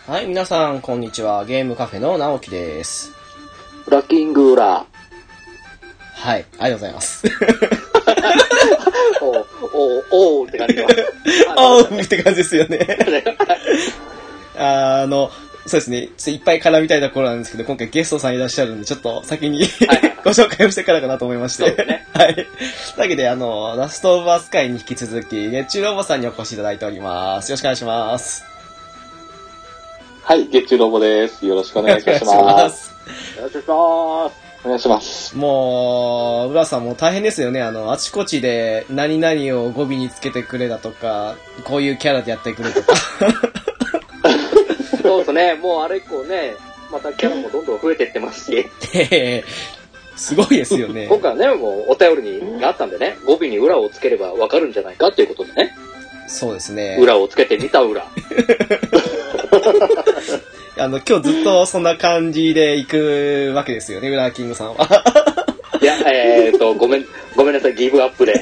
はい、皆さん、こんにちは。ゲームカフェの直樹です。 ブラッキングラー。 はい、ありがとうございます。 おーって感じは。 おーって感じですよね。そうですね。いっぱい絡みたいところなんですけど、今回ゲストさんいらっしゃるんで、ちょっと先にご紹介をしてからかなと思いまして。そうですね。はい。というわけで、ラストオブアスカイに引き続き、月中ロボさんにお越しいただいております。よろしくお願いします。 はい、月中ロボです。よろしくお願いいたします。 よろしくお願いします。 お願いします。 もう、浦さんも大変ですよね。あちこちで何々を語尾につけてくれだとか、こういうキャラでやってくれとか。 そうですね。もうあれ以降ね、またキャラもどんどん増えてってますし。 すごいですよね。 今回はね、もうお便りにあったんでね、語尾に裏をつければわかるんじゃないかっていうことでね。 そうですね。 裏をつけてみた裏。 今日ずっとそんな感じで行くわけですよね、ウラキングさんは。 いや、ごめんなさい、ギブアップで。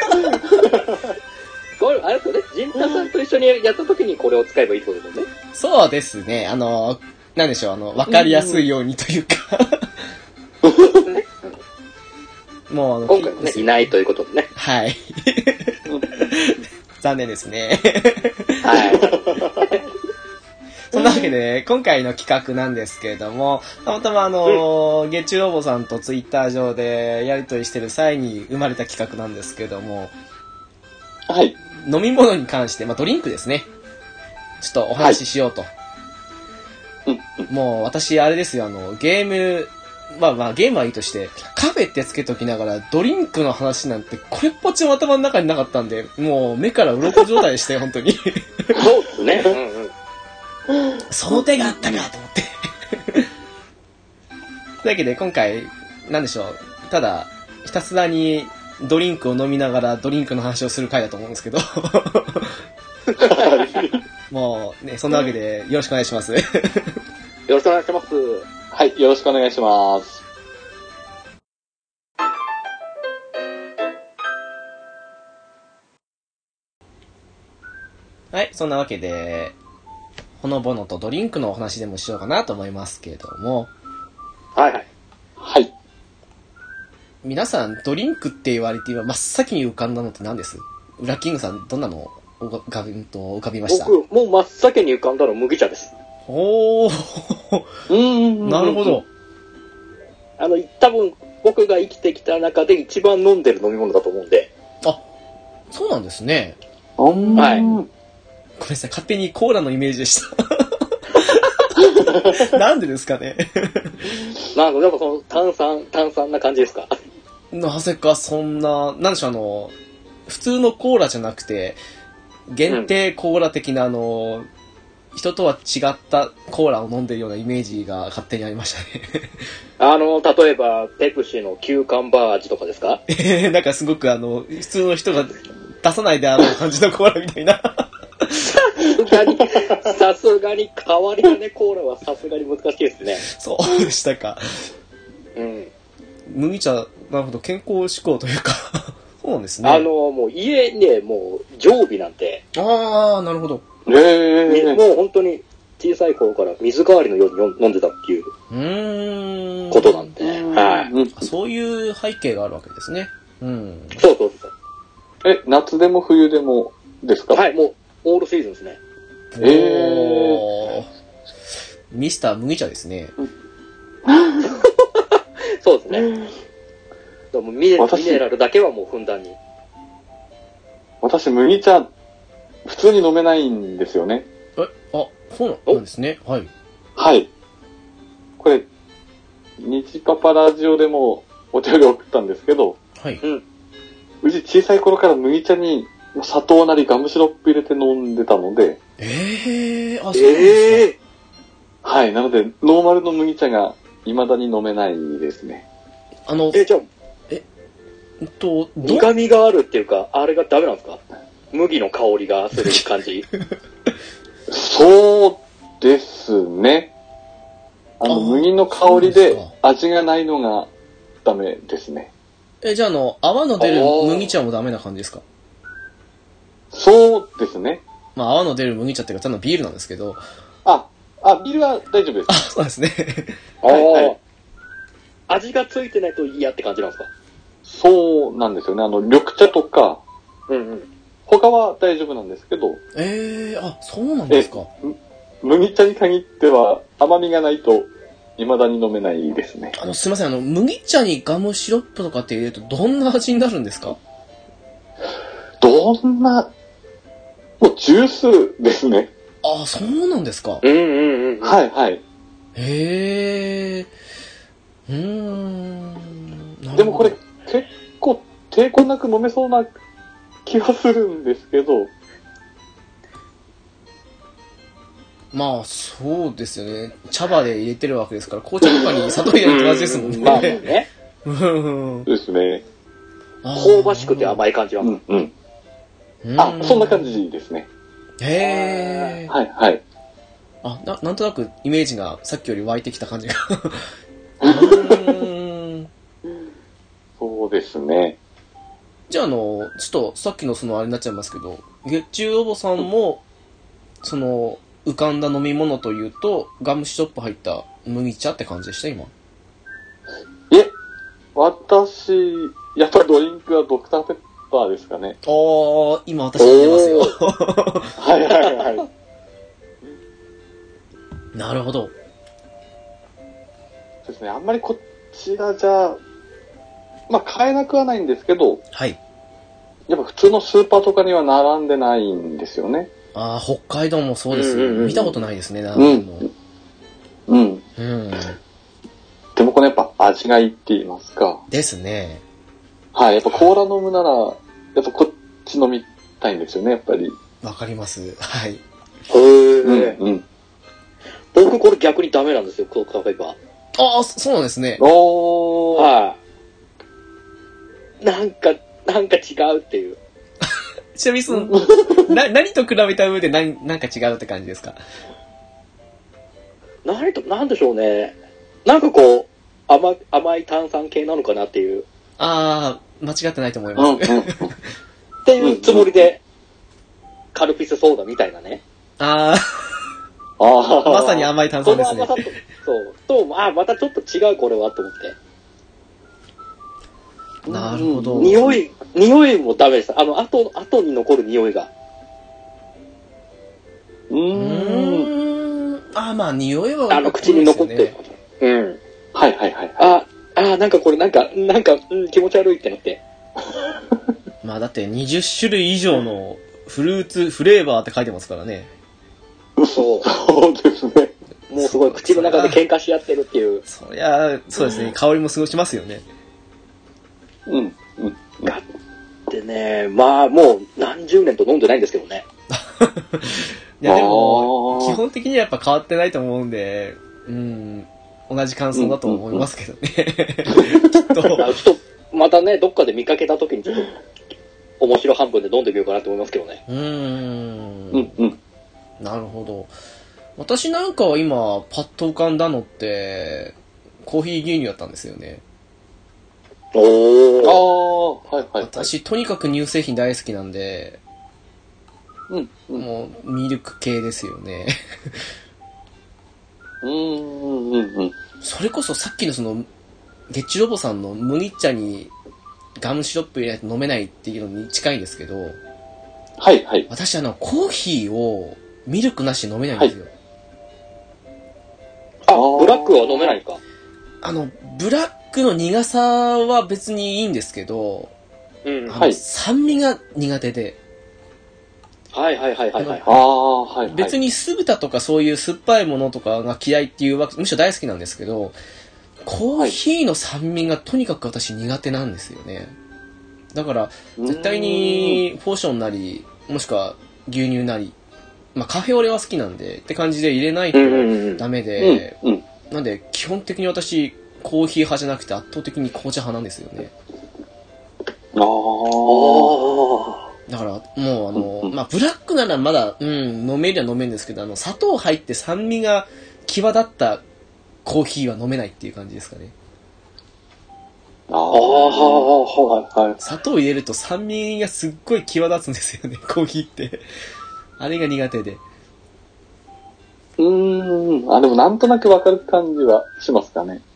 これ、あれですよね、ジンタさんと一緒にやった時にこれを使えばいいってことですよね。 そうですね、なんでしょう、わかりやすいようにというか。もう今回ね、いないということでね。 はい。残念ですね。 はい。 そんなわけで、今回の企画なんですけれども、たまたま月中ロボさんとツイッター上でやりとりしてる際に生まれた企画なんですけれども、 はい。 飲み物に関して、ドリンクですね。ちょっとお話ししようと。はい、もう私、あれですよ、ゲーム、ゲームはいいとして、カフェってつけときながら、ドリンクの話なんて、これっぽっちも頭の中になかったんで、もう目から鱗状態でしたよ、本当に。 そうですね。 その手があったかと思って。というわけで、今回、なんでしょう、ただ、ひたすらにドリンクを飲みながらドリンクの話をする回だと思うんですけど。もうね、そんなわけで、よろしくお願いします。 よろしくお願いします。 はい、よろしくお願いします。 はい、そんなわけで、ほのぼのとドリンクのお話でもしようかなと思いますけれども。 はいはい。 はい。 皆さん、ドリンクって言われて今真っ先に浮かんだのって何です？ウラキングさん、どんなの浮かびました？ 僕、もう真っ先に浮かんだのは麦茶です。 おー。なるほど。 多分、僕が生きてきた中で一番飲んでる飲み物だと思うんで。 あ、そうなんですね。 はい。 ごめんなさい、勝手にコーラのイメージでした。なんでですかね。 なんかその炭酸な感じですか？ なぜかそんな、なんでしょう、普通のコーラじゃなくて、限定コーラ的な人とは違ったコーラを飲んでるようなイメージが勝手にありましたね。 例えば、ペプシのキューカンバー味とかですか？ なんかすごく普通の人が出さないであろう感じのコーラみたいな。 さすがに変わり種コーラはさすがに難しいですね。 そうでしたか。 うん。 麦茶、なるほど、健康志向というか。そうなんですね。 もう家ね、もう常備なんて。 ああ、なるほど。 もう本当に小さい頃から水代わりのように飲んでたっていうことなんで、はい。 そういう背景があるわけですね。うん。 そうそうそう。 夏でも冬でもですか？ はい、もうオールシーズンですね。 ミスター麦茶ですね。 そうですね。でもミネラルだけはもうふんだんに。 私、麦茶、普通に飲めないんですよね。 そうなんですね。はい。 はい。これ、日パパラジオでもお便り送ったんですけど、 はい。 うち小さい頃から麦茶に砂糖なりガムシロップ入れて飲んでたので、 そうなんですか。 はい。なので、ノーマルの麦茶が未だに飲めないですね。 じゃあ、苦味があるっていうか、あれがダメなんですか？麦の香りがする感じ。 そうですね。麦の香りで味がないのがダメですね。 じゃあ泡の出る麦茶もダメな感じですか？ そうですね。 泡の出る麦茶っていうか、ただのビールなんですけど。 ビールは大丈夫です。 あ、そうですね。 はいはい。味がついてないと嫌って感じなんですか？ そうなんですよね。緑茶とか、他は大丈夫なんですけど。 あ、そうなんですか。 麦茶に限っては甘みがないと未だに飲めないですね。 すいません、麦茶にガムシロップとかって入れるとどんな味になるんですか？ どんな、もうジュースですね。 あ、そうなんですか。 はいはい。 へー。 でもこれ結構抵抗なく飲めそうな気はするんですけど。 まあ、そうですよね。茶葉で入れてるわけですから、紅茶とかに砂糖入れると同じですもんね。 まあね。 ですね。 香ばしくて甘い感じは。 そんな感じですね。 へー。 はいはい。 なんとなくイメージがさっきより湧いてきた感じが。 そうですね。 じゃあちょっとさっきのあれになっちゃいますけど、月中おぼさんも、浮かんだ飲み物というと、ガムシロップ入った麦茶って感じでした、今。 私、やっぱりドリンクはドクターペッパーですかね。 今私飲んでますよ。 はいはいはい。 なるほど。 そうですね、あんまりこちらじゃ、買えなくはないんですけど、 はい。 やっぱ普通のスーパーとかには並んでないんですよね。 北海道もそうですね。見たことないですね、 並んでるの。でもこれやっぱ味がいいって言いますか。 ですね。 はい、やっぱコーラ飲むなら、やっぱこっち飲みたいんですよね、やっぱり。 わかります。はい。 僕これ逆にダメなんですよ、ドクターペッパー。 そうなんですね。 はい。なんか違うっていう。 ちなみに何と比べた上でなんか違うって感じですか？ なんでしょうね。なんかこう、甘い炭酸系なのかなっていう。 間違ってないと思います。 っていうつもりで、カルピスソーダみたいなね。 まさに甘い炭酸ですね。 またちょっと違うこれはと思って。 なるほど。 匂いもダメです。後に残る匂いが。 匂いは、 口に残ってる。 はいはいはい。 なんかこれ気持ち悪いってなって。 だって20種類以上のフルーツフレーバーって書いてますからね。 そうですね。 もうすごい口の中で喧嘩し合ってるっていう。 そうですね。香りもすごいしますよね。 だってね、もう何十年と飲んでないんですけどね。 いやでも、基本的にはやっぱ変わってないと思うんで、同じ感想だと思いますけどね。きっと。ちょっと、またね、どっかで見かけた時にちょっと、面白半分で飲んでみようかなと思いますけどね。 なるほど。私なんかは今、パッと浮かんだのって、コーヒー牛乳だったんですよね。私、とにかく乳製品大好きなんで、もう、ミルク系ですよね。それこそさっきの月中ロボさんの麦茶にガムシロップ入れないと飲めないっていうのに近いんですけど、 はいはい。 私コーヒーをミルクなしで飲めないんですよ。 ブラックは飲めないか。 ブラックの苦さは別にいいんですけど、酸味が苦手で。別に酢豚とかそういう酸っぱいものとかが嫌いっていうわけ、むしろ大好きなんですけど、コーヒーの酸味がとにかく私苦手なんですよね。だから、絶対にポーションなり、もしくは牛乳なり、カフェオレは好きなんで、って感じで入れないとダメで、なんで基本的に私、コーヒー派じゃなくて圧倒的に紅茶派なんですよね。だから、もうブラックならまだ、飲めりゃ飲めるんですけど、砂糖入って酸味が際立ったコーヒーは飲めないっていう感じですかね。砂糖入れると酸味がすっごい際立つんですよね、コーヒーって。あれが苦手で。 でもなんとなくわかる感じはしますかね。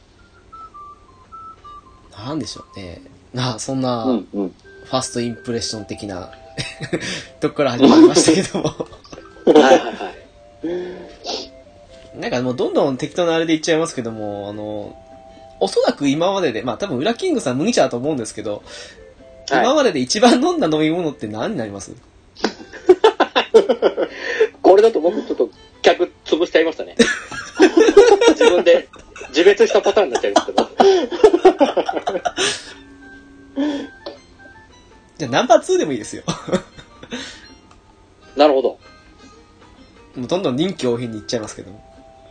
なんでしょうね。そんな、ファーストインプレッション的なとこから始まりましたけどもはいはいはい。 なんかもうどんどん適当なあれで言っちゃいますけども、おそらく今までで、多分、ウラキングさん麦茶だと思うんですけど、はい、今までで一番飲んだ飲み物って何になります？ これだと僕ちょっと客潰しちゃいましたね。自分で自滅したパターンになっちゃいますけど。 じゃあナンバー2でもいいですよ。 なるほど。 もうどんどん臨機応変にいっちゃいますけども。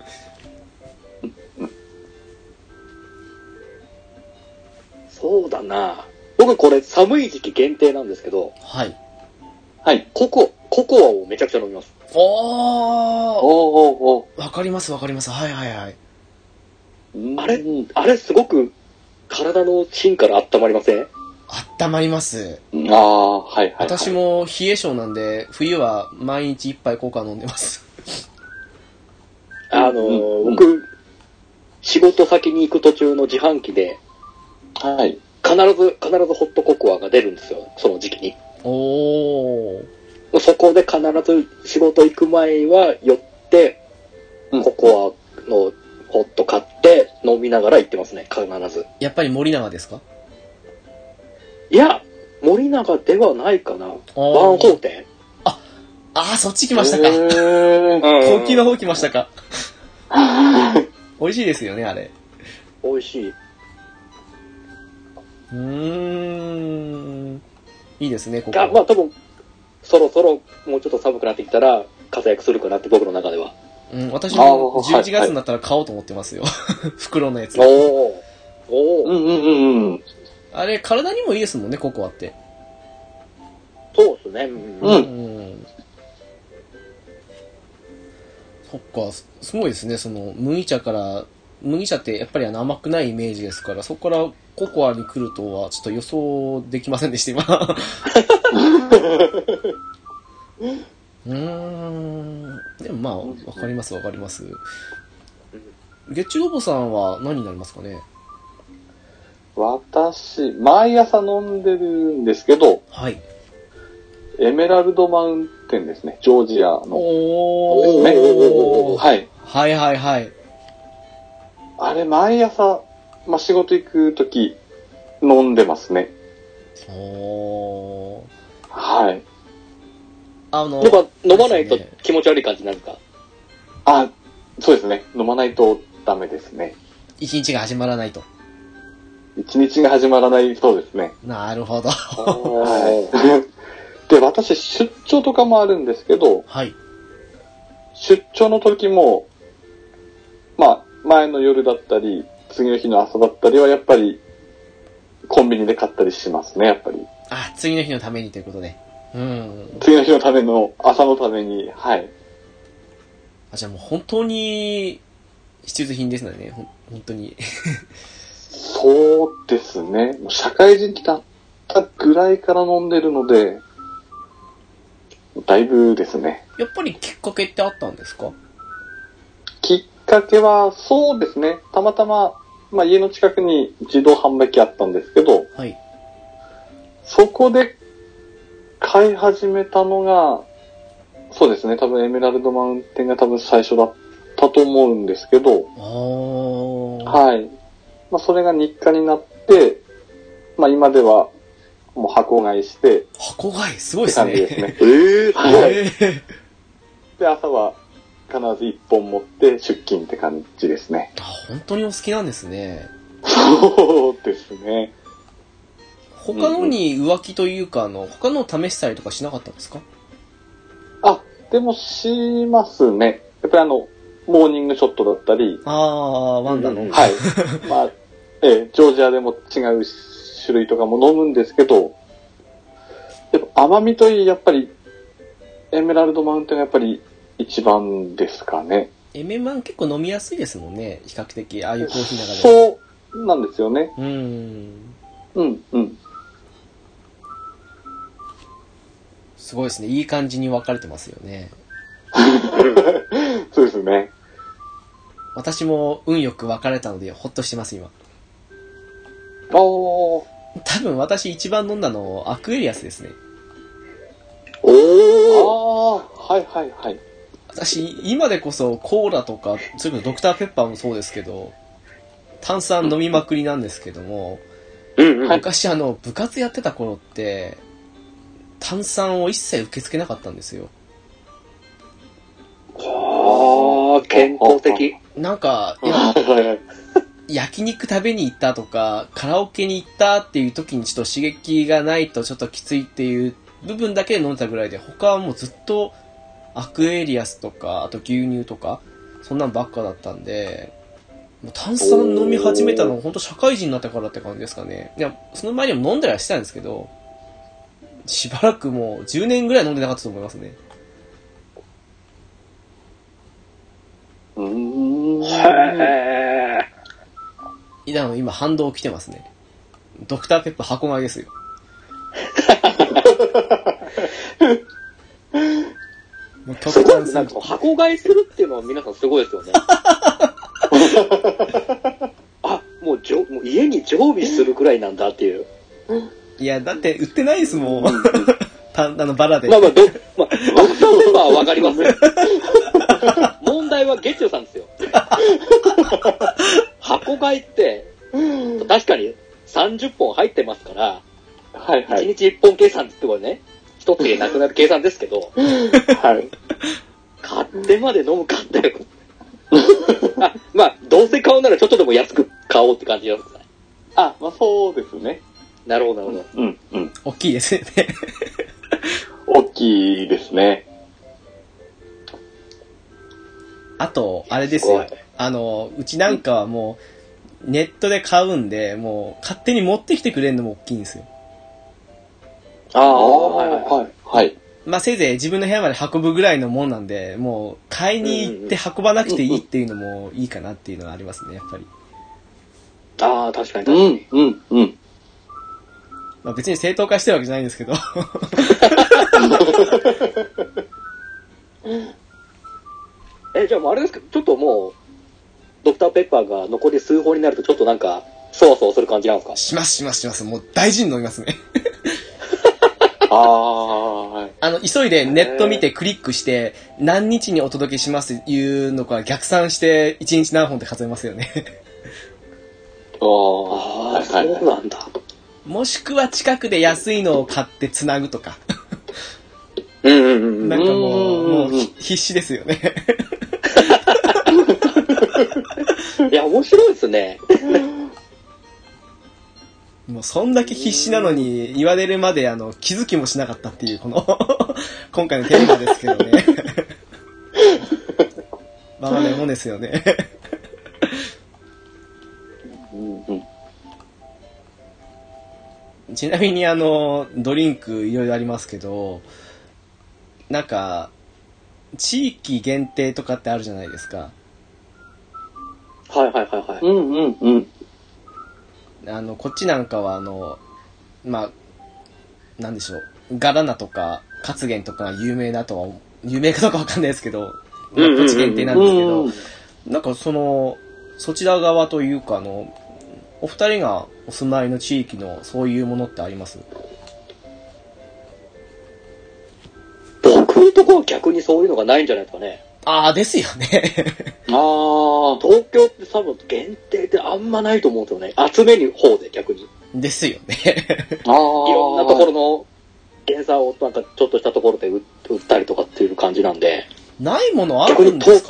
そうだな。僕これ寒い時期限定なんですけど。 はい。 はい。ココアをめちゃくちゃ飲みます。 おー。わかりますわかります。はいはいはい。 あれすごく体の芯から温まりません？ 温まります。 はいはい、はい。 私も冷え性なんで、冬は毎日一杯ココア飲んでます。 僕、仕事先に行く途中の自販機で、 はい。 必ずホットココアが出るんですよ、その時期に。そこで必ず仕事行く前は寄って、ココアのホット買って飲みながら行ってますね、必ず。 やっぱり森永ですか？ いや、森永ではないかな。ワンホーテン？ そっち来ましたか。高級な方来ましたか。美味しいですよね、あれ。 美味しい。 いいですね、ここ。 多分、そろそろもうちょっと寒くなってきたら活躍するかなって僕の中では。 私も11月になったら買おうと思ってますよ。袋のやつ。あれ、体にもいいですもんね、ココアって。 そうですね。 そっか、すごいですね、麦茶ってやっぱり甘くないイメージですから、そこからココアに来るとはちょっと予想できませんでした、今。でもわかりますわかります。月中ロボさんは何になりますかね？ 私、毎朝飲んでるんですけど、 はい。 エメラルドマウンテンですね。ジョージアの。 ですね。はい。 はいはいはい。 あれ、毎朝、仕事行くとき、飲んでますね。はい。 やっぱ飲まないと気持ち悪い感じになるか？ そうですね。飲まないとダメですね。 一日が始まらないと。 一日が始まらない、そうですね。 なるほど。 はい。で、私、出張とかもあるんですけど、 はい。 出張の時も、前の夜だったり、次の日の朝だったりは、やっぱり、コンビニで買ったりしますね、やっぱり。 次の日のためにということで。 次の日のための、朝のために、はい。 じゃあもう本当に、必需品ですね、本当に。 そうですね。社会人になったぐらいから飲んでるので、だいぶですね。 やっぱりきっかけってあったんですか？ きっかけは、そうですね。たまたま、家の近くに自動販売機あったんですけど、 はい。 そこで買い始めたのが、そうですね。多分エメラルドマウンテンが多分最初だったと思うんですけど、はい。それが日課になって、今ではもう箱買いして。 箱買いすごいですね。 って感じですね。はい。で、朝は必ず1本持って出勤って感じですね。 本当にお好きなんですね。 そうですね。 他のに浮気というか、他の試したりとかしなかったんですか？ でもしますね。やっぱりモーニングショットだったり。 ワンダの。 はい。ジョージアでも違う種類とかも飲むんですけど、やっぱ甘みといい、やっぱり、エメラルドマウンテンがやっぱり一番ですかね。 エメマン結構飲みやすいですもんね、比較的。ああいうコーヒーの中で。 そうなんですよね。 すごいですね。いい感じに分かれてますよね。 そうですね。 私も運よく別れたので、ほっとしてます、今。 おー。 多分私一番飲んだの、アクエリアスですね。 おー。 はいはいはい。 私、今でこそコーラとか、それこそドクターペッパーもそうですけど、炭酸飲みまくりなんですけども、昔部活やってた頃って、炭酸を一切受け付けなかったんですよ。 はあ、健康的。 なんか、焼肉食べに行ったとか、カラオケに行ったっていう時にちょっと刺激がないとちょっときついっていう部分だけ飲んでたぐらいで、他はもうずっとアクエリアスとか、あと牛乳とか、そんなんばっかだったんで、もう炭酸飲み始めたのは本当社会人になってからって感じですかね。いや、その前にも飲んだりはしてたんですけど、しばらくもう10年ぐらい飲んでなかったと思いますね。 へー。 今反動来てますね。ドクターペッパー箱買いですよ。もう極端すぎて。 箱買いするっていうのは皆さんすごいですよね。あ、もう家に常備するくらいなんだっていう。 いや、だって売ってないですもん。バラで。 ドクターペッパーはわかりますよ。問題は月曜さんですよ。箱買いって、確かに30本入ってますから、 はいはい。 1日1本計算ってことね、一つでなくなる計算ですけど、 はい。 買ってまで飲むかって。まあ、どうせ買うならちょっとでも安く買おうって感じなんですね。 まあそうですね。 なるほど、なるほど。 うん、うん。 大きいですよね。 大きいですね。 あと、あれですよ。うちなんかはもう、ネットで買うんで、もう、勝手に持ってきてくれるのも大きいんですよ。 はい。 まあ、せいぜい自分の部屋まで運ぶぐらいのもんなんで、もう、買いに行って運ばなくていいっていうのもいいかなっていうのがありますね、やっぱり。 ああ、確かに確かに。 うん。 まあ、別に正当化してるわけじゃないんですけど。 じゃあもうあれですか、ちょっともう、ドクターペッパーが残り数本になるとちょっとなんか、そわそわする感じなんですか？ します。もう大事に飲みますね。急いでネット見てクリックして、何日にお届けしますっていうのから逆算して、1日何本って数えますよね。 そうなんだ。 もしくは近くで安いのを買ってつなぐとか。 なんかもう必死ですよね。 いや、面白いですね。 もうそんだけ必死なのに言われるまで気づきもしなかったっていうこの今回のテーマですけどね。まあねもんですよね。ちなみにドリンクいろいろありますけど、なんか地域限定とかってあるじゃないですか。 はい。 こっちなんかはまあなんでしょう、ガラナとかカツゲンとかが有名だとは有名かどうかわかんないですけど、まあ、こっち限定なんですけど、なんかそちら側というかお二人がお住まいの地域のそういうものってあります？ 僕のところは逆にそういうのがないんじゃないですかね。 ですよね。 東京って多分限定ってあんまないと思うんですよね。集める方で逆に。 ですよね。 いろんなところの原産をなんかちょっとしたところで売ったりとかっていう感じなんで。 ないものあるんですか？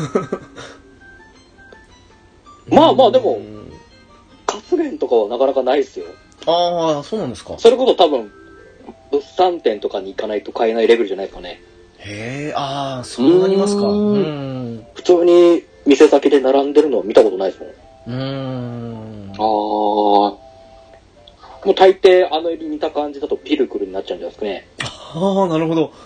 まあでも、カツゲンとかはなかなかないですよ。 そうなんですか。 それこそ多分、物産展とかに行かないと買えないレベルじゃないですかね。 へえ、そうなりますか。 普通に店先で並んでるのは見たことないですもん。 もう大抵絵に似た感じだとピルクルになっちゃうんじゃないですかね。 なるほど。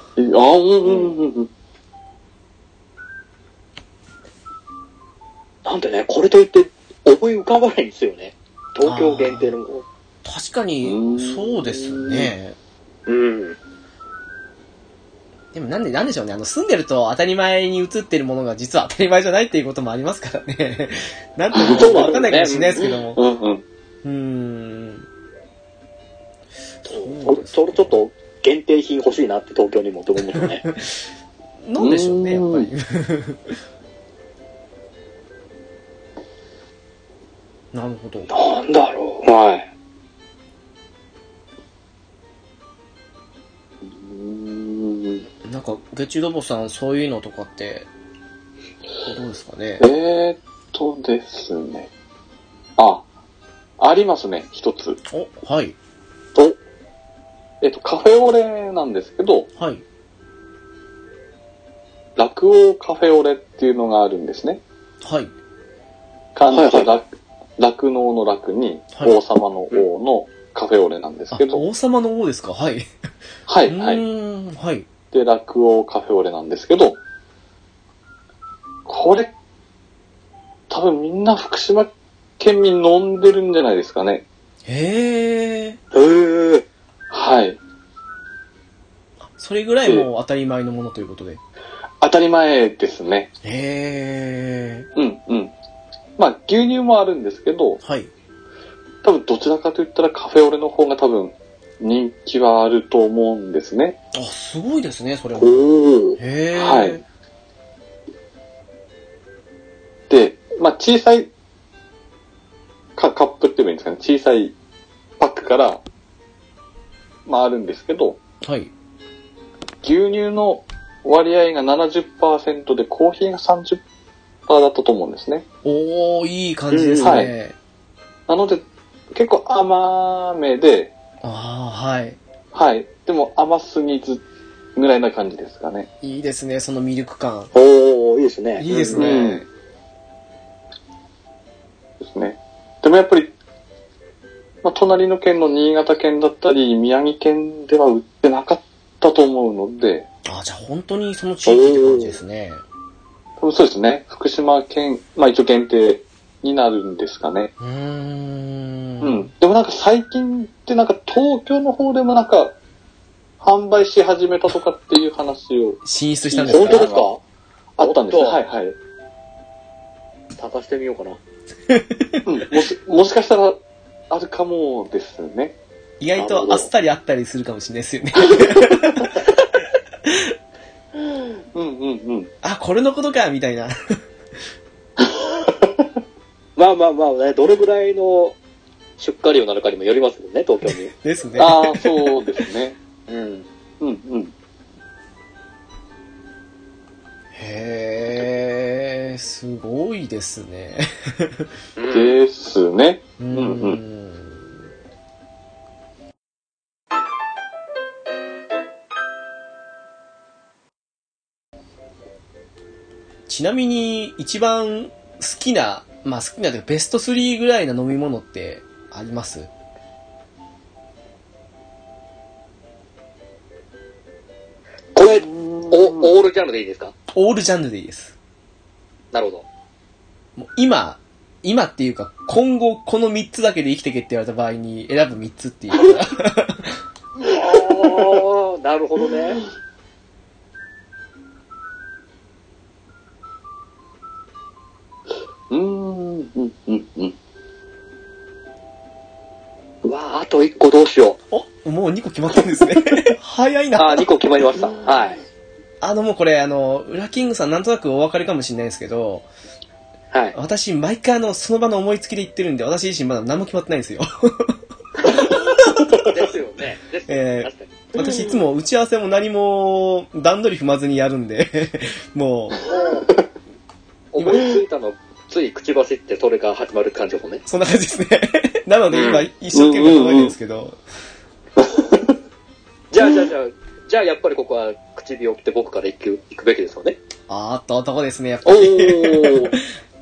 なんでね、これといって思い浮かばないんですよね。東京限定の。 確かに、そうですね。 ででもなんでしょうね。住んでると当たり前に映ってるものが実は当たり前じゃないっていうこともありますからね。なんていうことかわかんないかもしれないですけども。 それちょっと限定品欲しいなって東京にもと思うとね。 なんでしょうね、やっぱり。なるほど。 なんだろう。 はい。 なんか、ゲチロボさん、そういうのとかって、どうですかね。 ですね。ありますね、一つ。 お、はい。 カフェオレなんですけど、 はい。 落王カフェオレっていうのがあるんですね。 はい。 漢字で酪農の酪に、王様の王のカフェオレなんですけど。 王様の王ですか？はい。 はい、はい。 はい。 で、落王カフェオレなんですけど、これ、多分みんな福島県民飲んでるんじゃないですかね。 へー。 はい。 それぐらいもう当たり前のものということで。 当たり前ですね。 へー。 まあ、牛乳もあるんですけど、 はい。 多分どちらかといったらカフェオレの方が多分人気はあると思うんですね。 あ、すごいですね、それも。 へー。はい。で、まあ、小さいカップって言えばいいんですかね。小さいパックから、まああるんですけど、 はい。 牛乳の割合が 70% でコーヒーが 30% だったと思うんですね。 おー、いい感じですね。はい。 なので、結構甘めで、 はい。 はい。でも甘すぎずぐらいな感じですかね。 いいですね、そのミルク感。 いいですね。 いいですね。 ですね。でもやっぱり、まあ、隣の県の新潟県だったり、宮城県では売ってなかったと思うので。 じゃあ本当にその地域って感じですね。 そうですね。福島県、まあ一応限定になるんですかね。でもなんか最近ってなんか東京の方でもなんか、販売し始めたとかっていう話を。 進出したんですか？ 本当ですか？ あったんですね。はいはい。 探してみようかな。 もしかしたら、あるかもですね。 意外とあっさりあったりするかもしれないですよね。これのことかみたいな。 まあね、どれぐらいの出荷量なのかにもよりますもんね、東京に。 ですね。 そうですね。 へー、すごいですね。 ですね。 ちなみに一番好きな、まあ好きなというかベスト3ぐらいな飲み物ってあります？ これ、オールジャンルでいいですか？ オールジャンルでいいです。なるほど。 もう今っていうか今後この3つだけで生きてけって言われた場合に選ぶ3つっていうか。 なるほどね。うわあと1個どうしよう。もう2個決まったんですね。早いな。 2個決まりました。はい。 もうこれウラキングさんなんとなくお分かりかもしれないですけど、 はい。 私毎回その場の思いつきで言ってるんで、私自身まだ何も決まってないんですよ。 ですよね。確かに。 私いつも打ち合わせも何も段取り踏まずにやるんで、もう。思いついたの、つい口走ってそれが始まる感じもね。 そんな感じですね。なので今一生懸命考えてるんですけど。 じゃあやっぱりここは唇を切って僕から行くべきですよね。 男ですね、やっぱり。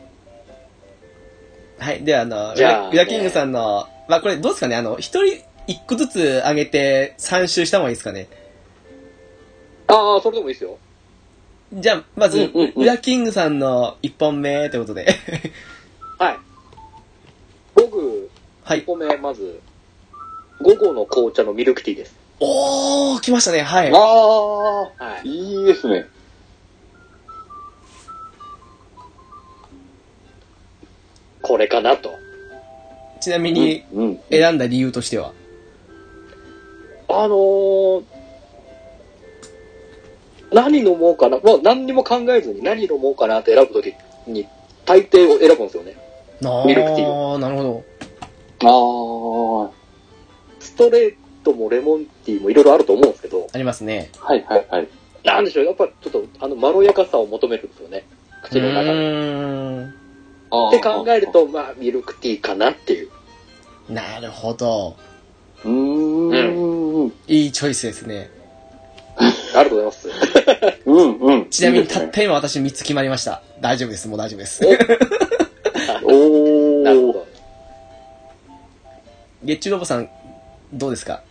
はい。では、ウラキングさんの、まあ、これどうですかね、一人一個ずつ上げて3周した方がいいですかね。 それでもいいですよ。 じゃあ、まず、ウラキングさんの1本目ということで。 はい。僕、1本目、まず、午後の紅茶のミルクティーです。 おー、来ましたね。はい。 はい。いいですね。 これかなと。 ちなみに、選んだ理由としては、 何飲もうかな。もう何にも考えずに何飲もうかなって選ぶときに、大抵を選ぶんですよね。ミルクティーを。 なるほど。ストレートもレモンティーもいろいろあると思うんですけど。 ありますね。 はいはいはい。 なんでしょう、やっぱちょっとまろやかさを求めるんですよね。口の中で。って考えると、まあ、ミルクティーかなっていう。 なるほど。いいチョイスですね。 ありがとうございます。 ちなみにたった今私3つ決まりました。大丈夫です。もう大丈夫です。 なるほど。 月中ロボさん、どうですか？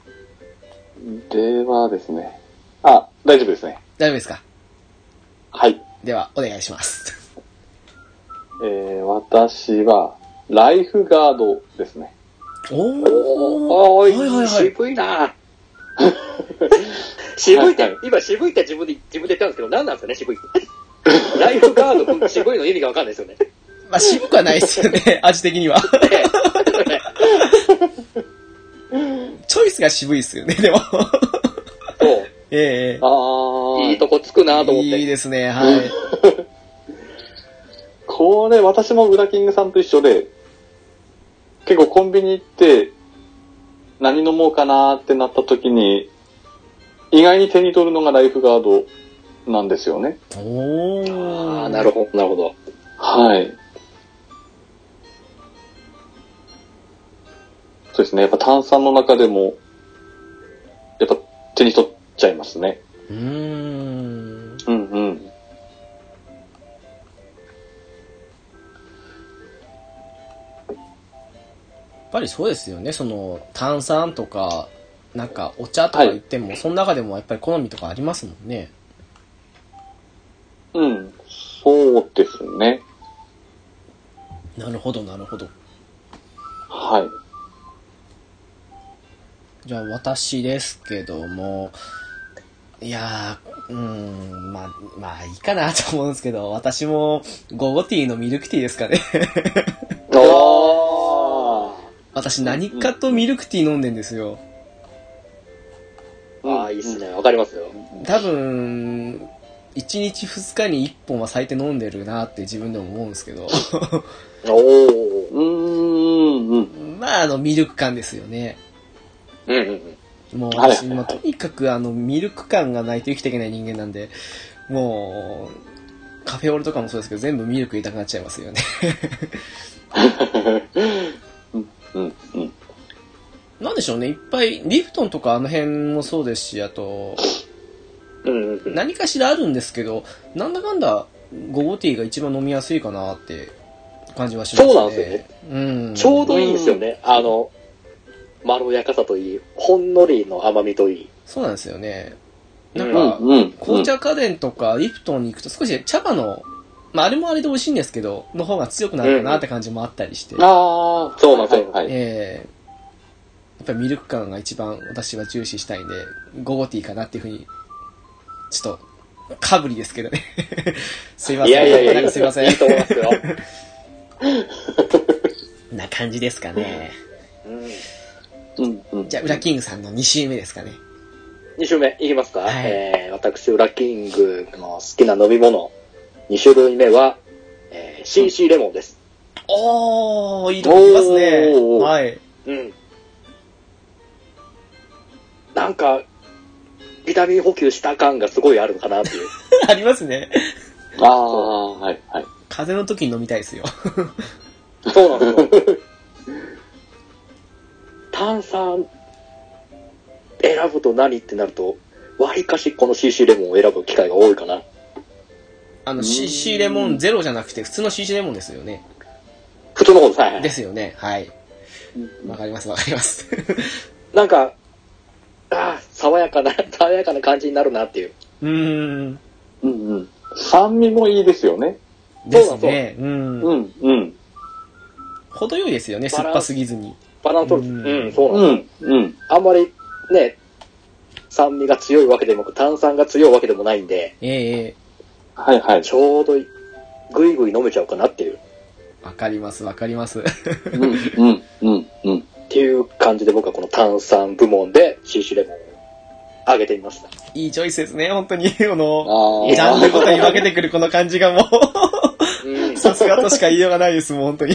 ではですね。大丈夫ですね。 大丈夫ですか？ はい。 では、お願いします。 私は、ライフガードですね。 はい、渋いな渋いって、今渋いって自分で言ったんですけど、何なんですかね、渋いって。ライフガード、渋いの意味がわかんないですよね。 まあ、渋くはないですよね、味的には。チョイスが渋いですよね、でも。そう。 いいとこつくなと思って。 いいですね、はい。 これ、私もウラキングさんと一緒で、結構コンビニ行って、何飲もうかなってなった時に、意外に手に取るのがライフガードなんですよね。 なるほど、なるほど。 はい。そうですね。やっぱ炭酸の中でも、やっぱ手に取っちゃいますね。 やっぱりそうですよね。その炭酸とかなんかお茶とか言っても、その中でもやっぱり好みとかありますもんね。 そうですね。 なるほどなるほど。 はい。 じゃあ私ですけども、いやまあいいかなと思うんですけど、私もゴゴティーのミルクティーですかね。私何かとミルクティー飲んでんですよ。 いいっすね。わかりますよ。 多分、1日2日に1本は最低飲んでるなって自分でも思うんですけど。まあ、ミルク感ですよね。もう私、とにかくミルク感がないと生きていけない人間なんで、もう、カフェオレとかもそうですけど、全部ミルク入れたくなっちゃいますよね。なんでしょうね、いっぱい、リプトンとかあの辺もそうですし、あと、何かしらあるんですけど、なんだかんだ、ゴゴティーが一番飲みやすいかなって感じはしますね。 そうなんですよね。ちょうどいいんですよね。まろやかさといい、ほんのりの甘みといい。 そうなんですよね。なんか、紅茶家電とかリプトンに行くと少し茶葉の、まあ、あれもあれで美味しいんですけど、の方が強くなるかなって感じもあったりして。 そうなんですよ。 やっぱりミルク感が一番私は重視したいんで、ゴゴティーかなっていうふうに、ちょっと、かぶりですけどね。すいません。 いやすいません。 いいと思いますよ。 な感じですかね。じゃあ、ウラキングさんの2週目ですかね。 2週目いきますか、私、ウラキングの好きな飲み物、2種類目は、CC レモンです。 いいとこ来ますね。はい。 なんか、ビタミン補給した感がすごいあるのかなっていう。 ありますね。 はい。 風邪の時に飲みたいですよ。 そうなんですよ。炭酸選ぶと何ってなると、わりかしこの CC レモンを選ぶ機会が多いかな。 CC レモンゼロじゃなくて普通の CC レモンですよね。 普通のことさ、 ですよね。はい。わかります。 なんか、爽やかな感じになるなっていう。 酸味もいいですよね。 ですね。程よいですよね、酸っぱすぎずに。 バランス取る。そうなんです。あんまりね、 酸味が強いわけでも、炭酸が強いわけでもないんで、 はいはい。 ちょうどぐいぐい飲めちゃうかなっていう。 わかります、わかります。 っていう感じで僕はこの炭酸部門で CC レモンを上げてみました。 いいチョイスですね、本当に。この、ジャンルごとに分けてくるこの感じがもう、さすがとしか言いようがないです、もう本当に。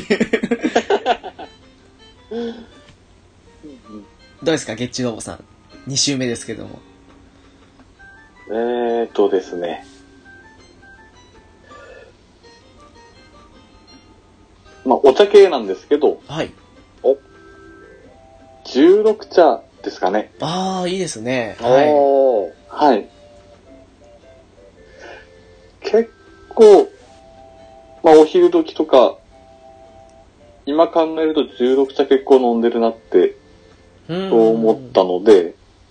どうですか、ゲッチュロボさん。2週目ですけども。 ですね。まあ、お茶系なんですけど。 はい。 16茶ですかね。 ああ、いいですね。 はい。結構、まあ、お昼時とか、今考えると16茶結構飲んでるなって、そう思ったので、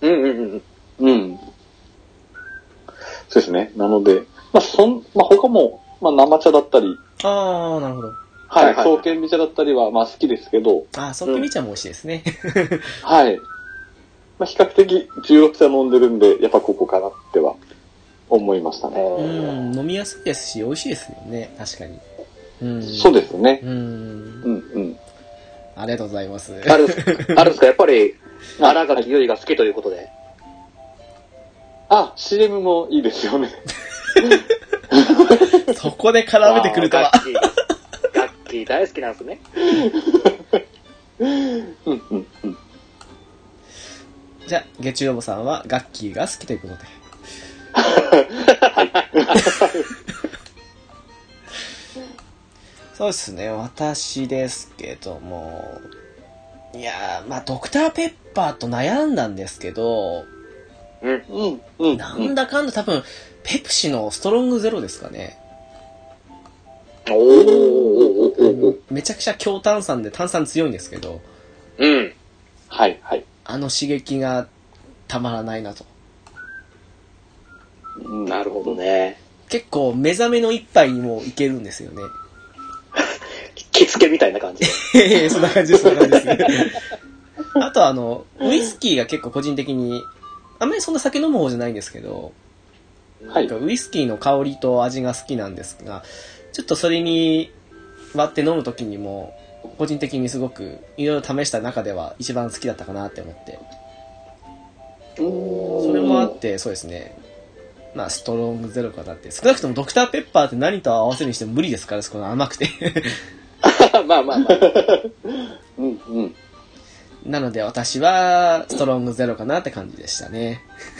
そうですね。なので、まあ、他も、まあ、生茶だったり、 ああ、なるほど。 はい、爽健美茶だったりは、まあ、好きですけど、 爽健美茶も美味しいですね。 はい。まあ、比較的16茶飲んでるんで、やっぱここかなっては思いましたね。 飲みやすいですし、美味しいですよね、確かに。 そうですね。 ありがとうございます。 あるんですか、やっぱり、新垣結衣が好きということで。 CM もいいですよね。 そこで絡めてくるとは。 ガッキー大好きなんですね。 じゃあ、ゲチュロボさんはガッキーが好きということで。そうですね、私ですけども。いやー、まあ、ドクターペッパーと悩んだんですけど、なんだかんだ多分、ペプシのストロングゼロですかね。めちゃくちゃ強炭酸で炭酸強いんですけど、 はいはい。 あの刺激がたまらないなと。 なるほどね。 結構目覚めの一杯にもいけるんですよね。 着付けみたいな感じで。そんな感じです、そんな感じです。あとウイスキーが結構個人的に、あんまりそんな酒飲む方じゃないんですけど、ウイスキーの香りと味が好きなんですが、ちょっとそれに割って飲むときにも、個人的にすごくいろいろ試した中では一番好きだったかなって思って。それもあって、そうですね。まあ、ストロングゼロかなって。少なくともドクターペッパーって何と合わせるにしても無理ですから、この甘くて。 まあ。 なので私はストロングゼロかなって感じでしたね。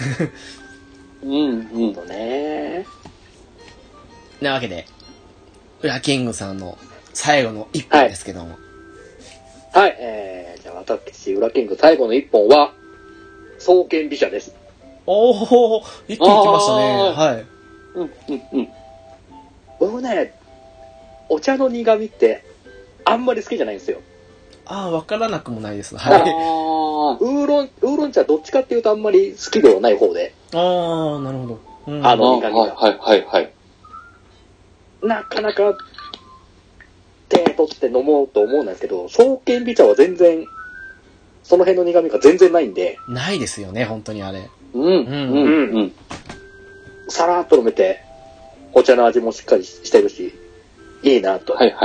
なわけで、ウラキングさんの最後の一本ですけども。 はい、じゃあ私、ウラキング最後の一本は、爽健美茶です。 おー、一気に来ましたね。はい。 僕ね、お茶の苦味ってあんまり好きじゃないんですよ。 わからなくもないです。はい。 ウーロン茶どっちかっていうとあんまり好きではない方で。 なるほど。 苦味が。 はい。 なかなか手取って飲もうと思うんですけど、爽健美茶は全然、その辺の苦味が全然ないんで。 ないですよね、本当にあれ。 さらっと飲めて、お茶の味もしっかりしてるし、いいなと。 はい。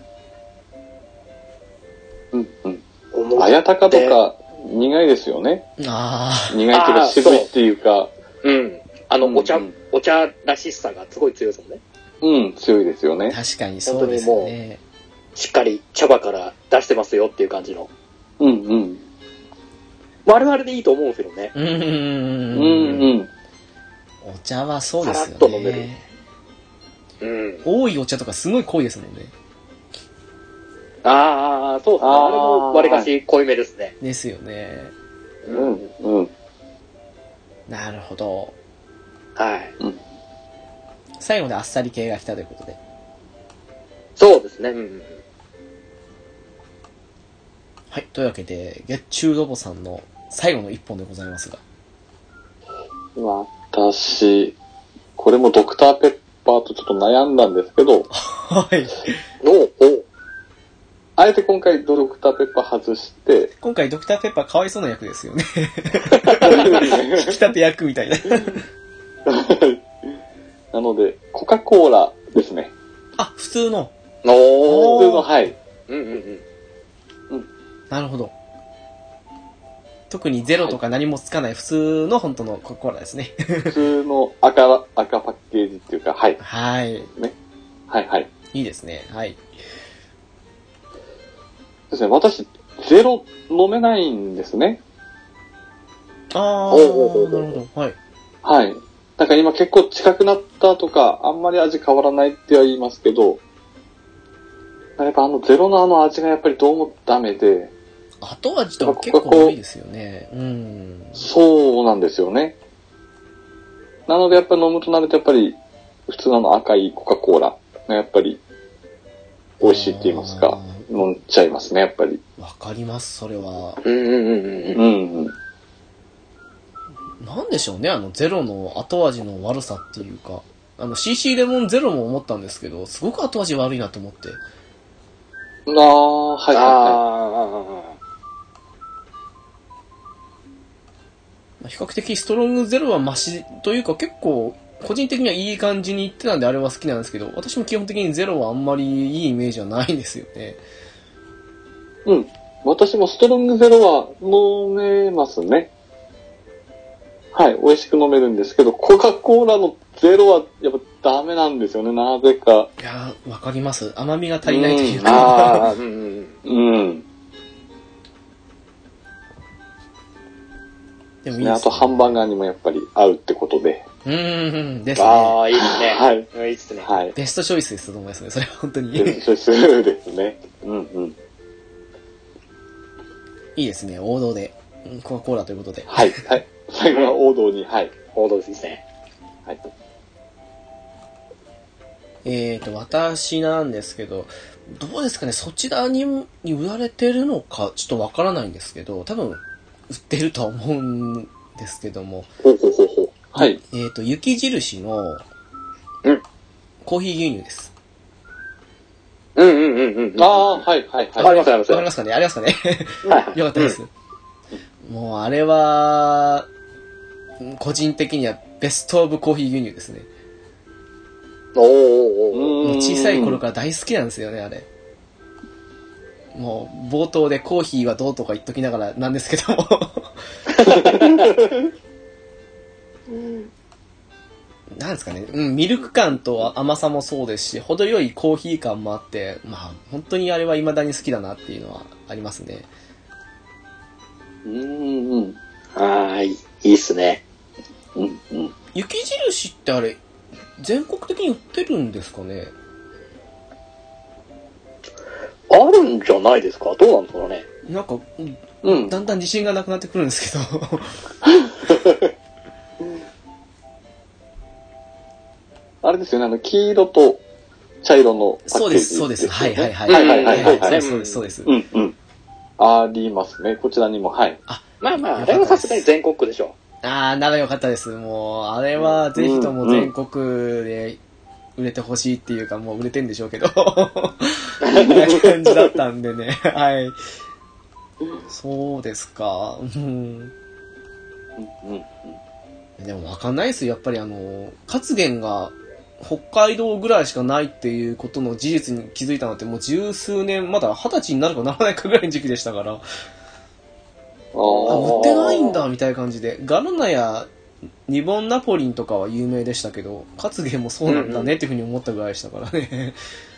綾鷹とか苦いですよね。苦いというか渋いっていうか。 お茶らしさがすごい強いですもんね。 強いですよね。 確かにそうですね。本当にもう、しっかり茶葉から出してますよっていう感じの。我々でいいと思うんですよね。 お茶はそうですよね。 さらっと飲める。 多いお茶とかすごい濃いですもんね。 そうですね。あれも割かし濃いめですね。 ですよね。なるほど。 はい。 最後であっさり系が来たということで。 そうですね。 はい。というわけで、月中ロボさんの最後の一本でございますが。 私、これもドクターペッパーとちょっと悩んだんですけど、 はい。 あえて今回ドクターペッパー外して、 今回ドクターペッパーかわいそうな役ですよね。引き立て役みたいな。 なので、コカ・コーラですね。 あ、普通の。 おー。 普通の、はい。 うんうんうん。 なるほど。特にゼロとか何もつかない普通の本当のコカ・コーラですね。 普通の赤パッケージっていうか、はい。 はい。 ね。はいはい。 いいですね。はい。 ですね、私、ゼロ飲めないんですね。 あー、なるほど。はい。 はい。だから今結構近くなったとか、あんまり味変わらないっては言いますけど、やっぱゼロの味がやっぱりどうもダメで。 後味とか結構多いですよね。うん。 そうなんですよね。なのでやっぱり飲むとなるとやっぱり、普通の赤いコカ・コーラがやっぱり、美味しいって言いますか、飲んじゃいますね、やっぱり。 わかります、それは。なんでしょうね、ゼロの後味の悪さっていうか。CC レモンゼロも思ったんですけど、すごく後味悪いなと思って。 はいはい。 比較的ストロングゼロはマシというか結構個人的にはいい感じにいってたんであれは好きなんですけど、私も基本的にゼロはあんまりいいイメージはないんですよね。 うん。私もストロングゼロは飲めますね。はい、美味しく飲めるんですけど、コカ・コーラのゼロはやっぱダメなんですよね、なぜか。 いやー、わかります。甘みが足りないというか。 うん。 でもいいですね。 あとハンバーガーにもやっぱり合うってことで。 ですね。 ああ、いいですね。 はい。 いいですね。 はい。ベストチョイスですと思いますね、それは本当に。 ベストチョイスですね。 いいですね、王道で。コカ・コーラということで。 はい。はい。最後は王道に、はい。 王道ですね。 はい。 私なんですけど、どうですかね、そちらに売られてるのか、ちょっとわからないんですけど、多分、売ってるとは思うんですけども。 はい。 雪印の、コーヒー牛乳です。 ああ、 はい。 ありますあります。 わかりますかね、ありますかね。 はい。 よかったです。もう、あれは、個人的にはベストオブコーヒー牛乳ですね。もう小さい頃から大好きなんですよね、あれ。もう、冒頭でコーヒーはどうとか言っときながらなんですけども。なんですかね、ミルク感と甘さもそうですし、程よいコーヒー感もあって、まあ、本当にあれは未だに好きだなっていうのはありますね。 はい、いいっすね。 雪印ってあれ、全国的に売ってるんですかね？ あるんじゃないですか？どうなんですかね？ なんか、だんだん自信がなくなってくるんですけど。 あれですよね、黄色と茶色のパッケージ、 そうです。はい。そうです。 ありますね、こちらにも、はい。 まあ、あれはさすがに全国でしょ。 ならよかったです。もう、あれはぜひとも全国で売れてほしいっていうか、もう売れてんでしょうけど、こんな感じだったんでね。はい。そうですか。でもわかんないですよ。やっぱり活源が北海道ぐらいしかないっていうことの事実に気づいたのってもう十数年、まだ20歳になるかならないかぐらいの時期でしたから。売ってないんだみたいな感じで。ガルナやニボンナポリンとかは有名でしたけど、活源もそうなんだねっていうふうに思ったぐらいでしたからね。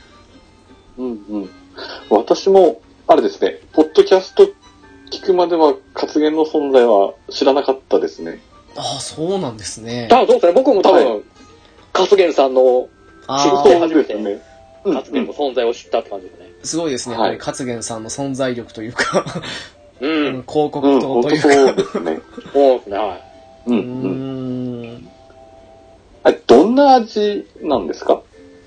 私も、あれですね、ポッドキャスト聞くまでは活源の存在は知らなかったですね。 ああ、そうなんですね。 そうですね。僕も多分、活源さんの知って初めて、活源の存在を知ったって感じですね。 すごいですね。やっぱり活源さんの存在力というか、広告塔というか。 そうですね。 そうですね、はい。 どんな味なんですか？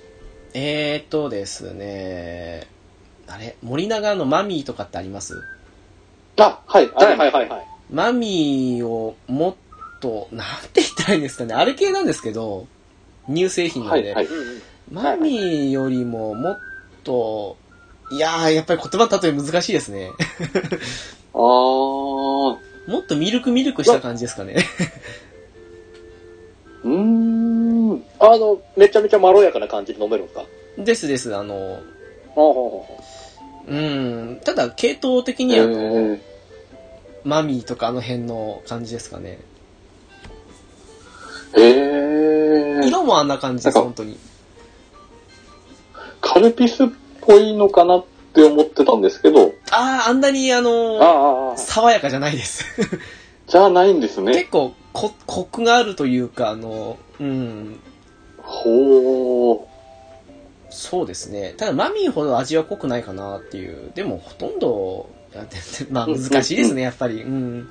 ですね、あれ、森永のマミーとかってあります？ はい。 マミーをもっと、なんて言ったらいいんですかね。あれ系なんですけど、乳製品なんで。マミーよりももっといやー、やっぱり言葉の例え難しいですね。もっとミルクした感じですかね。 めちゃめちゃまろやかな感じで飲めるんですか？ です。ただ、系統的にはマミーとかあの辺の感じですかね。色もあんな感じです、本当に。 カルピスっぽいのかなって思ってたんですけど。 あんなに爽やかじゃないです。 じゃないんですね。 結構、コクがあるというか、そうですね。ただ、マミーほど味は濃くないかなっていう。でも、ほとんど、まあ、難しいですね、やっぱり。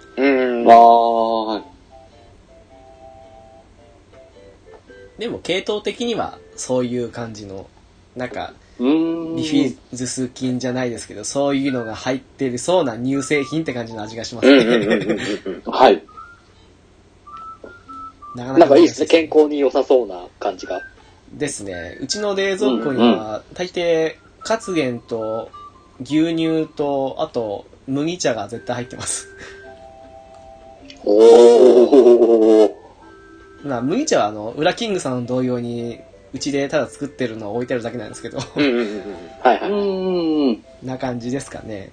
でも、系統的には、そういう感じの、なんか、リフィズス菌じゃないですけど、そういうのが入ってるそうな乳製品って感じの味がしますね。 はい。 なんかいいですね。健康に良さそうな感じが。 ですね。うちの冷蔵庫には、大抵、カツゲンと、牛乳と、あと、麦茶が絶対入ってます。麦茶はウラキングさん同様に、うちでただ作ってるのを置いてあるだけなんですけど。な感じですかね。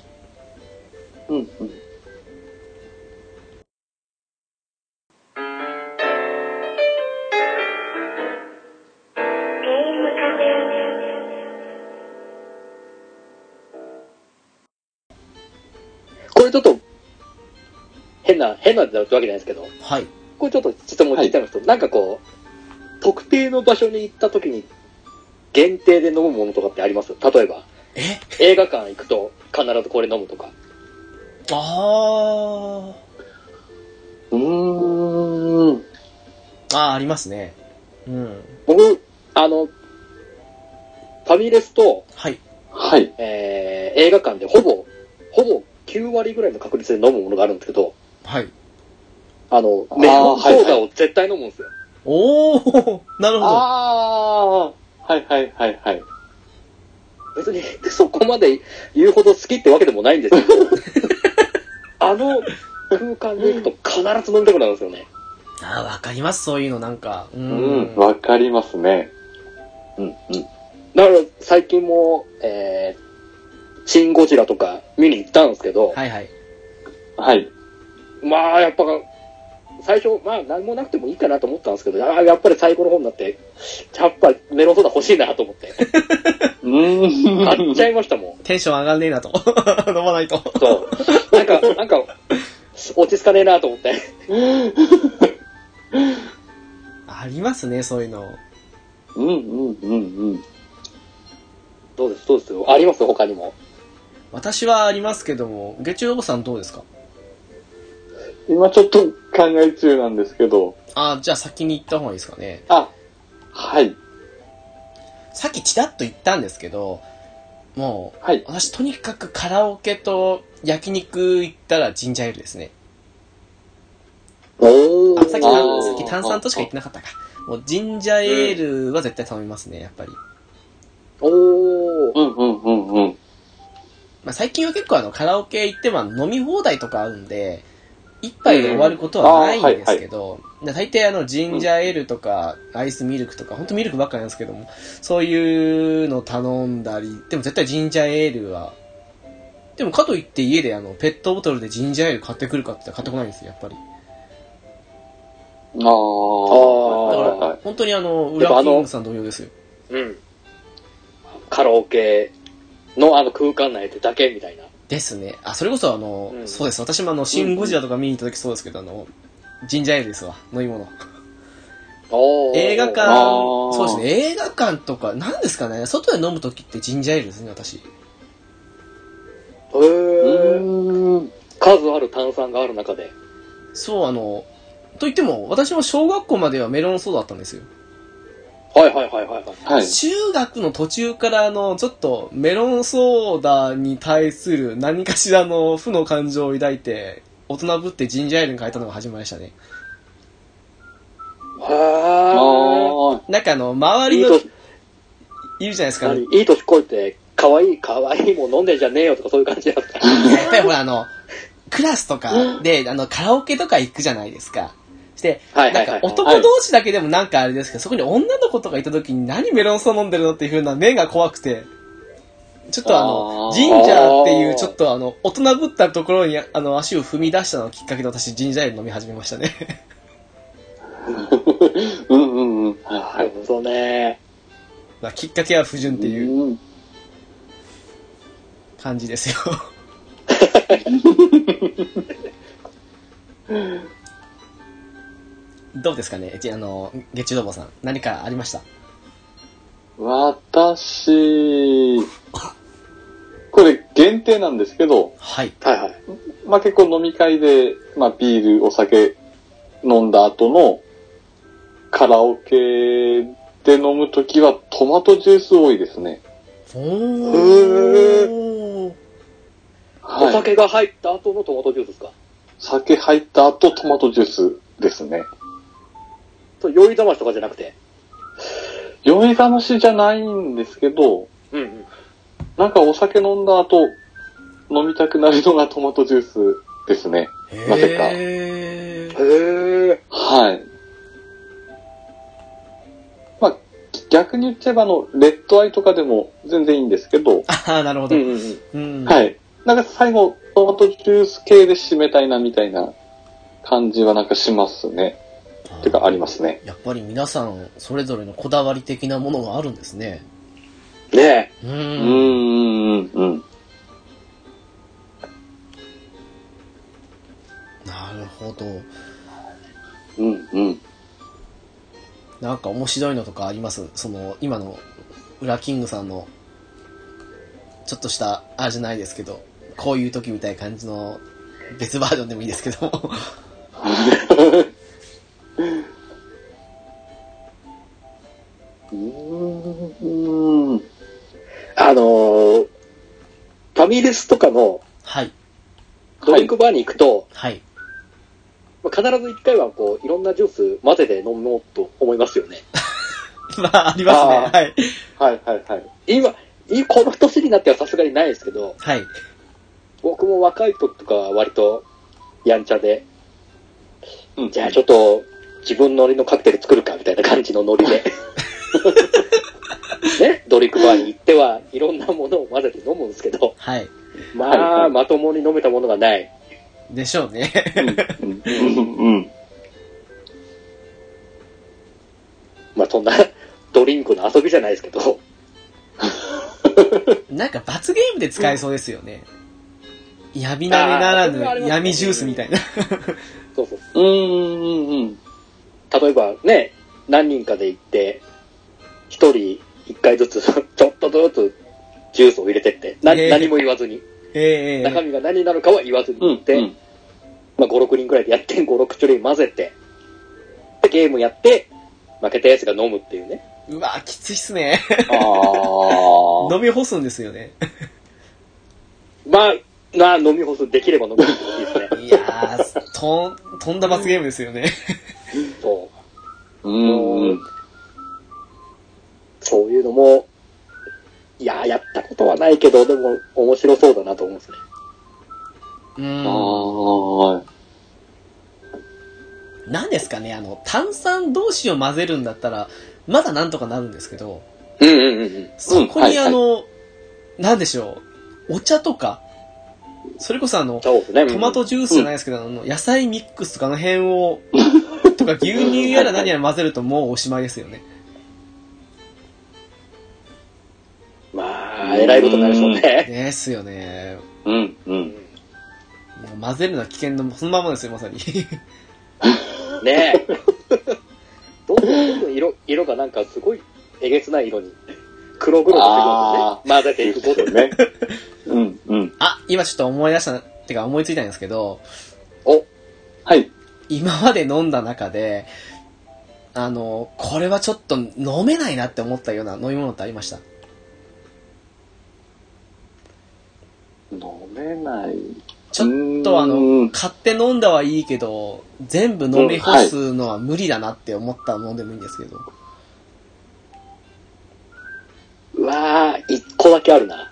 これちょっと、変なってわけじゃないですけど。 はい。 これちょっと質問聞いてみますと、なんかこう、特定の場所に行った時に限定で飲むものとかってあります？例えば、映画館行くと必ずこれ飲むとか。 ありますね。 僕、ファミレスと、映画館でほぼ9割ぐらいの確率で飲むものがあるんですけど、 はい。 メロンソーダを絶対飲むんですよ。 なるほど。 別にそこまで言うほど好きってわけでもないんですけど、空間に行くと必ず飲みたくなるんですよね。 わかります、そういうのなんか。 わかりますね。 だから最近も、シン・ゴジラとか見に行ったんですけど、まあやっぱ最初何もなくてもいいかなと思ったんですけど、やっぱり最後の方になってやっぱりメロンソーダ欲しいなと思って買っちゃいましたもん。 テンション上がんねえなと飲まないと。 そうなんか落ち着かねえなと思ってありますね、そういうの。 どうですよ。あります他にも。 私はありますけども、月中おばさんどうですか？ 今ちょっと考え中なんですけど。 じゃあ先に言った方がいいですかね。 はい。 さっきちらっと言ったんですけど、もう、私とにかくカラオケと焼肉行ったらジンジャーエールですね。さっき炭酸としか言ってなかったか。もうジンジャーエールは絶対頼みますね、やっぱり。最近は結構カラオケ行っても飲み放題とかあるんで、一杯で終わることはないんですけど、大抵ジンジャーエールとか、アイスミルクとか、ほんとミルクばっかりなんですけども、そういうの頼んだり、でも絶対ジンジャーエールは、でもかといって家でペットボトルでジンジャーエール買ってくるかって言ったら買ってこないんですよ、やっぱり。だから、本当にウラキングさん同様ですよ。 カラオケの空間内でだけみたいな。 ですね。それこそそうです。私もシン・ゴジラとか見に行った時そうですけど、ジンジャーエールですわ、飲み物。映画館、そうですね、映画館とか、なんですかね、外で飲む時ってジンジャーエールですね、私。 数ある炭酸がある中で。 そう、と言っても、私も小学校まではメロンソーダだったんですよ。中学の途中からちょっとメロンソーダに対する何かしらの負の感情を抱いて、大人ぶってジンジャーエールに変えたのが始まりましたね。なんか周りの、いるじゃないですか。 いい年こいてかわいいもん飲んでんじゃねえよとかそういう感じだった。 やっぱりほらクラスとかで、カラオケとか行くじゃないですか。して、なんか男同士だけでもなんかあれですけど、そこに女の子とかいた時に何メロンソー飲んでるのっていう風な目が怖くて、ちょっとジンジャーっていうちょっと大人ぶったところに足を踏み出したのをきっかけで私ジンジャーエール飲み始めましたね。 うんうんうん。 なるほどね。 まあきっかけは不純っていう感じですよ。どうですかね、月中どぼさん、何かありました？ 私、これ限定なんですけど、 はい。 はいはい。 まあ結構飲み会で、まあビール、お酒飲んだ後のカラオケで飲むときはトマトジュース多いですね。 はい、お酒が入った後のトマトジュースですか？ 酒入った後トマトジュースですね。 酔いざましとかじゃなくて？ 酔いざましじゃないんですけど、 うんうん、 なんかお酒飲んだ後飲みたくなるのがトマトジュースですね。なぜか。はい。まあ、逆に言っちゃえばレッドアイとかでも全然いいんですけど。 ああ、なるほど。 はい。なんか最後トマトジュース系で締めたいなみたいな感じはなんかしますね。てかありますね。 やっぱり皆さんそれぞれのこだわり的なものがあるんですね。 ねえ。 なるほど。なんか面白いのとかあります？今のウラキングさんのちょっとしたじゃないですけど、こういう時みたいな感じの別バージョンでもいいですけど。 ファミレスとかのドリンクバーに行くと、 はい、 必ず一回はこういろんなジュース混ぜて飲もうと思いますよね。 まあありますね。はいはいはいはい。 今この年になってはさすがにないですけど、 はい、 僕も若い時とかは割とやんちゃで、じゃあちょっと自分乗りのカクテル作るかみたいな感じのノリでね、ドリンクバーに行ってはいろんなものを混ぜて飲むんですけど、 はい、 まあ、まともに飲めたものがないでしょうね。 まあそんなドリンクの遊びじゃないですけど、 なんか罰ゲームで使えそうですよね。闇鍋ならぬ闇ジュースみたいな。 そうそう。例えばね、何人かで行って、一人一回ずつ、ちょっとずつジュースを入れてって、何も言わずに、中身が何なのかは言わずに言って、まあ5、6人くらいでやって、5、6種類混ぜて、で、ゲームやって、負けたやつが飲むっていうね。 うわ、きついっすね。飲み干すんですよね。 まあ、飲み干す、できれば飲み干すってですね。 いやー、とんだ罰ゲームですよね。 そう。そういうのも、いや、やったことはないけど、でも面白そうだなと思うんですね。 なんですかね、炭酸同士を混ぜるんだったら、まだなんとかなるんですけど、そこになんでしょう、お茶とか、それこそトマトジュースじゃないですけど、野菜ミックスとかの辺を、とか牛乳やら何やら混ぜるともうおしまいですよね。 まあ、えらいことになるでしょうね。 ですよね。もう混ぜるのは危険の、そのままですよ、まさに。 ねえ。どんどん色がなんかすごいえげつない色に、黒々としてくるんですね。混ぜていくことでね。 今ちょっと思い出した、ってか思いついたんですけど、 はい。 今まで飲んだ中で、これはちょっと飲めないなって思ったような飲み物ってありました？ 飲めない。 ちょっと買って飲んだはいいけど、全部飲み干すのは無理だなって思ったものでもいいんですけど。 うわー、一個だけあるな。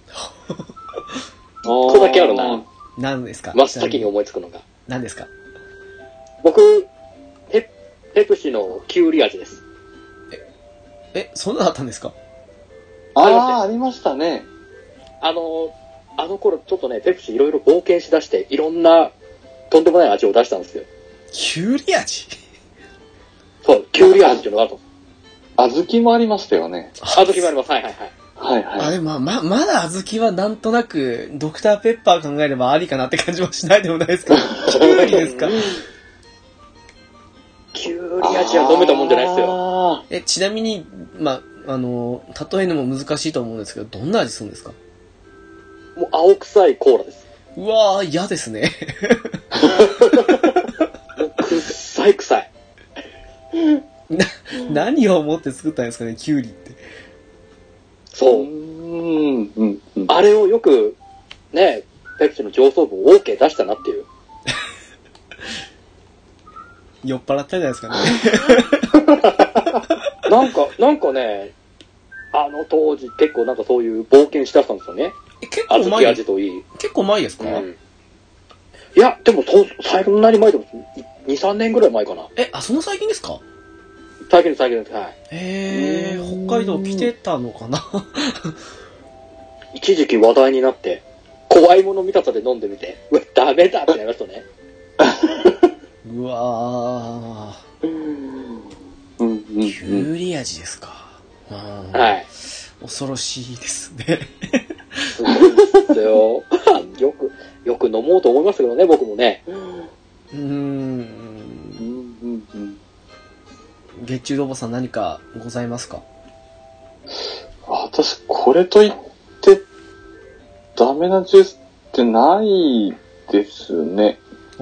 一個だけあるな。 何ですか？ 真っ先に思いつくのが。 何ですか？ 僕、ペプシのキュウリ味です。 そんなだったんですか？ ありましたね。 あの頃ちょっとね、ペプシいろいろ冒険しだして、いろんなとんでもない味を出したんですよ。 キュウリ味？ そう、キュウリ味っていうのがあると。 小豆もありましたよね。 小豆もあります。はいはいはい。 はいはい。 でもまだ小豆はなんとなく、ドクターペッパー考えればありかなって感じはしないでもないですけど、キュウリですか？ キュウリ味は飲めたもんじゃないですよ。 ちなみに、例えるのも難しいと思うんですけど、どんな味するんですか？ もう青臭いコーラです。 うわー、嫌ですね。 もう臭い臭い。 何を思って作ったんですかね、キュウリって。 そう。あれをよく、ね、ペプシの上層部を OK 出したなっていう。 酔っ払ったんじゃないですかね。 なんかね、あの当時結構なんかそういう冒険しだしたんですよね。 結構前味といい。 結構前ですか？ いや、でもそんなに前でも2、3年ぐらい前かな。 そんな最近ですか？ 最近です、はい。 北海道来てたのかな？ 一時期話題になって、怖いもの見たさで飲んでみて、うわ、ダメだってなりましたね。 うわー。キュウリ味ですか。 はい。 恐ろしいですね。 すごいですよ。よく飲もうと思いますけどね、僕もね。 月中ロボさん何かございますか？ 私、これと言ってダメなジュースってないですね。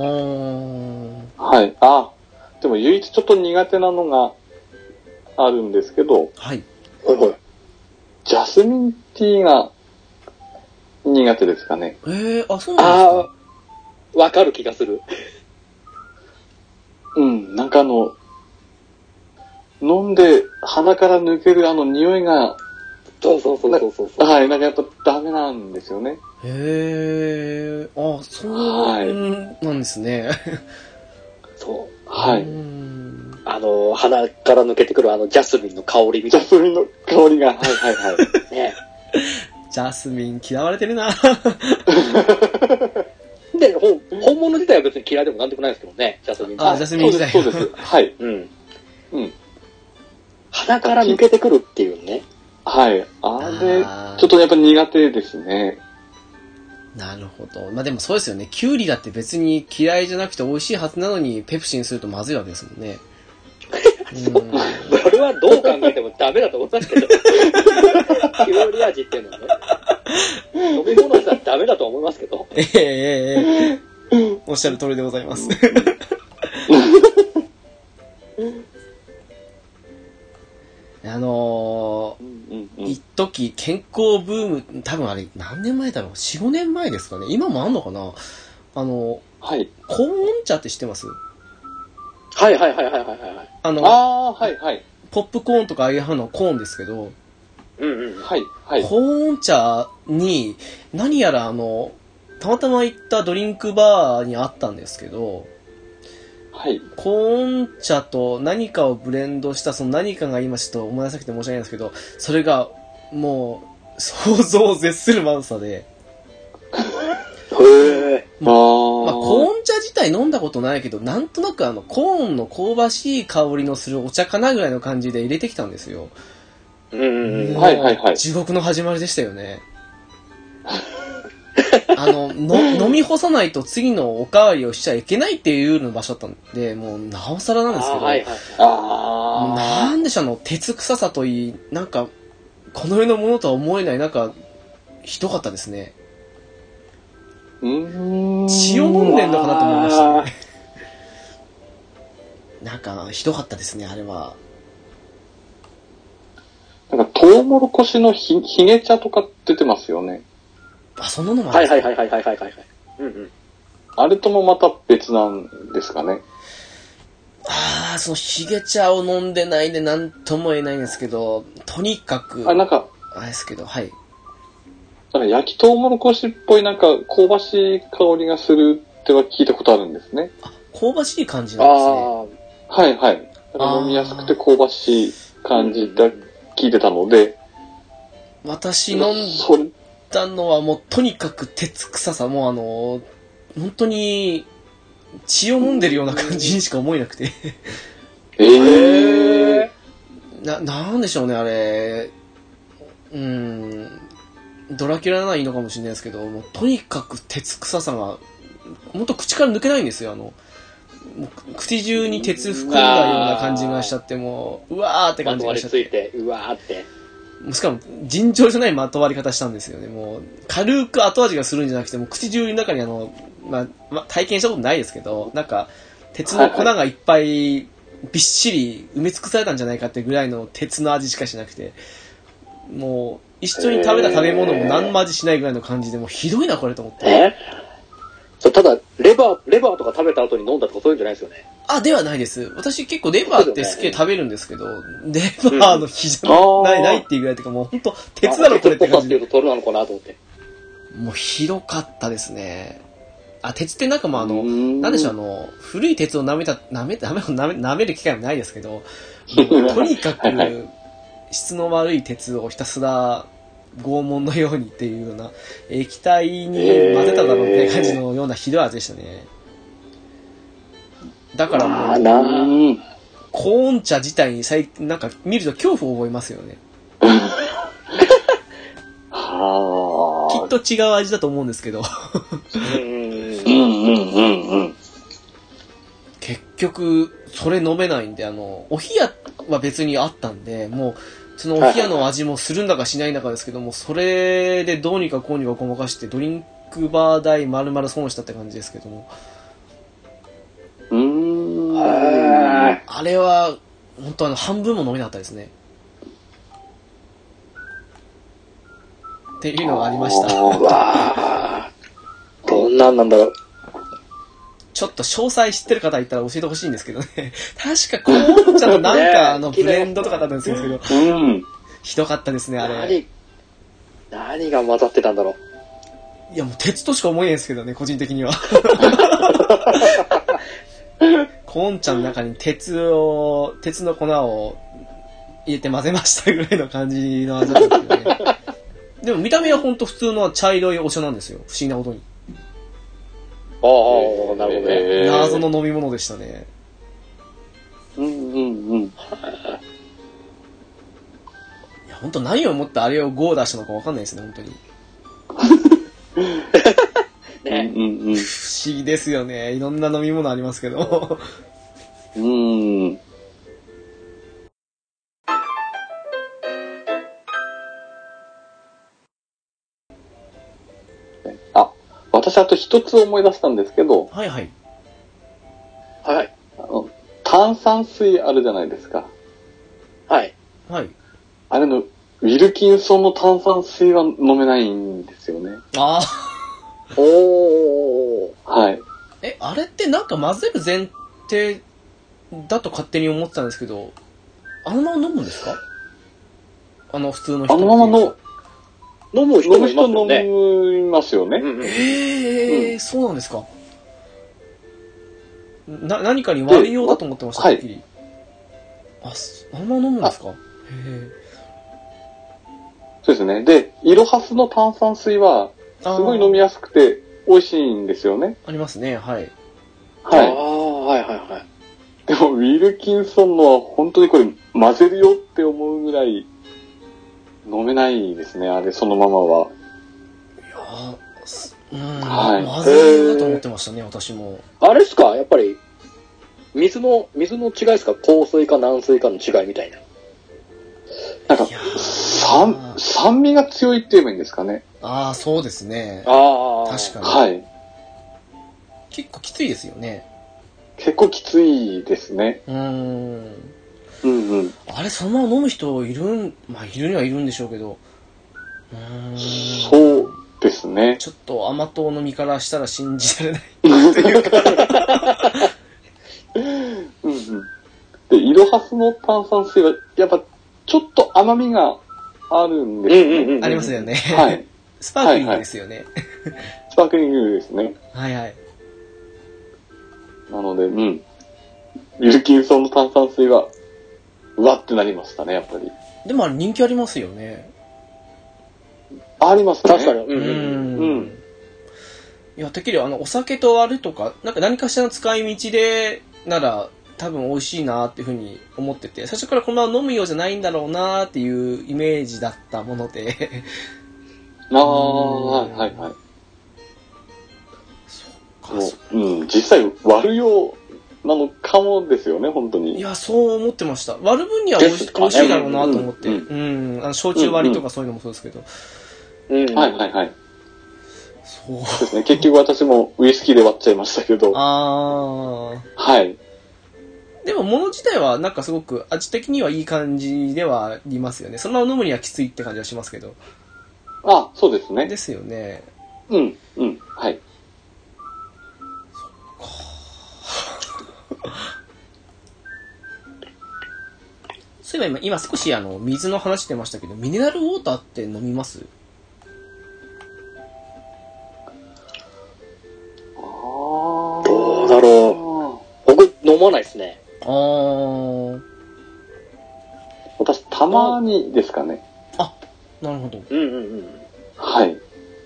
はい。でも唯一ちょっと苦手なのがあるんですけど、 はい。 ジャスミンティーが苦手ですかね。 そうなんですか？ わかる気がする。 なんか飲んで鼻から抜ける匂いが、 そう。 はい、なんかやっぱダメなんですよね。 そうなんですね。 そう。はい。 鼻から抜けてくるジャスミンの香りみたいな。 ジャスミンの香りが、はい。 ね。ジャスミン嫌われてるな。 で、本物自体は別に嫌いでもなんでもないですけどね、ジャスミン。 ジャスミン自体そうです。はい。 鼻から抜けてくるっていうね。 はい。ちょっとやっぱ苦手ですね。 なるほど。でもそうですよね。キュウリだって別に嫌いじゃなくて美味しいはずなのにペプシにするとまずいわけですもんね。 それはどう考えてもダメだと思いますけど。キュウリ味っていうのはね。飲み物じゃダメだと思いますけど。 おっしゃる通りでございます。一時健康ブーム、多分あれ何年前だろう？ 4、5年前ですかね。今もあんのかな？ はい。 コーン茶って知ってます？ はい。 はい。 ポップコーンとかああいう派のコーンですけど、 はい。 コーン茶に、何やらたまたま行ったドリンクバーにあったんですけど、 はい。 コーン茶と何かをブレンドしたその何かが今ちょっと思い出せなくて申し訳ないんですけど、それがもう想像を絶するまずさで。 コーン茶自体飲んだことないけど、なんとなくコーンの香ばしい香りのするお茶かなぐらいの感じで入れてきたんですよ。 はい。 地獄の始まりでしたよね。飲み干さないと次のおかわりをしちゃいけないっていうルールの場所だったんで、もうなおさらなんですけど、なんでしょう、鉄臭さといい、なんか、この世のものとは思えない、なんか、ひどかったですね。血を飲んでんのかなと思いましたね。なんか、ひどかったですね、あれは。 なんか、トウモロコシのひげ茶とか出てますよね。 そんなのもあるんですか？ はい。 あれともまた別なんですかね。 そのヒゲ茶を飲んでないんで何とも言えないんですけど、とにかく。 なんか、 あれですけど、はい。 なんか焼きトウモロコシっぽいなんか香ばしい香りがするっては聞いたことあるんですね。 あ、香ばしい感じなんですね。 はいはい。飲みやすくて香ばしい感じで聞いてたので。 私飲んだのはもうとにかく鉄臭さ、もう本当に血を飲んでるような感じにしか思えなくてなんでしょうね、あれ。ドラキュラならいいのかもしれないですけど、もうとにかく鉄臭さが、ほんと口から抜けないんですよ、もう口中に鉄含んだような感じがしちゃって、もう、うわーって感じがしちゃって。 まとわりついて、うわーって。 しかも、尋常じゃないまとわり方したんですよね。もう、軽く後味がするんじゃなくて、もう口中の中に体験したことないですけど、なんか、鉄の粉がいっぱいびっしり埋め尽くされたんじゃないかってぐらいの鉄の味しかしなくて、もう、一緒に食べた食べ物も何も味しないぐらいの感じで、もうひどいなこれと思って。 ただ、レバーとか食べた後に飲んだとかそういうんじゃないですよね。 あ、ではないです。私結構レバーって好きで食べるんですけど、レバーの日じゃないっていうぐらいというか、もう本当鉄だろこれって感じで。 鉄っぽさっていうと取るなのかなと思って。 もうひどかったですね。あ、鉄ってなんかもなんでしょう、古い鉄を舐める機会もないですけど、とにかく質の悪い鉄をひたすら拷問のようにっていうような液体に混ぜただろうって感じのようなひどい味でしたね。だからもう、コーン茶自体になんか見ると恐怖を覚えますよね。きっと違う味だと思うんですけど。結局、それ飲めないんで、お冷やは別にあったんで、もう、そのお冷やの味もするんだかしないんだかですけども、それでどうにかこうにかごまかして、ドリンクバー代丸々損したって感じですけども。あれは、本当半分も飲めなかったですね。っていうのがありました。 わー。どんなんなんだろう。 ちょっと詳細知ってる方いたら教えてほしいんですけどね。確かコーン茶となんかブレンドとかだったんですけど、ひどかったですね、あれ。 何が混ざってたんだろう。いや、もう鉄としか思えないですけどね、個人的には。コーン茶の中に鉄の粉を入れて混ぜましたぐらいの感じの味だったんですけどね。でも見た目はほんと普通の茶色いお茶なんですよ。不思議なことに。 ああ、なるほどね。 謎の飲み物でしたね。いや、ほんと何を思ってあれを5を出したのかわかんないですね、ほんとに。 ね、 不思議ですよね。いろんな飲み物ありますけど。 私あと一つ思い出したんですけど。 はいはい。 はい。 炭酸水あるじゃないですか。 はい。 はい。 あれの、ウィルキンソンの炭酸水は飲めないんですよね。 ああ。 はい。 あれってなんか混ぜる前提だと勝手に思ってたんですけど、あのまま飲むんですか？普通の人。 あのまま飲む人もいますよね。 飲みますよね。 そうなんですか。何かに割るようだと思ってました、はっきり。あのまま飲むんですか？ そうですね。で、イロハスの炭酸水は、すごい飲みやすくて美味しいんですよね。 ありますね、はい。 はい。 でも、ウィルキンソンのは本当にこれ混ぜるよって思うぐらい飲めないですね、あれそのままは。 混ぜるようだと思ってましたね、私も。 あれですか、やっぱり、水の違いですか？硬水か軟水かの違いみたいな。 なんか、酸味が強いって言えばいいんですかね。 ああ、そうですね。確かに。 はい。 結構きついですよね。 結構きついですね。 あれ、そのまま飲む人いるにはいるんでしょうけど。 そうですね。 ちょっと甘党の身からしたら信じられないっていうか。 で、イロハスの炭酸水は、やっぱ、ちょっと甘みがあるんですよね。 ありますよね。 はい。 スパークリングですよね。 スパークリングですね。 はいはい。 なので、ウィルキンソンの炭酸水は、うわってなりましたね、やっぱり。 でもあれ人気ありますよね。 ありますね。 確かに。 いや、てっきりお酒と割るとか、何かしらの使い道で、なら、多分美味しいなっていうふうに思ってて、最初からこのまま飲むようじゃないんだろうなっていうイメージだったもので。 はいはい。実際割るようなのかもですよね、本当に。 いや、そう思ってました。割る分には美味しいだろうなと思って。焼酎割りとかそういうのもそうですけど。 はいはいはい。そうですね。結局私もウイスキーで割っちゃいましたけど。はい。 でも物自体はなんかすごく味的にはいい感じではありますよね。そのまま飲むにはきついって感じはしますけど。 あ、そうですね。 ですよね。 はい。 そういえば今少し水の話してましたけど、ミネラルウォーターって飲みます？ どうだろう。僕飲まないですね。 私たまにですかね。 あ、なるほど。 はい。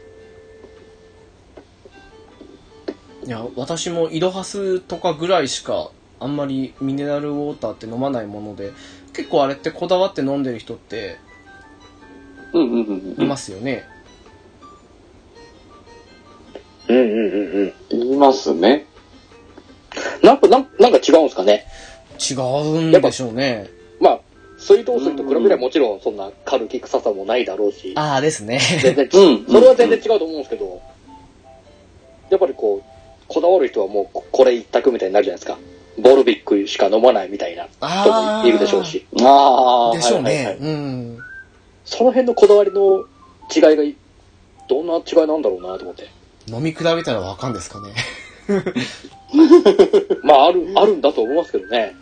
いや、私もイロハスとかぐらいしかあんまりミネラルウォーターって飲まないもので、結構あれってこだわって飲んでる人っていますよね。 いますね。 なんか違うんですかね。 違うんでしょうね。 まあ、水道水と比べればもちろんそんなカルキ臭さもないだろうし。 ああですね。 全然それは全然違うと思うんですけど、やっぱりこだわる人はもうこれ一択みたいになるじゃないですか。ボルビックしか飲まないみたいな人もいるでしょうし。 でしょうね。 その辺のこだわりの違いが、どんな違いなんだろうなと思って。 飲み比べたらわかんですかね。 まあ、あるんだと思いますけどね。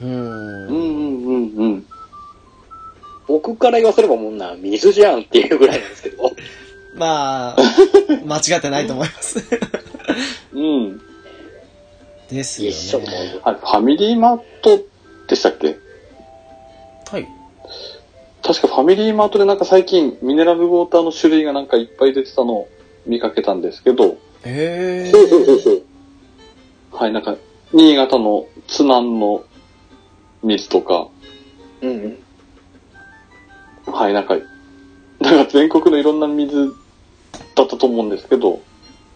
僕から言わせればもんな、水じゃんっていうぐらいなんですけど。 まあ、間違ってないと思います。ですよね。 一緒と思う。 ファミリーマートでしたっけ？ はい。 確かファミリーマートでなんか最近ミネラルウォーターの種類がなんかいっぱい出てたのを見かけたんですけど。 そう。 はい、なんか、新潟の津南の水とか。はい、なんか全国のいろんな水だったと思うんですけど。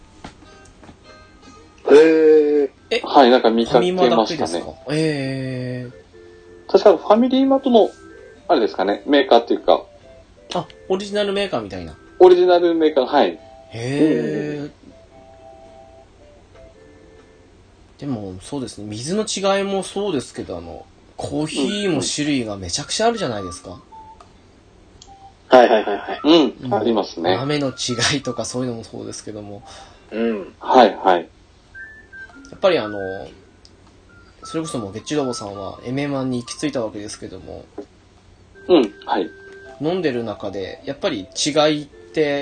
はい、なんか見かけましたね。確かファミリーマートの、あれですかね、メーカーっていうか。 あ、オリジナルメーカーみたいな。 オリジナルメーカー、はい。 でも、そうですね、水の違いもそうですけど、コーヒーも種類がめちゃくちゃあるじゃないですか。 ありますね。 豆の違いとかそういうのもそうですけども。 はいはい。 やっぱりそれこそもうゲッチュラボさんはエメマンに行き着いたわけですけども。 はい。 飲んでる中で、やっぱり違いって、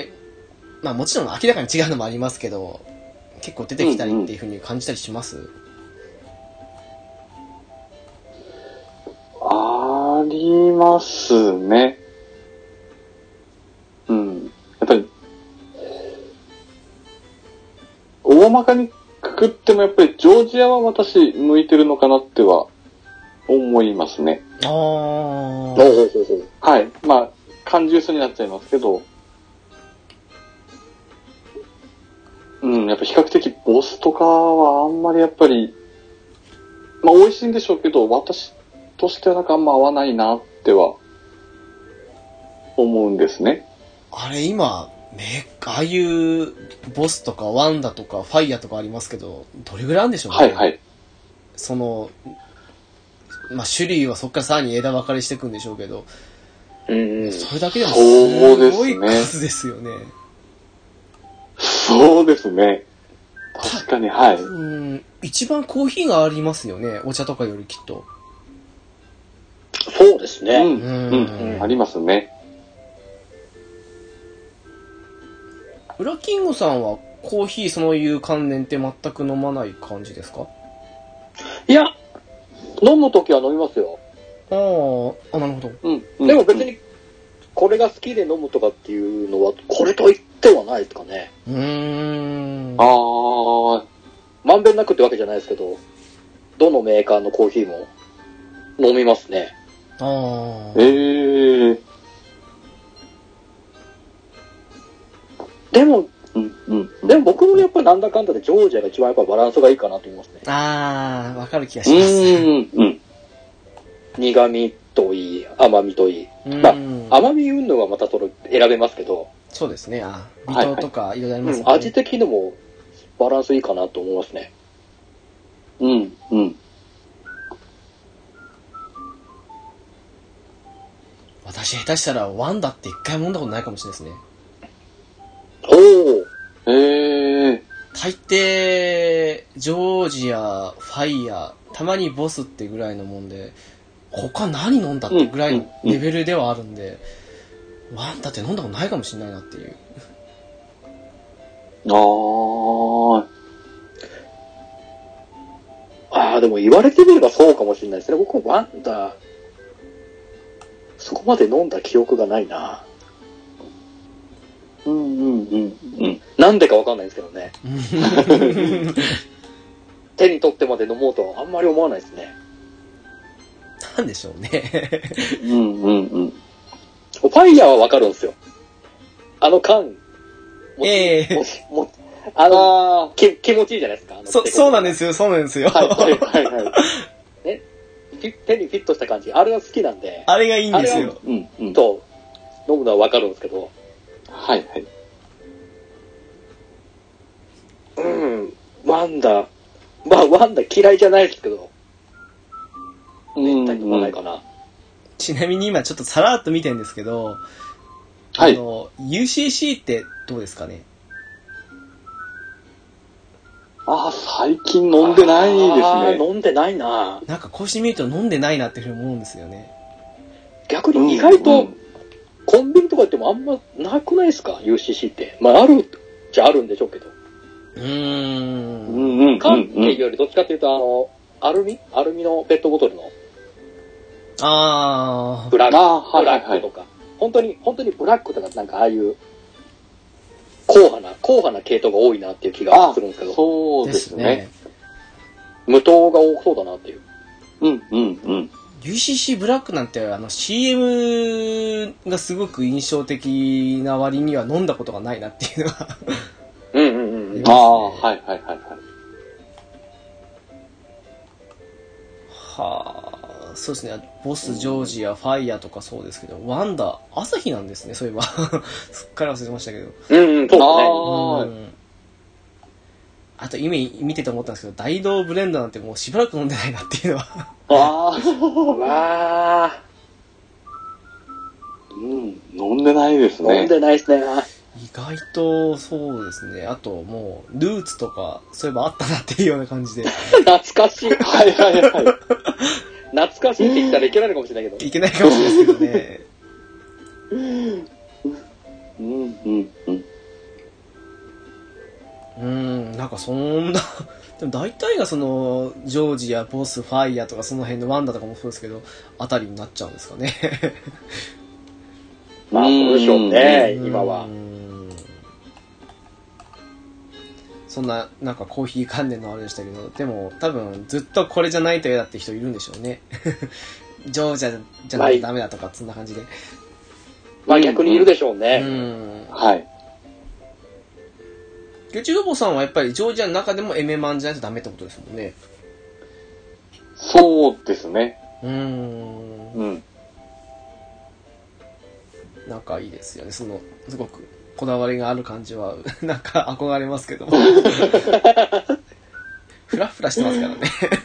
まあもちろん明らかに違うのもありますけど、結構出てきたりっていう風に感じたりします？ ありますね。やっぱり、大まかにくくってもやっぱりジョージアは私向いてるのかなっては思いますね。はい。まあ、缶ジュースになっちゃいますけど、やっぱ比較的ボスとかはあんまりやっぱり、まあ美味しいんでしょうけど、私としてはなんかあんま合わないなっては思うんですね。 あれ今、ああいうボスとかワンダとかファイヤとかありますけど、どれぐらいあるんでしょうね。 はいはい。 まあ種類はそこからさらに枝分かれしていくんでしょうけど、それだけでもすごい数ですよね。 そうですね。確かに、はい。 一番コーヒーがありますよね。お茶とかよりきっと。 そうですね。 ありますね。 ウラキングさんはコーヒーそういう関連って全く飲まない感じですか？ いや、飲むときは飲みますよ。 あ、なるほど。 でも別に、これが好きで飲むとかっていうのは、これと言ってはないですかね。まんべんなくってわけじゃないですけど、どのメーカーのコーヒーも飲みますね。でも僕もやっぱなんだかんだでジョージアが一番やっぱバランスがいいかなと思いますね。 わかる気がします。 苦味といい、甘みといい。まあ、甘み云々はまたそれ選べますけど。 そうですね。微糖とかいろいろありますね。 味的にもバランスいいかなと思いますね。 私下手したらワンダって一回も飲んだことないかもしれないですね。大抵、ジョージア、ファイヤー、たまにボスってぐらいのもんで、他何飲んだってぐらいのレベルではあるんで、ワンダって飲んだことないかもしれないなっていう。 でも言われてみればそうかもしれないですね。僕ワンダ、そこまで飲んだ記憶がないな。なんでかわかんないですけどね。手に取ってまで飲もうとはあんまり思わないですね。 なんでしょうね。 ファイヤーはわかるんですよ。あの缶。気持ちいいじゃないですか。 そうなんですよ、そうなんですよ。 ね、手にフィットした感じ。あれが好きなんで。 あれがいいんですよ。 と、飲むのはわかるんですけど。ワンダ。ワンダ嫌いじゃないですけど。めったに飲まないかな。 ちなみに今ちょっとさらっと見てるんですけど、UCC ってどうですかね？ 最近飲んでないですね。 飲んでないな。 なんかこうして見ると飲んでないなっていうふうに思うんですよね。 逆に意外と、コンビニとか行ってもあんまなくないですか？ UCC って。まああるじゃあるんでしょうけど。缶っていうよりどっちかっていうとアルミのペットボトルの。ブラックとか。本当にブラックとかなんかああいう硬派な系統が多いなっていう気がするんですけど。 そうですね。 無糖が多そうだなっていう。 UCC ブラックなんてCM がすごく印象的な割には飲んだことがないなっていうのはそうですね。ボス、ジョージア、ファイヤーとかそうですけど、ワンダ、朝日なんですね、そういえば。すっかり忘れてましたけど。 そうですね。 あと、見てて思ったんですけど、大道ブレンドなんてもうしばらく飲んでないなっていうのは。 飲んでないですね。 飲んでないですね。 意外と、そうですね。あと、もう、ルーツとか、そういえばあったなっていうような感じで。 懐かしい。懐かしいって言ったらいけないのかもしれないけど。 いけないかもしれないですけどね。なんかそんな、でも大体がその、ジョージア、ボス、ファイヤーとかその辺のワンダとかもそうですけど、あたりになっちゃうんですかね。 まあ、そうでしょうね、今は。 そんな、なんかコーヒー関連のあれでしたけど、でも多分ずっとこれじゃないと嫌だって人いるんでしょうね。ジョージアじゃないとダメだとか、そんな感じで。 まあ逆にいるでしょうね。 ゲチロボさんはやっぱりジョージアの中でもエメマンじゃないとダメってことですもんね。 そうですね。 なんかいいですよね。その、すごくこだわりがある感じは、なんか憧れますけども。フラフラしてますからね。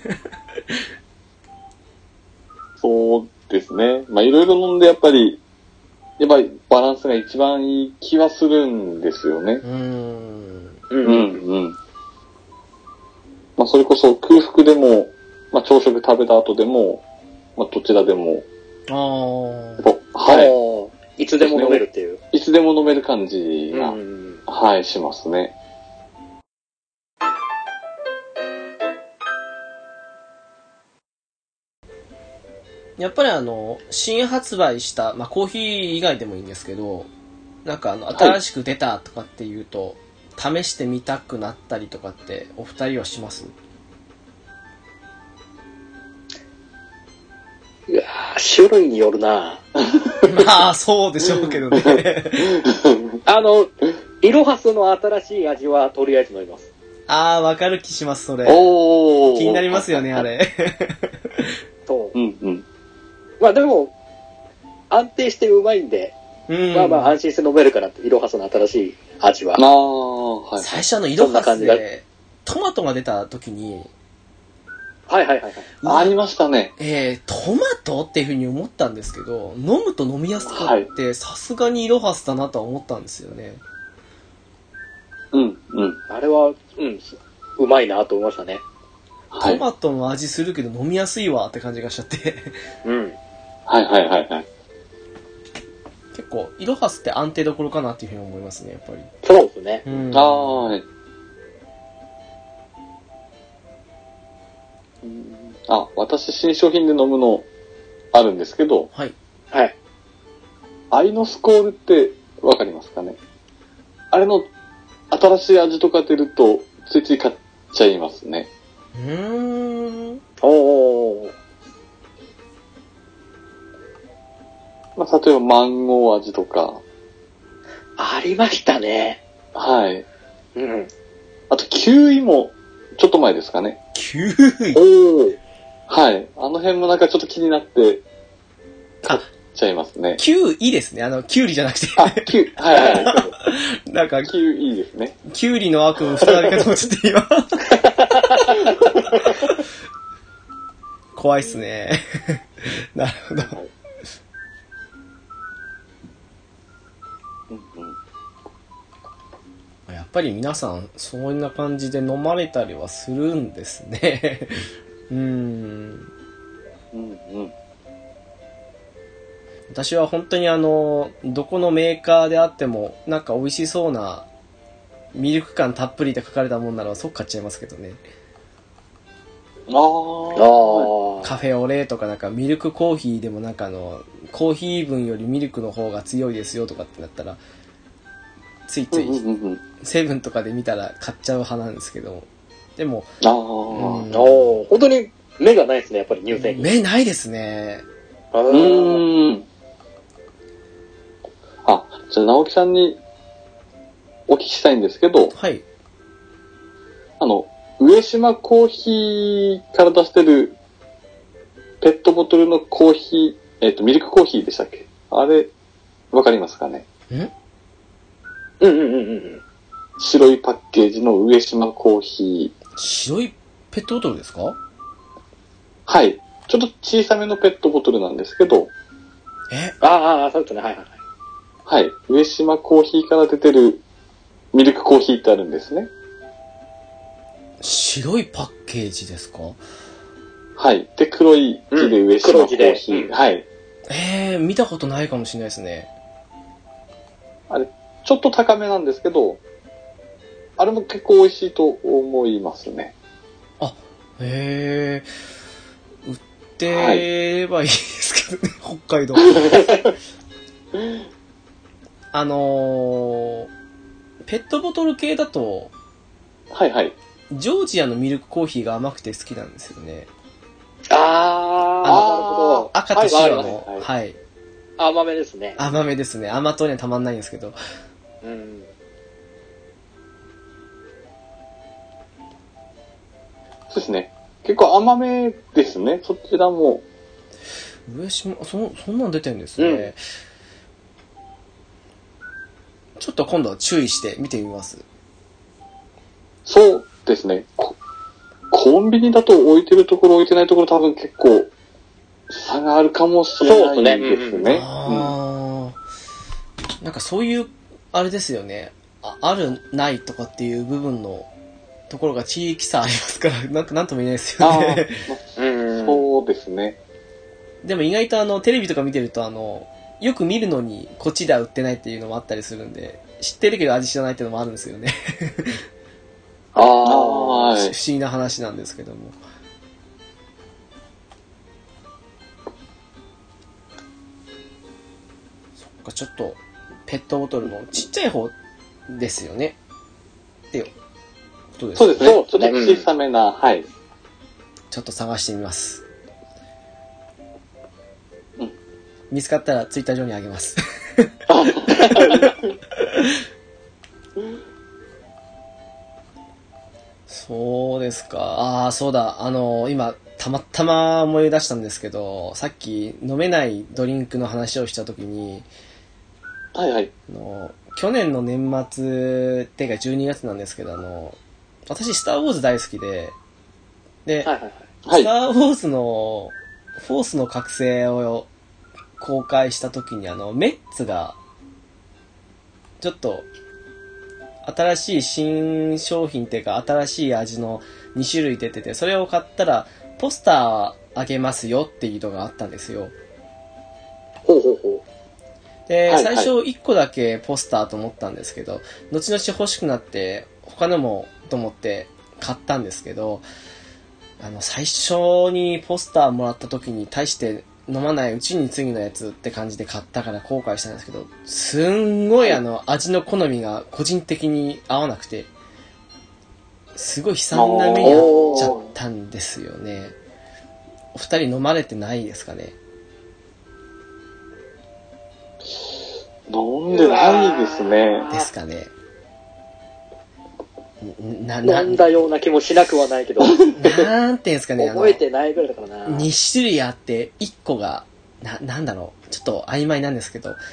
そうですね。まあいろいろ飲んでやっぱりバランスが一番いい気はするんですよね。まあそれこそ空腹でも、まあ朝食食べた後でも、まあどちらでも。 いつでも飲めるっていう。 いつでも飲める感じがはい、しますね。 やっぱり新発売した、まあ、コーヒー以外でもいいんですけど、なんか新しく出たとかっていうと、試してみたくなったりとかってお二人はします？ いやー、種類によるな。 まあ、そうでしょうけどね。 イロハスの新しい味はとりあえず飲みます。 ああ、わかる気します、それ。 おー。 気になりますよね、あれ。 そう。 うんうん。 まあでも、安定してうまいんで、まあまあ安心して飲めるかなって、イロハスの新しい味は。 はい。 最初イロハスで、トマトが出た時に、 はいはいはい。 ありましたね。 トマトっていう風に思ったんですけど、飲むと飲みやすくってさすがにイロハスだなとは思ったんですよね。 うんうん。 あれは、うまいなと思いましたね。 トマトの味するけど飲みやすいわって感じがしちゃって。 うん。 はいはいはいはい。 結構、イロハスって安定どころかなっていう風に思いますね、やっぱり。 そうですね。 はい。私新商品で飲むのあるんですけど、 はい。 はい。 アイノスコールってわかりますかね？あれの新しい味とか出るとついつい買っちゃいますね。 おー。 まあ、例えばマンゴー味とか。 ありましたね。 はい。 うん。 あと、キウイも、ちょっと前ですかね。 キウイおー。 はい。あの辺もなんかちょっと気になって、買っちゃいますね。 キウイですね。キュウリじゃなくて。 はいはい。 なんか、 キウイですね。 キュウリの悪夢再びかと思っちゃって今。怖いっすね。なるほど。はいやっぱり皆さんそんな感じで飲まれたりはするんですね。私は本当にどこのメーカーであってもなんか美味しそうなミルク感たっぷりって書かれたもんなら即買っちゃいますけどね。カフェオレとかなんかミルクコーヒーでもなんかコーヒー分よりミルクの方が強いですよとかってなったらついついセブンとかで見たら買っちゃう派なんですけど、でも本当に目がないですね、やっぱり乳製品。 目ないですね。 じゃあ直樹さんにお聞きしたいんですけど、 はい。 上島コーヒーから出してるペットボトルのコーヒー、ミルクコーヒーでしたっけ？あれ、わかりますかね？白いパッケージの上島コーヒー。白いペットボトルですか？ はい。ちょっと小さめのペットボトルなんですけど。 そうですね。はいはい。 はい。上島コーヒーから出てるミルクコーヒーってあるんですね。 白いパッケージですか？ はい。で、黒い字で上島コーヒー。はい。 見たことないかもしれないですね。 あれ、ちょっと高めなんですけど、あれも結構美味しいと思いますね。 売ってればいいですけどね、北海道。ペットボトル系だと、 はいはい。 ジョージアのミルクコーヒーが甘くて好きなんですよね。 なるほど。 赤と白の、はい。 甘めですね。 甘めですね。甘党にはたまんないんですけど。 そうですね。結構甘めですね。そちらも。 上島、そんなん出てるんですね。ちょっと今度は注意して見てみます。 そうですね。コンビニだと置いてるところ置いてないところ多分結構差があるかもしれないですね。 なんかそういう、あれですよね。ある、ないとかっていう部分のところが地域差ありますから、なんとも言えないですよね。 そうですね。 でも意外とテレビとか見てるとよく見るのにこっちでは売ってないっていうのもあったりするんで、 知ってるけど味知らないっていうのもあるんですよね。 ああ、 不思議な話なんですけども。そっか、ちょっと、ペットボトルのちっちゃい方ですよね。っていうことです。 そうですね。ちょっと小さめな、はい。 ちょっと探してみます。 うん。 見つかったらツイッター上にあげます。そうですか。ああ、そうだ。今、たまたま思い出したんですけど、さっき飲めないドリンクの話をしたときに、 はいはい。 去年の年末っていうか12月なんですけど、私、スター・ウォーズ大好きで、で、 はいはいはい。 スター・ウォーズのフォースの覚醒を公開したときにメッツが、ちょっと、新しい新商品っていうか新しい味の2種類出てて、それを買ったらポスターあげますよっていうのがあったんですよ。 ほうほうほで、 はいはい、 最初1個だけポスターと思ったんですけど、後々欲しくなって他のもと思って買ったんですけど、最初にポスターもらった時に対して飲まないうちに次のやつって感じで買ったから後悔したんですけど、すんごい味の好みが個人的に合わなくて、すごい悲惨な目に遭っちゃったんですよね。お二人飲まれてないですかね？ 飲んでないですね。 ですかね。 飲んだような気もしなくはないけど。 なんていうんですかね。 覚えてないぐらいだからな。 2種類あって、1個が、なんだろう。ちょっと曖昧なんですけど、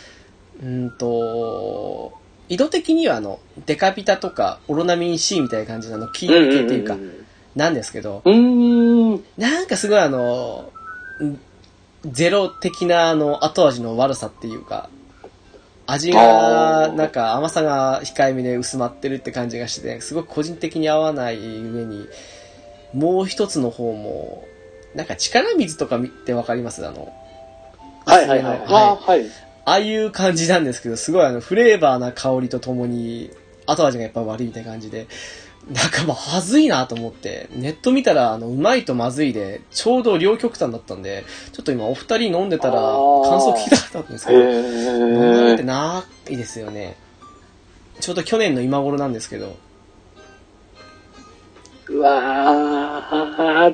色的にはデカピタとかオロナミン C みたいな感じの黄色系っていうか、なんですけど、なんかすごいゼロ的な後味の悪さっていうか、味が、なんか甘さが控えめで薄まってるって感じがして、すごく個人的に合わない上に、もう一つの方も、なんか力水とか見てわかります？ はいはいはい。 はい。ああいう感じなんですけど、すごいフレーバーな香りとともに、後味がやっぱ悪いみたいな感じで、なんかまずいなと思って、ネット見たらうまいとまずいで、ちょうど両極端だったんで、ちょっと今お二人飲んでたら感想聞きたかったんですけど、飲まれてないですよね。ちょうど去年の今頃なんですけど。 うわー。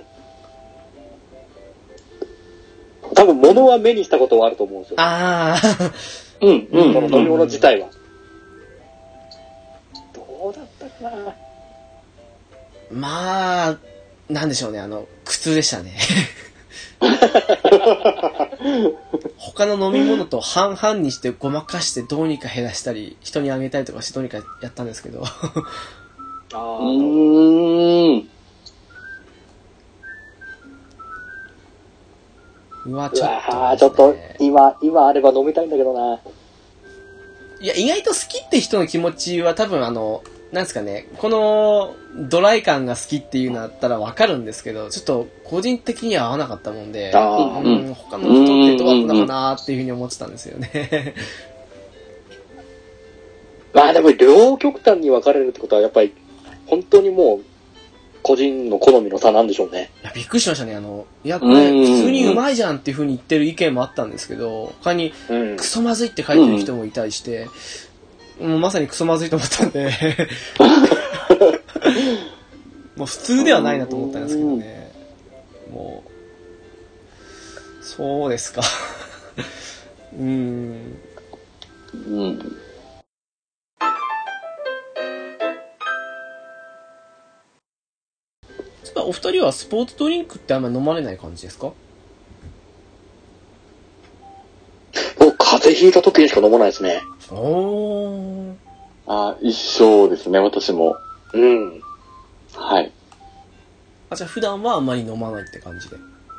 多分物は目にしたことはあると思うんですよ。 ああ。この飲み物自体は。どうだったかな。 まあ、なんでしょうね、苦痛でしたね。他の飲み物と半々にしてごまかしてどうにか減らしたり、人にあげたりとかしてどうにかやったんですけど。うわ、ちょっと、 今あれば飲みたいんだけどな。 いや、意外と好きって人の気持ちは多分なんですかね、このドライ感が好きっていうのだったらわかるんですけど、ちょっと個人的には合わなかったもんで、他の人ってどうだったのかなっていうふうに思ってたんですよね。 まあでも両極端に分かれるってことはやっぱり本当にもう個人の好みの差なんでしょうね。 いや、びっくりしましたね。いや、これ普通にうまいじゃんっていう風に言ってる意見もあったんですけど、他にクソまずいって書いてる人もいたりして、もうまさにクソまずいと思ったんで、もう普通ではないなと思ったんですけどね。もう、そうですか。お二人はスポーツドリンクってあんま飲まれない感じですか？ 僕、風邪ひいた時にしか飲まないですね。 一緒ですね、私も。はい。 じゃあ普段はあんまり飲まないって感じで。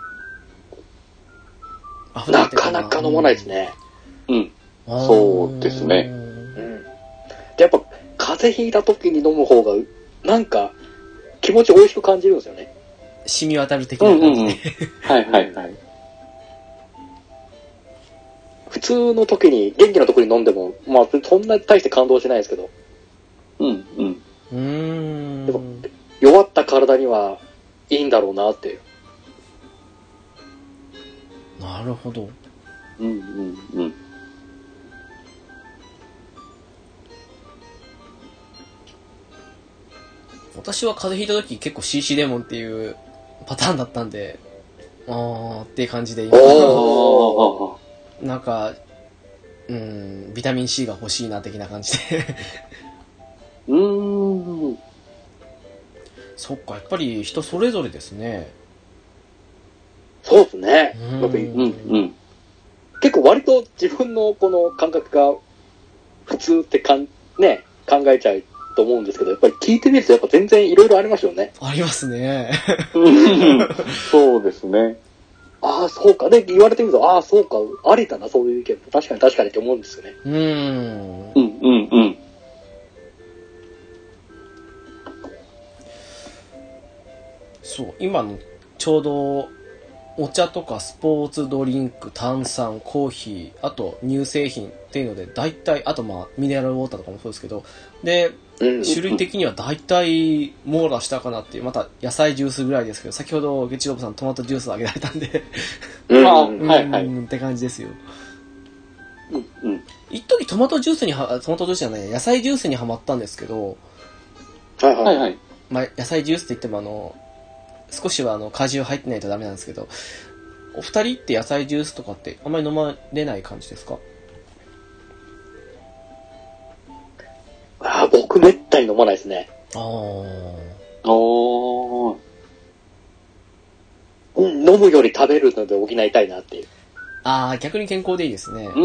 なかなか飲まないですね。 そうですね。 で、やっぱ、風邪ひいた時に飲む方が、なんか、気持ち美味しく感じるんですよね。 染み渡る的な感じで。 はいはいはい。 普通の時に、元気な時に飲んでも、まあ、そんな大して感動しないですけど。でも、弱った体にはいいんだろうなっていう。 なるほど。私は風邪ひいた時結構 CC レモンっていうパターンだったんで、っていう感じで今、なんか、ビタミン C が欲しいな的な感じでそっか、やっぱり人それぞれですね。 そうですね。結構割と自分のこの感覚が普通って考えちゃうと思うんですけど、やっぱり聞いてみるとやっぱ全然いろいろありますよね。 ありますね。 そうですね。 ああ、そうか。で、言われてみると、ああ、そうか。ありだな、そういう意見。確かに確かにって思うんですよね。 そう、今のちょうどお茶とかスポーツドリンク、炭酸、コーヒー、あと乳製品っていうので、大体、あとミネラルウォーターとかもそうですけど、で、種類的には大体網羅したかなっていう、また野菜ジュースぐらいですけど、先ほどゲチロボさんトマトジュースあげられたんでって感じですよ。一時トマトジュースじゃない、野菜ジュースにハマったんですけど、まあ、野菜ジュースって言っても少しは果汁入ってないとダメなんですけど、お二人って野菜ジュースとかってあんまり飲まれない感じですか？ 僕めったに飲まないですね。飲むより食べるので補いたいなっていう。 逆に健康でいいですね。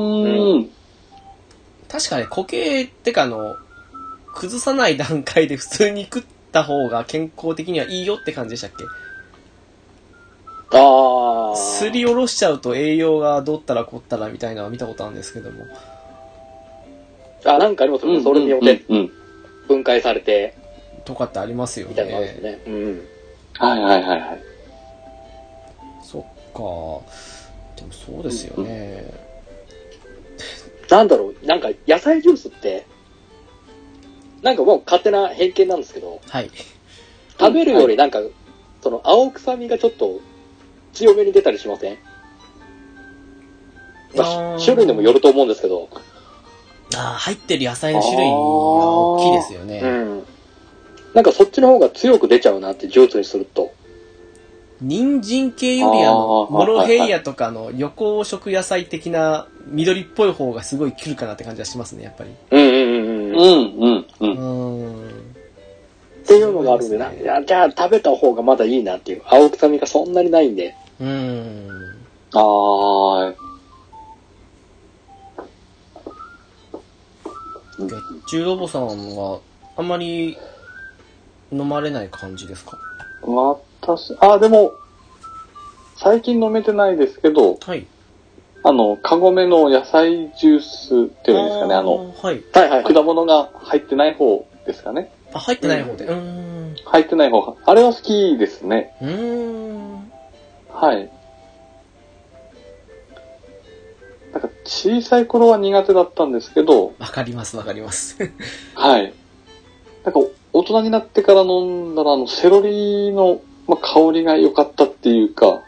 確かね、固形ってか崩さない段階で普通に食った方が健康的にはいいよって感じでしたっけ？すりおろしちゃうと栄養がどったらこったらみたいなのは見たことあるんですけども。 なんかありますよね。それによって分解されて。 とかってありますよね。 みたいなのあるんですね。 そっか。でもそうですよね。 なんだろう、なんか野菜ジュースって、なんかもう勝手な偏見なんですけど、食べるよりなんか、その青臭みがちょっと強めに出たりしません？種類にもよると思うんですけど。 入ってる野菜の種類が大きいですよね。 なんかそっちの方が強く出ちゃうなってジュースにすると。 人参系よりモロヘイヤとか緑黄色野菜的な緑っぽい方がすごい来るかなって感じはしますね、やっぱり。っていうのがあるんでな。じゃあ食べた方がまだいいなっていう。青臭みがそんなにないんで。 月中ロボさんはあんまり飲まれない感じですか？ でも、最近飲めてないですけど、カゴメの野菜ジュースっていうんですかね、果物が入ってない方ですかね。 入ってない方で。 入ってない方。あれは好きですね。なんか小さい頃は苦手だったんですけど。 わかります。 なんか大人になってから飲んだらセロリの、香りが良かったっていうか。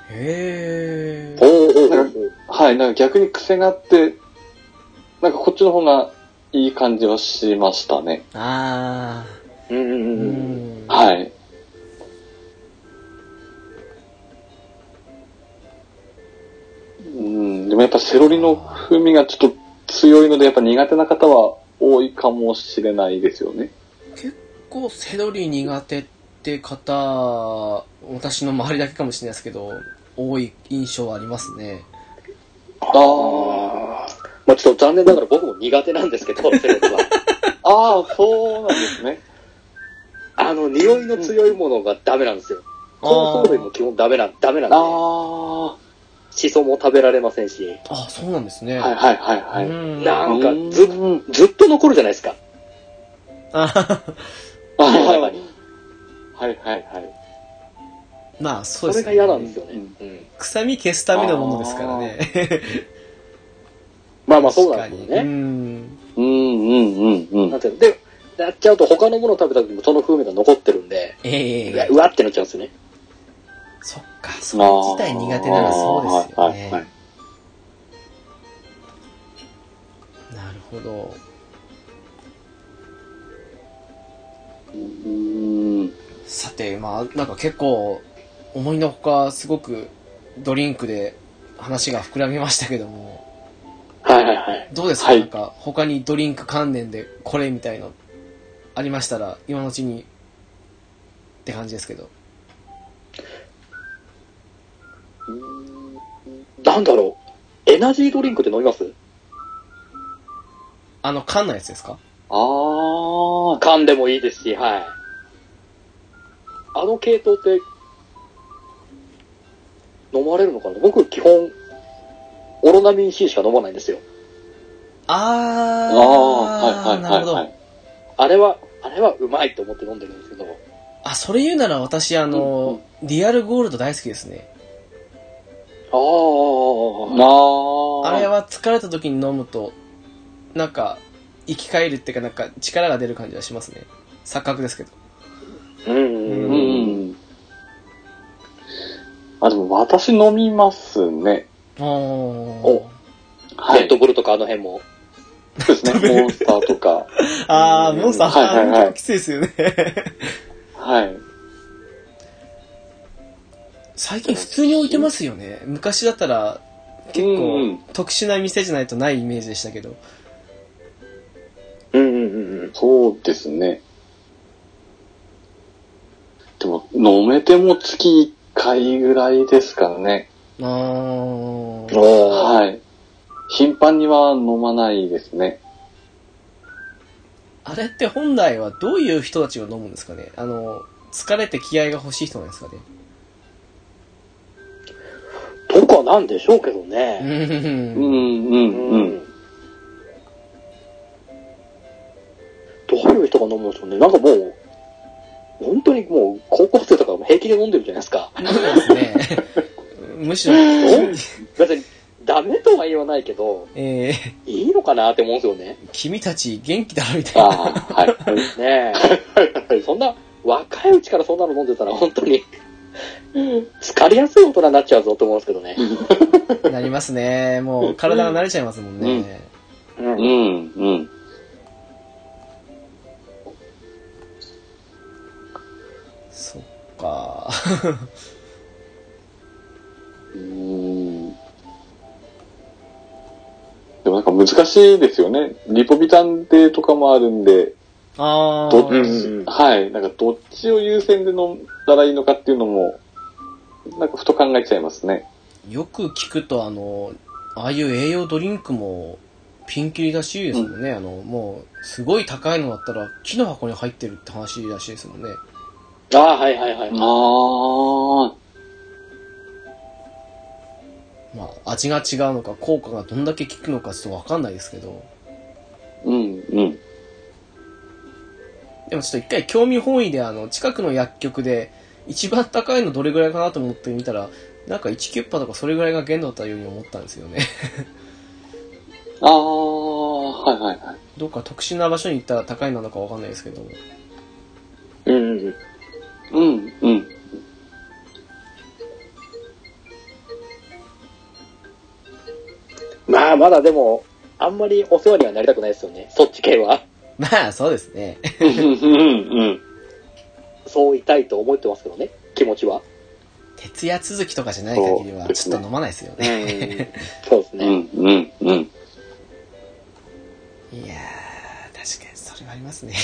なんか逆に癖があって、なんかこっちの方がいい感じはしましたね。でもやっぱセロリの風味がちょっと強いので、やっぱ苦手な方は多いかもしれないですよね。 結構セロリ苦手って方、私の周りだけかもしれないですけど、多い印象はありますね。 ちょっと残念ながら僕も苦手なんですけど、セロリは。 そうなんですね。 匂いの強いものがダメなんですよ。香草類も基本ダメなんで。シソも食べられませんし。 そうなんですね。 なんかずっと残るじゃないですか。 そうですね。 それが嫌なんですよね。 臭み消すためのものですからね。 まあまあそうなんですよね。なんていうので、やっちゃうと他のものを食べた時もその風味が残ってるんで、うわってなっちゃうんですよね。 そっか、それ自体苦手ならそうですよね。なるほど。さて、まあ、なんか結構、思いのほかすごくドリンクで話が膨らみましたけども。 はいはいはい。 どうですか、はい、なんか他にドリンク関連でこれみたいのありましたら、今のうちにって感じですけど。 なんだろう。エナジードリンクって飲みます？ 缶のやつですか？ 缶でもいいですし、はい。系統って飲まれるのかな？僕基本オロナミン C しか飲まないんですよ。 はい、なるほど。 あれはうまいと思って飲んでるんですけど。 それ言うなら私リアルゴールド大好きですね。あれは疲れた時に飲むと、なんか、生き返るっていうか、なんか力が出る感じはしますね。錯覚ですけど。 でも私飲みますね。 レッドブルとかあの辺も。 そうですね、モンスターとか。 モンスター、きついですよね。 はい。 最近普通に置いてますよね。昔だったら結構特殊な店じゃないとないイメージでしたけど。 そうですね。でも飲めても月1回ぐらいですかね。はい。頻繁には飲まないですね。 あれって本来はどういう人たちが飲むんですかね？疲れて気合が欲しい人なんですかね？ とかなんでしょうけどね。どういう人が飲むんですかね。なんかもう、本当にもう高校生とかも平気で飲んでるじゃないですか。 そうですね。むしろ別にダメとは言わないけど、いいのかなって思うんですよね。 君たち元気だろみたいな。 ねえ。そんな若いうちからそんなの飲んでたら本当に疲れやすい大人になっちゃうぞと思うんですけどね。 なりますね。もう体が慣れちゃいますもんね。そっか。 でもなんか難しいですよね。リポビタンデとかもあるんで。はい。なんかどっちを優先で飲んだらいいのかっていうのも、なんかふと考えちゃいますね。 よく聞くとああいう栄養ドリンクもピンキリらしいですもんね。もうすごい高いのだったら木の箱に入ってるって話らしいですもんね。まあ味が違うのか効果がどんだけ効くのかちょっとわかんないですけど。でもちょっと一回興味本位で近くの薬局で一番高いのどれぐらいかなと思ってみたら、なんか1キュッパとかそれぐらいが限度だったように思ったんですよね。どっか特殊な場所に行ったら高いのかわかんないですけど。 まあまだでもあんまりお世話にはなりたくないですよね。そっち系は。 まあそうですね。 そういたいと思ってますけどね、気持ちは。 徹夜続きとかじゃない限りはちょっと飲まないですよね。 そうですね。 いやー、確かにそれはありますね。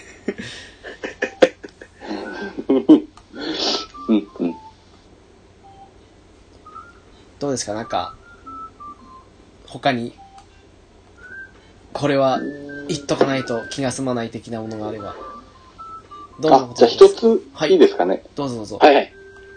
どうですか、なんか他にこれは言っとかないと気が済まない的なものがあれば。 じゃあ一ついいですかね。 どうぞどうぞ。 例え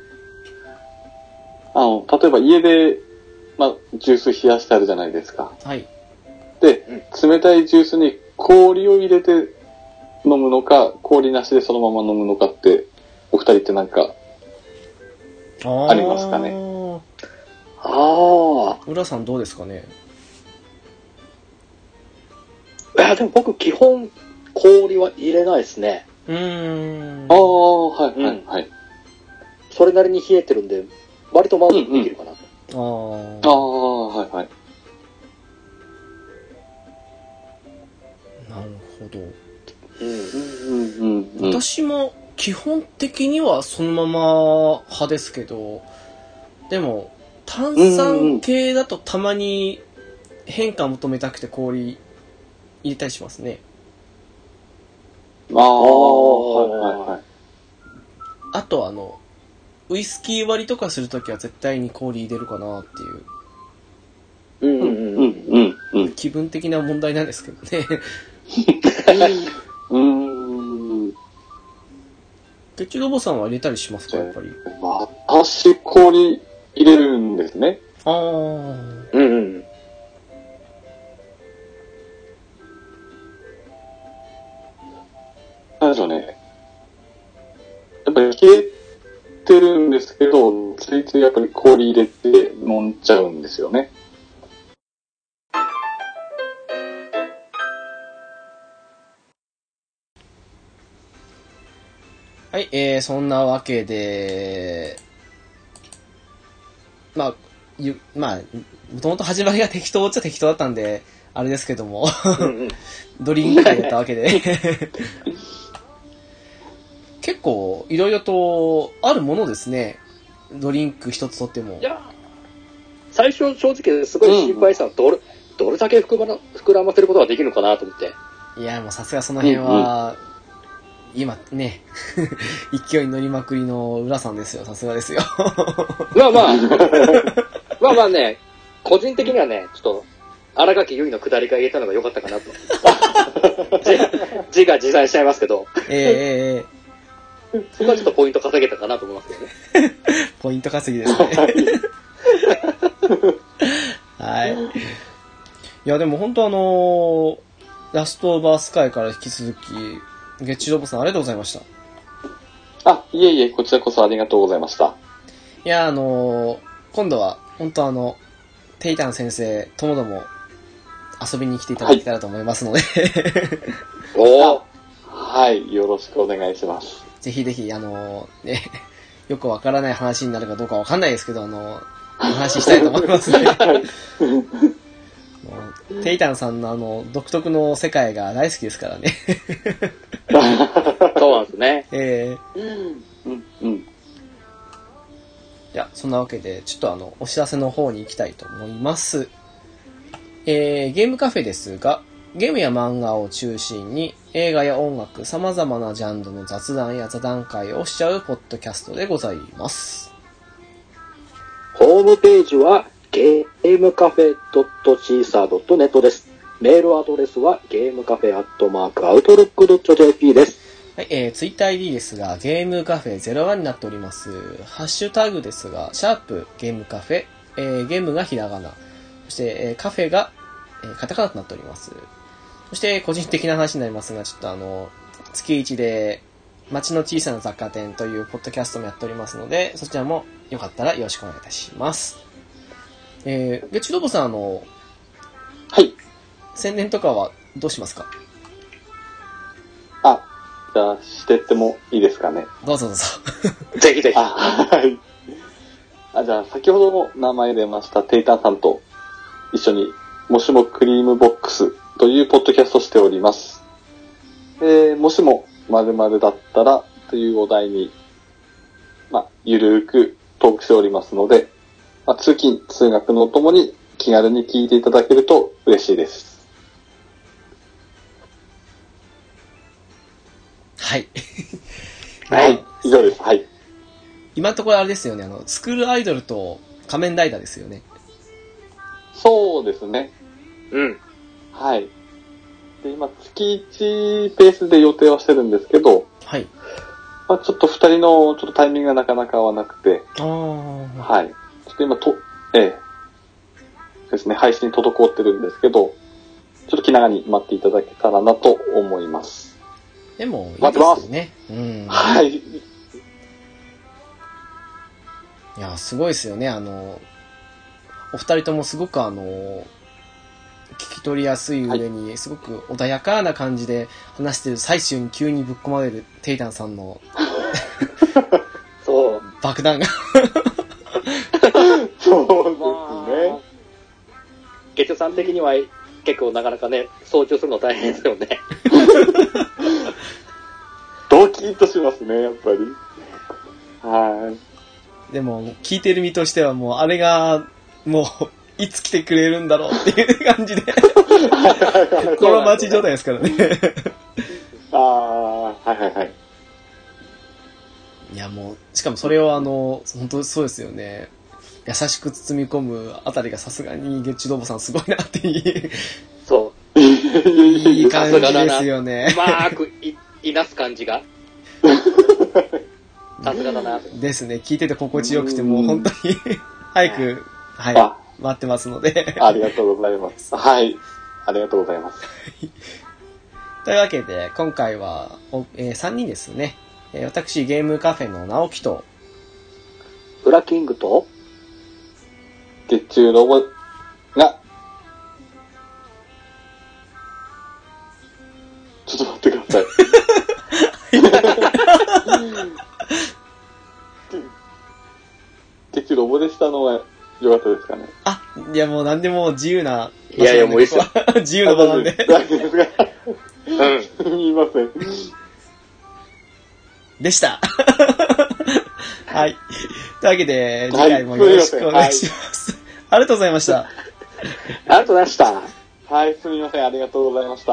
ば家で、ジュース冷やしてあるじゃないですか。で、冷たいジュースに氷を入れて飲むのか、氷なしでそのまま飲むのかって、お二人ってなんか、ありますかね。 浦さんどうですかね。 でも僕基本氷は入れないですね。 ああ、はいはいはい。 それなりに冷えてるんで、割と満足できるかなと。 ああ、はいはい。 なるほど。 私も基本的にはそのまま派ですけど、でも炭酸系だとたまに変化求めたくて氷入れたりしますね。 はいはいはい。 あとウイスキー割りとかするときは絶対に氷入れるかなっていう。気分的な問題なんですけどね。ゲチロボさんは入れたりしますか、やっぱり。 私、氷入れるんですね。なんでしょうね。やっぱり冷えてるんですけど、ついついやっぱり氷入れて飲んじゃうんですよね。 はい、そんなわけで、もともと始まりが適当っちゃ適当だったんで、あれですけども、ドリンク会だったわけで。結構、いろいろと、あるものですね。ドリンク一つとっても。 いや、最初正直すごい心配さ、どれだけ膨らませることができるのかなと思って。 いや、もうさすがその辺は、今ね、勢いに乗りまくりの浦さんですよ。さすがですよ。 まあね、個人的にはね、ちょっと、荒垣結衣の下りが言えたのが良かったかなと。自画自賛しちゃいますけど。そこはちょっとポイント稼げたかなと思いますけどね。 ポイント稼ぎですね。はい。いや、でも本当ラストオブアスカイから引き続き、ゲッチロボさんありがとうございました。 いえいえ、こちらこそありがとうございました。 いや、今度は、本当テイタン先生ともども遊びに来ていただけたらと思いますので、 はい、よろしくお願いします。 ぜひぜひ、ね、よくわからない話になるかどうかわかんないですけど、お話ししたいと思いますね。テイタンさんの独特の世界が大好きですからね。 そうなんですね。 いや、そんなわけで、ちょっとお知らせの方に行きたいと思います。ゲームカフェですが、ゲームや漫画を中心に映画や音楽、様々なジャンルの雑談や座談会をしちゃうポッドキャストでございます。 ホームページはゲームカフェ .caesar.net です。メールアドレスはゲームカフェ@outlook.jp です。 はい、ツイッター ID ですが、ゲームカフェ01になっております。ハッシュタグですが、シャープゲームカフェ、ゲームがひらがな、そして、カフェが、カタカナとなっております。そして、個人的な話になりますが、ちょっと月1で、街の小さな雑貨店というポッドキャストもやっておりますので、そちらもよかったらよろしくお願いいたします。ゲチロボさん、 はい。 宣伝とかはどうしますか？ じゃあ、してってもいいですかね。 どうぞどうぞ。 ぜひぜひ。 はい。じゃあ、先ほどの名前出ましたテイタンさんと一緒に、もしもクリームボックスというポッドキャストしております。もしも〇〇だったらというお題に、ゆるーくトークしておりますので、通勤、通学のともに気軽に聞いていただけると嬉しいです。 はい。 はい。以上です。はい。 今のところあれですよね、スクールアイドルと仮面ライダーですよね。 そうですね。はい。で、今、月1ペースで予定はしてるんですけど、 はい。 ちょっと二人のちょっとタイミングがなかなか合わなくて、はい。ちょっと今ですね、配信滞ってるんですけど、ちょっと気長に待っていただけたらなと思います。 でも、いいですよね。 はい。 いや、すごいですよね。お二人ともすごく聞き取りやすい上に、すごく穏やかな感じで話してる最中に急にぶっ込まれるテイタンさんのそう。 爆弾がそうですね。 月中さん的には結構なかなかね、操縦するの大変ですよね。 ドキッとしますね、やっぱり。はい。 でも、聞いてる身としてはもう、あれが、もう、いつ来てくれるんだろうっていう感じで、心待ち状態ですからね。 ああ、はいはいはい。 いやもう、しかもそれを本当そうですよね。優しく包み込むあたりがさすがに月中ドボさんすごいなっていう。 そう。 いい感じですよね。 うまーくいなす感じが。さすがだな。 ですね。聞いてて心地よくて、もう本当に早く、はい、待ってますので。 ありがとうございます。はい。ありがとうございます。 というわけで、今回は、3人ですね。私、ゲームカフェの直樹と、 フラキングと、 月中ロボが、ちょっと待ってください。月中ロボでしたのが良かったですかね。 あ、いやもう何でも自由な、 いやいやもういいっすよ。 自由な場なんで。 大丈夫ですか？ うん。 すみません。 でした。はい。というわけで、次回もよろしくお願いします。ありがとうございました。 ありがとうございました。 はい、すみません。ありがとうございました。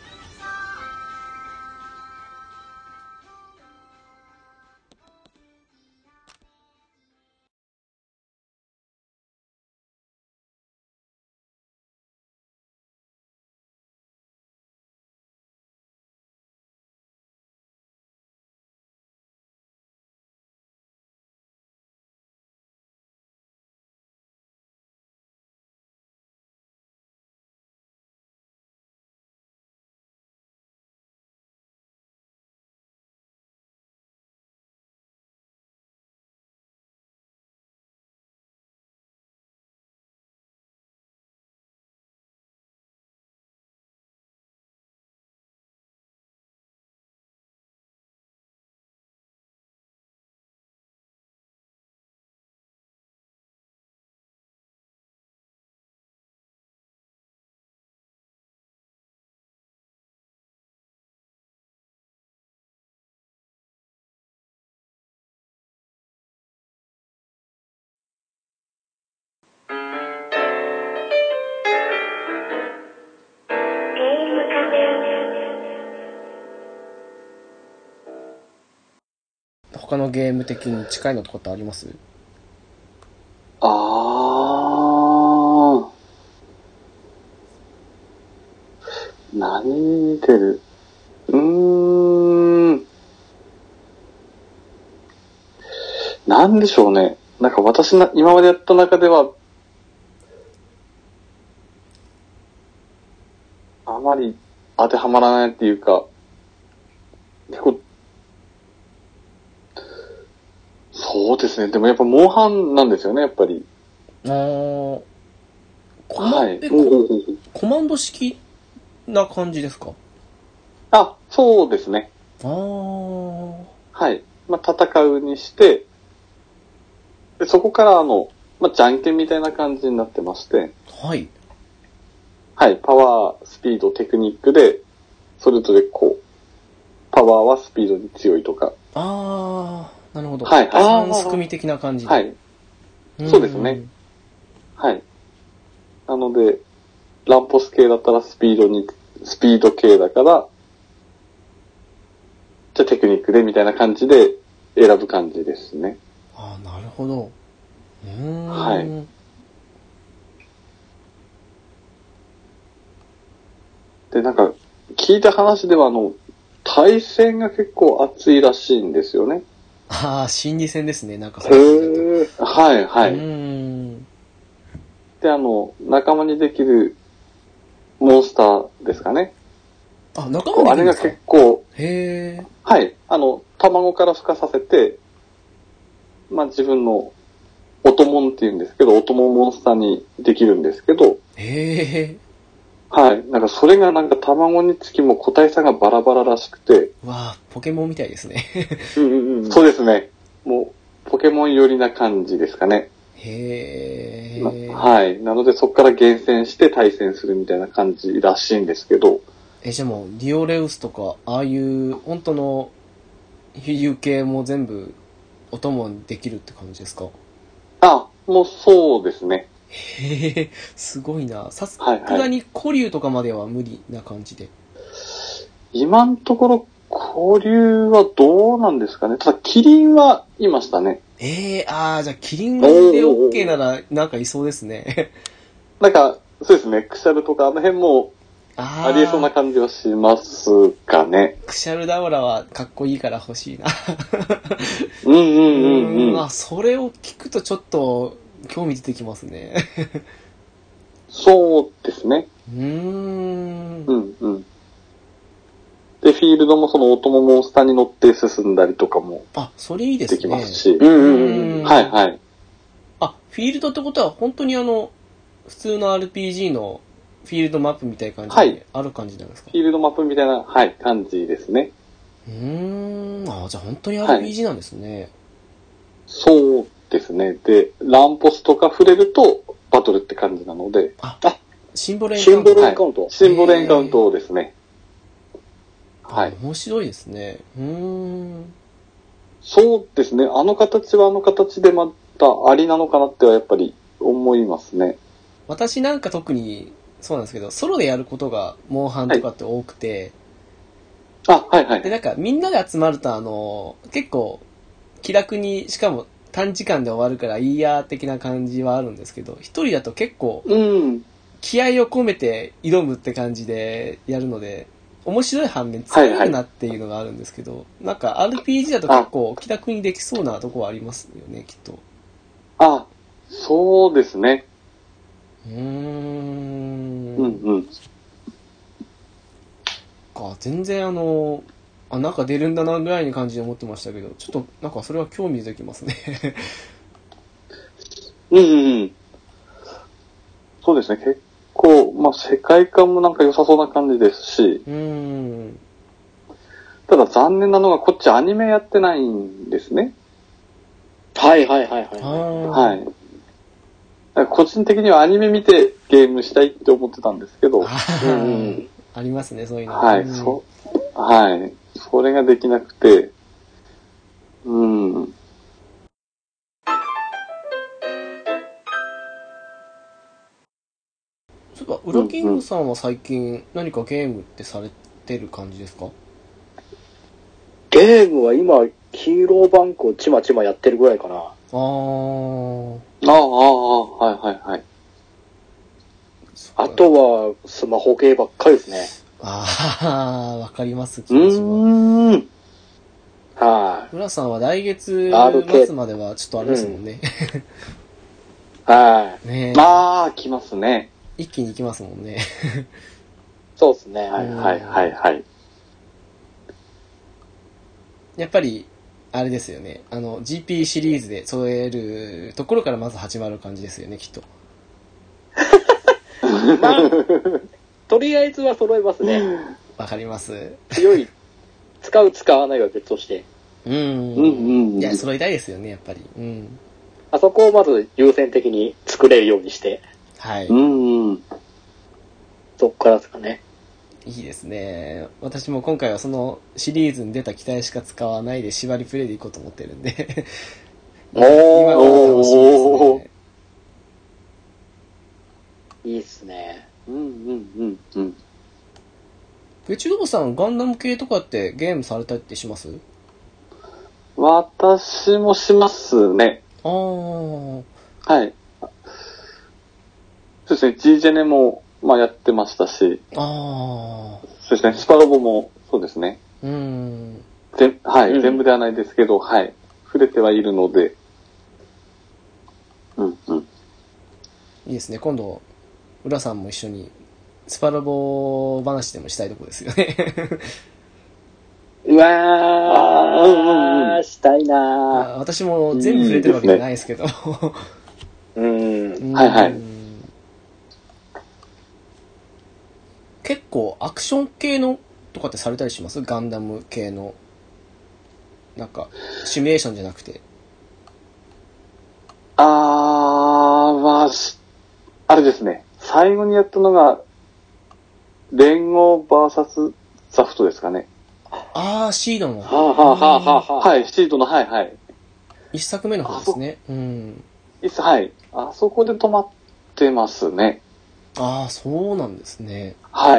他のゲーム的に近いのとかってあります？ 何見てる？なんでしょうね。なんか私今までやった中では、あまり当てはまらないっていうか、結構、そうですね。でもやっぱモンハンなんですよね、やっぱり。 はい。コマンド式な感じですか？ あ、そうですね。 はい。 まあ、戦うにして、でそこからまあ、じゃんけんみたいな感じになってまして。 はい。 はい。パワー、スピード、テクニックで、それぞれこう、パワーはスピードに強いとか。 なるほど。 はい。 三すくみ的な感じで。 はい。そうですね。はい。なので、ランポス系だったらスピード系だから、じゃあテクニックでみたいな感じで選ぶ感じですね。 なるほど。 はい。で、なんか、聞いた話では対戦が結構熱いらしいんですよね。 心理戦ですね、なんかそういうと。はい、はい。で、仲間にできるモンスターですかね。 仲間にできるんですか？ あれが結構、はい。卵から孵化させて、まあ、自分のオトモンって言うんですけど、オトモンモンスターにできるんですけど、 はい。なんかそれがなんか卵につきも個体差がバラバラらしくて。 わぁ、ポケモンみたいですね。 そうですね。もう、ポケモン寄りな感じですかね。 へー。 はい。なのでそこから厳選して対戦するみたいな感じらしいんですけど。 じゃあもう、ディオレウスとか、ああいう、本当の、比喩系も全部、お供にできるって感じですか？ あ、もうそうですね。 へえ、すごいな。さすはいはいがに古竜とかまでは無理な感じで。 今のところ、交流はどうなんですかね。ただ、キリンはいましたね。 じゃあキリンで OK なら、なんかいそうですね。 なんか、そうですね。クシャルとかあの辺もありえそうな感じはしますかね。 クシャルダオラはかっこいいから欲しいな。それを聞くとちょっと興味出てきますね。 そうですね。で、フィールドもそのオトモモンスターに乗って進んだりとかも。 それいいですね。 できますし。はいはい。 フィールドってことは本当に普通の RPG のフィールドマップみたいな感じである感じなんですか？ フィールドマップみたいな、はい、感じですね。 じゃあ本当に RPG なんですね。 そうですね。で、ランポスとか触れるとバトルって感じなので。 シンボルエンカウント。 シンボルエンカウントですね。はい。 面白いですね。 そうですね。あの形はあの形でまたありなのかなってはやっぱり思いますね。 私なんか特にそうなんですけど、ソロでやることがモンハンとかって多くて、で、なんかみんなで集まると結構気楽に、しかも短時間で終わるからいいやー的な感じはあるんですけど、一人だと結構、気合を込めて挑むって感じでやるので、面白い反面疲れるなっていうのがあるんですけど、なんか RPG だと結構気楽にできそうなとこはありますよね、きっと。 そうですね。 全然なんか出るんだなぐらいに感じで思ってましたけど、ちょっとなんかそれは興味出てきますね。 そうですね、結構、世界観もなんか良さそうな感じですし、ただ残念なのがこっちアニメやってないんですね。 はい。 個人的にはアニメ見てゲームしたいって思ってたんですけど。 ありますね、そういうの。 それができなくて、 そうか、ウラキングさんは最近何かゲームってされてる感じですか？ ゲームは今、ヒーローバンクをちまちまやってるぐらいかな。あとは、スマホ系ばっかりですね。 わかります、気持ちは。浦さんは来月末まではちょっとあれですもんね。 来ますね。 一気に行きますもんね。 そうですね。 やっぱり、あれですよね。GP シリーズで揃えるところからまず始まる感じですよね、きっと。 とりあえずは揃えますね。 わかります。 強い。使う使わないは別として。 いや、揃いたいですよね、やっぱり。 あそこをまず優先的に作れるようにして。そっからですかね。 いいですね。私も今回はそのシリーズに出た機体しか使わないで縛りプレイでいこうと思ってるんで。今から楽しみですね。 いいっすね。 ベチュローさん、ガンダム系とかってゲームされたりってします？ 私もしますね。そうですね、G ジェネも、やってましたし。そうですね、スパロボも、そうですね。全部ではないですけど、触れてはいるので。 いいですね、今度、浦さんも一緒に、スパロボ話でもしたいとこですよね。 したいな私も全部触れてるわけじゃないですけど。 結構アクション系のとかってされたりします？ガンダム系の。なんか、シミュレーションじゃなくて。 まあ、あれですね。最後にやったのが、連合 VS ザフトですかね。 シードの。 はあ、はあはあはあはあ、 はい、シードの、はいはい。 一作目の方ですね。うん。 はい。あそこで止まってますね。 そうなんですね。 はい。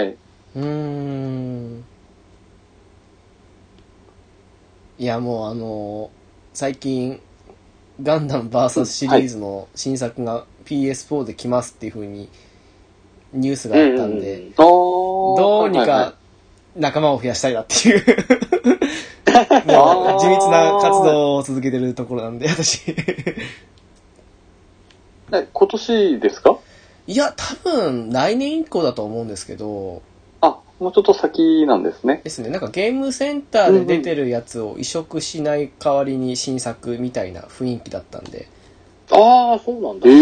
いや、もう最近、ガンダム VS シリーズの新作が PS4 で来ますっていう風にニュースがあったんで、どうにか仲間を増やしたいなっていうもう地道な活動を続けてるところなんで、私今年ですか？ いや、多分来年以降だと思うんですけど、 もうちょっと先なんですね。 ですね。なんかゲームセンターで出てるやつを移植しない代わりに新作みたいな雰囲気だったんで。 そうなんだ。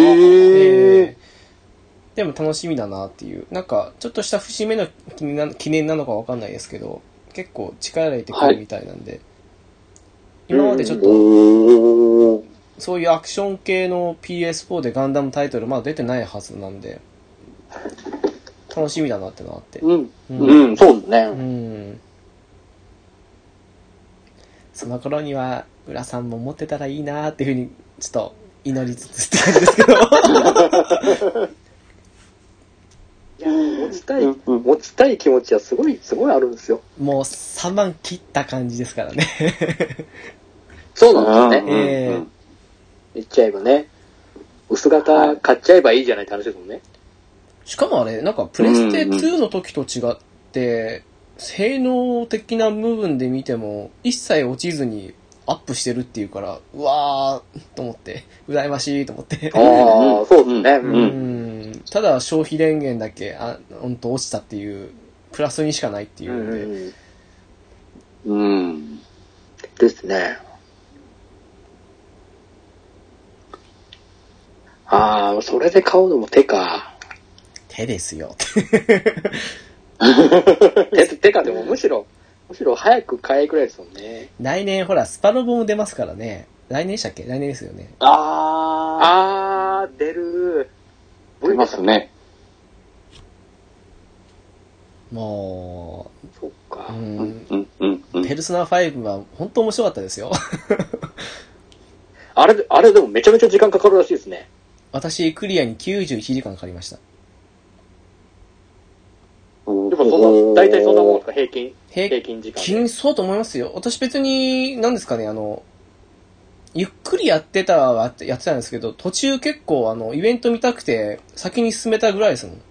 でも楽しみだなっていう。なんか、ちょっとした節目の記念なのかわかんないですけど、結構力入れてくるみたいなんで。今までちょっと、そういうアクション系の PS4 でガンダムタイトルまだ出てないはずなんで、楽しみだなってのあって。 そうですね。 その頃には、浦さんも持ってたらいいなーっていうふうに、ちょっと祈りつつって感じですけど。 いや、持ちたい気持ちはすごいあるんですよ。 もう3万切った感じですからね。 そうなんですよね。言っちゃえばね。薄型買っちゃえばいいじゃないって話ですもんね。 しかもあれ、なんかプレステ2の時と違って、性能的な部分で見ても、一切落ちずにアップしてるっていうから、うわーと思って、羨ましいと思って。 そうですね。 ただ消費電源だけ、ほんと落ちたっていう、プラスにしかないっていうので。 ですね。それで買うのも手か。 手ですよ。 手か、でもむしろ早く買えくらいですもんね。 来年ほら、スパロボも出ますからね。来年でしたっけ？来年ですよね。 出る。 出ますね。 もう、 そっか。 ペルソナ5は本当面白かったですよ。 あれでもめちゃめちゃ時間かかるらしいですね。 私、クリアに91時間かかりました。 でも大体そんなもんですか、平均時間。 そうと思いますよ。私別に、何ですかね、ゆっくりやってたんですけど、途中結構イベント見たくて、先に進めたぐらいですも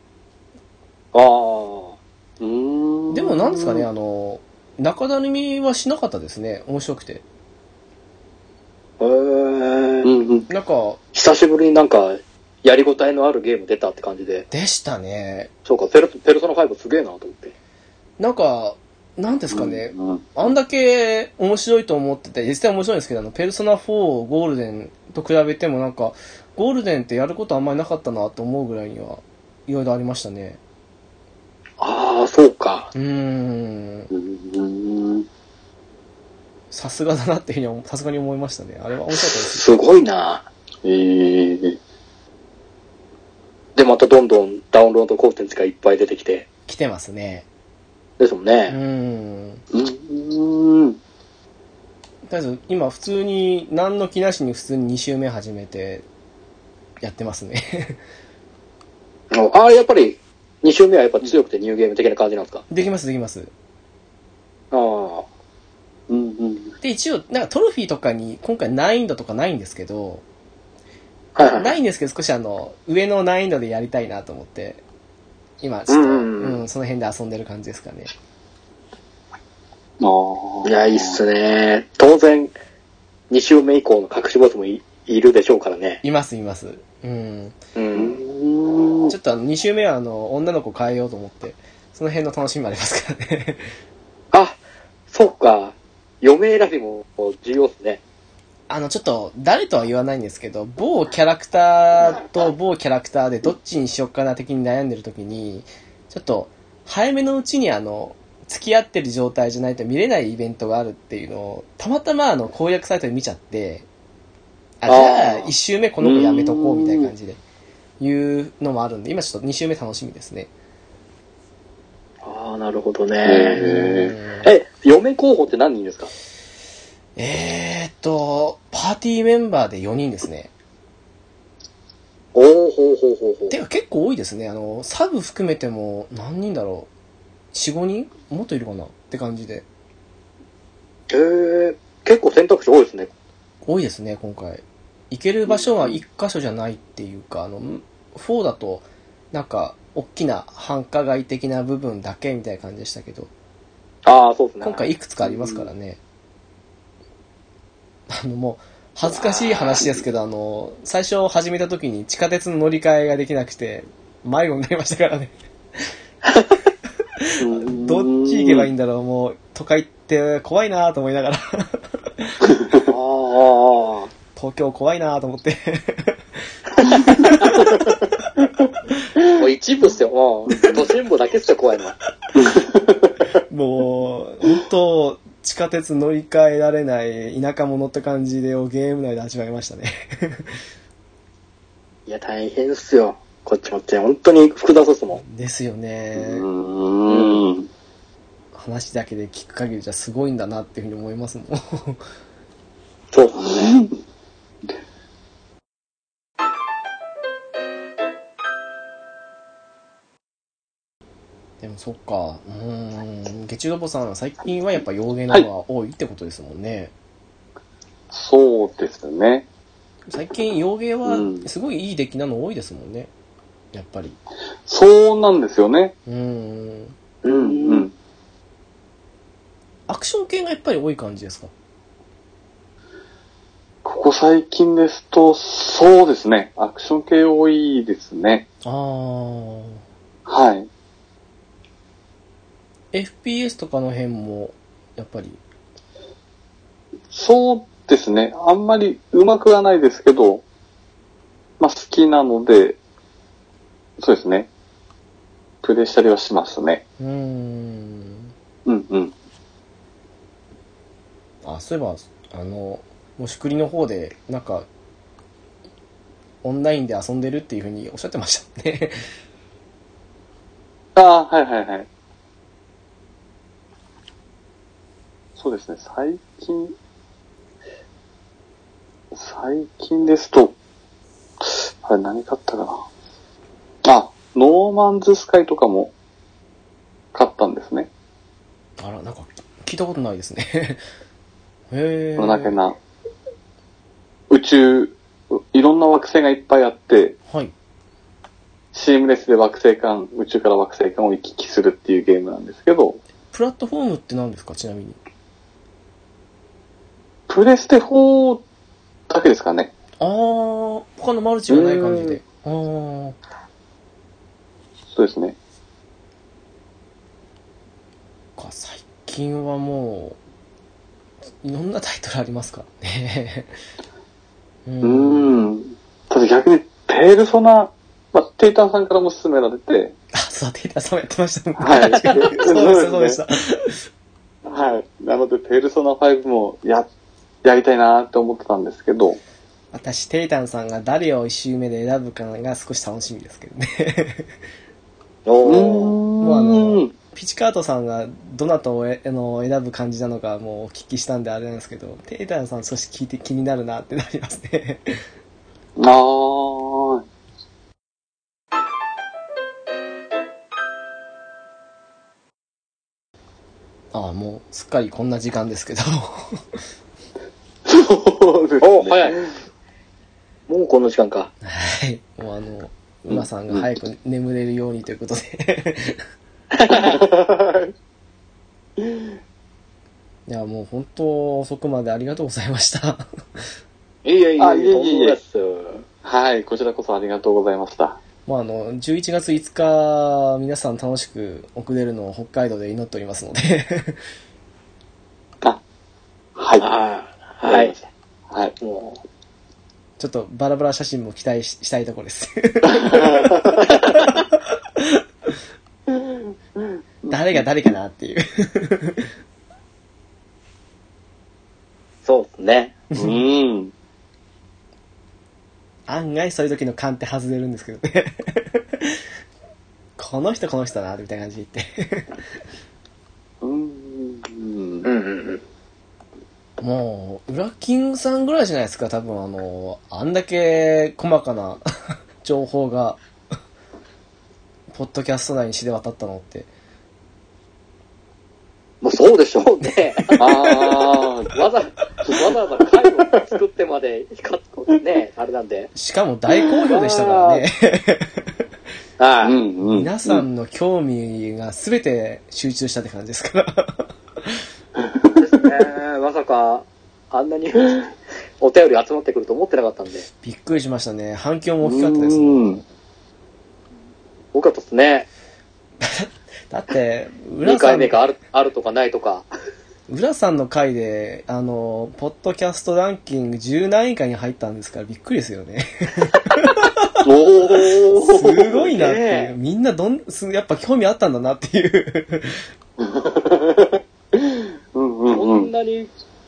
ん。でも何ですかね、中だるみはしなかったですね。面白くて。なんか、 久しぶりになんか、やりごたえのあるゲーム出たって感じで。 でしたね。 そうか、ペルソナ5すげえなと思って。 なんか、なんですかね、あんだけ面白いと思ってて、実際面白いんですけど、ペルソナ4ゴールデンと比べてもなんか、ゴールデンってやることあんまりなかったなと思うぐらいには、いろいろありましたね。 そうか。 さすがだなっていうふうにさすがに思いましたね。あれは面白かったです。 すごいな。で、またどんどんダウンロードコンテンツがいっぱい出てきて。 来てますね。 ですもんね。 とりあえず、今普通に、何の気なしに普通に2周目始めて、やってますね。 やっぱり、2周目はやっぱ強くてニューゲーム的な感じなんですか？ できます。で、一応、なんかトロフィーとかに、今回難易度とかないんですけど、ないんですけど、少し上の難易度でやりたいなと思って、今、ちょっと、その辺で遊んでる感じですかね。 いや、いいっすね。当然、2周目以降の隠しボスも いるでしょうからね。 います。ちょっと2周目は女の子変えようと思って、その辺の楽しみもありますからね。 そうか。嫁選びも重要っすね。 ちょっと、誰とは言わないんですけど、某キャラクターと某キャラクターでどっちにしよっかな的に悩んでるときに、ちょっと、 早めのうちに付き合ってる状態じゃないと見れないイベントがあるっていうのを、たまたま攻略サイトで見ちゃって、じゃあ1周目この子やめとこうみたいな感じで、いうのもあるんで、今ちょっと2周目楽しみですね。 ああ、なるほどね。嫁候補って何人ですか？ パーティーメンバーで4人ですね。 おー、ほうほうほうほう。 てか結構多いですね。サブ含めても何人だろう。4、5人もっといるかなって感じで。 結構選択肢多いですね。 多いですね、今回。行ける場所は1箇所じゃないっていうか、4だと、なんか、大きな繁華街的な部分だけみたいな感じでしたけど。 ああ、そうですね。 今回いくつかありますからね。もう、恥ずかしい話ですけど、最初始めた時に地下鉄の乗り換えができなくて、迷子になりましたからね。どっち行けばいいんだろう、もう、都会って怖いなぁと思いながら。東京怖いなぁと思って。 もう一部っすよ、もう。都心部だけっすよ、怖いのは。 もう、本当地下鉄乗り換えられない田舎者って感じでゲーム内で味わいましたね。 いや、大変っすよ。こっちもって本当に複雑っすもん。 ですよね。話だけで聞く限りじゃすごいんだなっていうふうに思いますもん。 そうですね。 でもそっか。ゲチュロボさん、最近はやっぱ洋芸の方が多いってことですもんね。 そうですね。 最近洋芸はすごいいい出来なの多いですもんね。やっぱり。 そうなんですよね。 アクション系がやっぱり多い感じですか？ ここ最近ですと、そうですね。アクション系多いですね。はい。 FPS とかの辺も、やっぱり。 そうですね。あんまり上手くはないですけど、まあ好きなので、そうですね。プレイしたりはしますね。 あ、そういえば、もしくりの方で、なんか、オンラインで遊んでるっていうふうにおっしゃってましたね。 はいはいはい。そうですね。最近ですと、あれ何買ったかな。ノーマンズスカイとかも買ったんですね。 あら、なんか聞いたことないですね。 へぇー。宇宙、いろんな惑星がいっぱいあって、はい。シームレスで宇宙から惑星間を行き来するっていうゲームなんですけど。 プラットフォームって何ですか、ちなみに。 プレステ4だけですかね。 他のマルチはない感じで。 そうですね。 最近はもう、いろんなタイトルありますからね。 ただ逆に、ペルソナ、テイタンさんからも勧められて。 そう、テイタンさんもやってましたもんね。 はい。 そうでした。 はい。なので、ペルソナ5もやりたいなーって思ってたんですけど。 私、テイタンさんが誰を1周目で選ぶかが少し楽しみですけどね。もうピチカートさんがどなたを選ぶ感じなのかもうお聞きしたんであれなんですけど、テイタンさん少し聞いて気になるなってなりますね。もうすっかりこんな時間ですけど。 そうですね。 早い。もうこの時間か。 はい。もう馬さんが早く眠れるようにということで。いや、もう本当遅くまでありがとうございました。 いえ。 はい、こちらこそありがとうございました。 11月5日、皆さん楽しく送れるのを北海道で祈っておりますので。 はい。 はい。 はい。 もう。 ちょっとバラバラ写真も期待したいところです。 誰が誰かなっていう。 そうですね。 案外そういう時の勘って外れるんですけどね。この人だな、みたいな感じで言って。もう、ウラキングさんぐらいじゃないですか、多分あんだけ細かな情報が、ポッドキャスト内に知れ渡ったのって。 もうそうでしょうね。わざわざ回を作ってまでね、あれなんで。 しかも大好評でしたからね。皆さんの興味が全て集中したって感じですから。 ですね。まさか、あんなにお便り集まってくると思ってなかったんで。 びっくりしましたね。反響も大きかったです多かったですね。 だって、 2回目があるとかないとか。 浦さんの回で、ポッドキャストランキング10何位以下に入ったんですからびっくりですよね。すごいなっていう。みんなやっぱ興味あったんだなっていう。 そんなに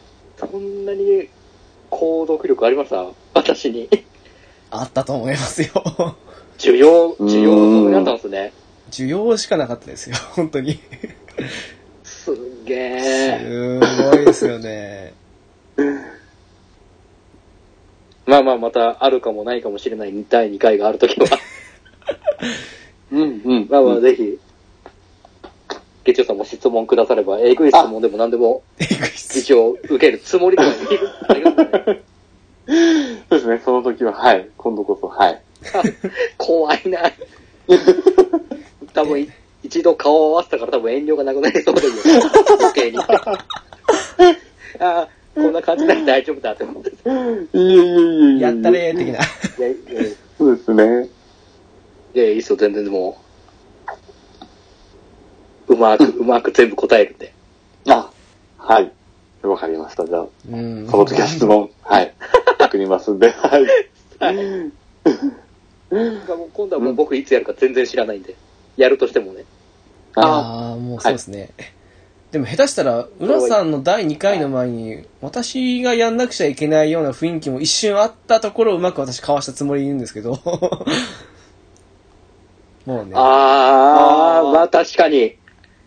購読力ありました私に。 あったと思いますよ。 需要のそこにあったんですね。 需要しかなかったですよ、本当に。 すげえ。 すごいですよね。 またあるかもないかもしれない第2回があるときは。ぜひ、月曜さんも質問くだされば、えぐい質問でも何でも、一応受けるつもりではいる。 そうですね、その時は、はい、今度こそ、はい。 怖いな。多分、一度顔を合わせたから多分遠慮がなくなりそうだよ。余計に。こんな感じなら大丈夫だって思って。 やったねー的な。 そうですね。 いや、いいっすよ、全然もう。うまく全部答えるんで。 はい。わかりました。じゃあ、その時は質問、はい。送りますんで、はい。 今度はもう僕いつやるか全然知らないんで。やるとしてもね。 もうそうですね。でも下手したら、浦さんの第2回の前に、私がやんなくちゃいけないような雰囲気も一瞬あったところをうまく私かわしたつもりでいるんですけど。もうね。 確かに。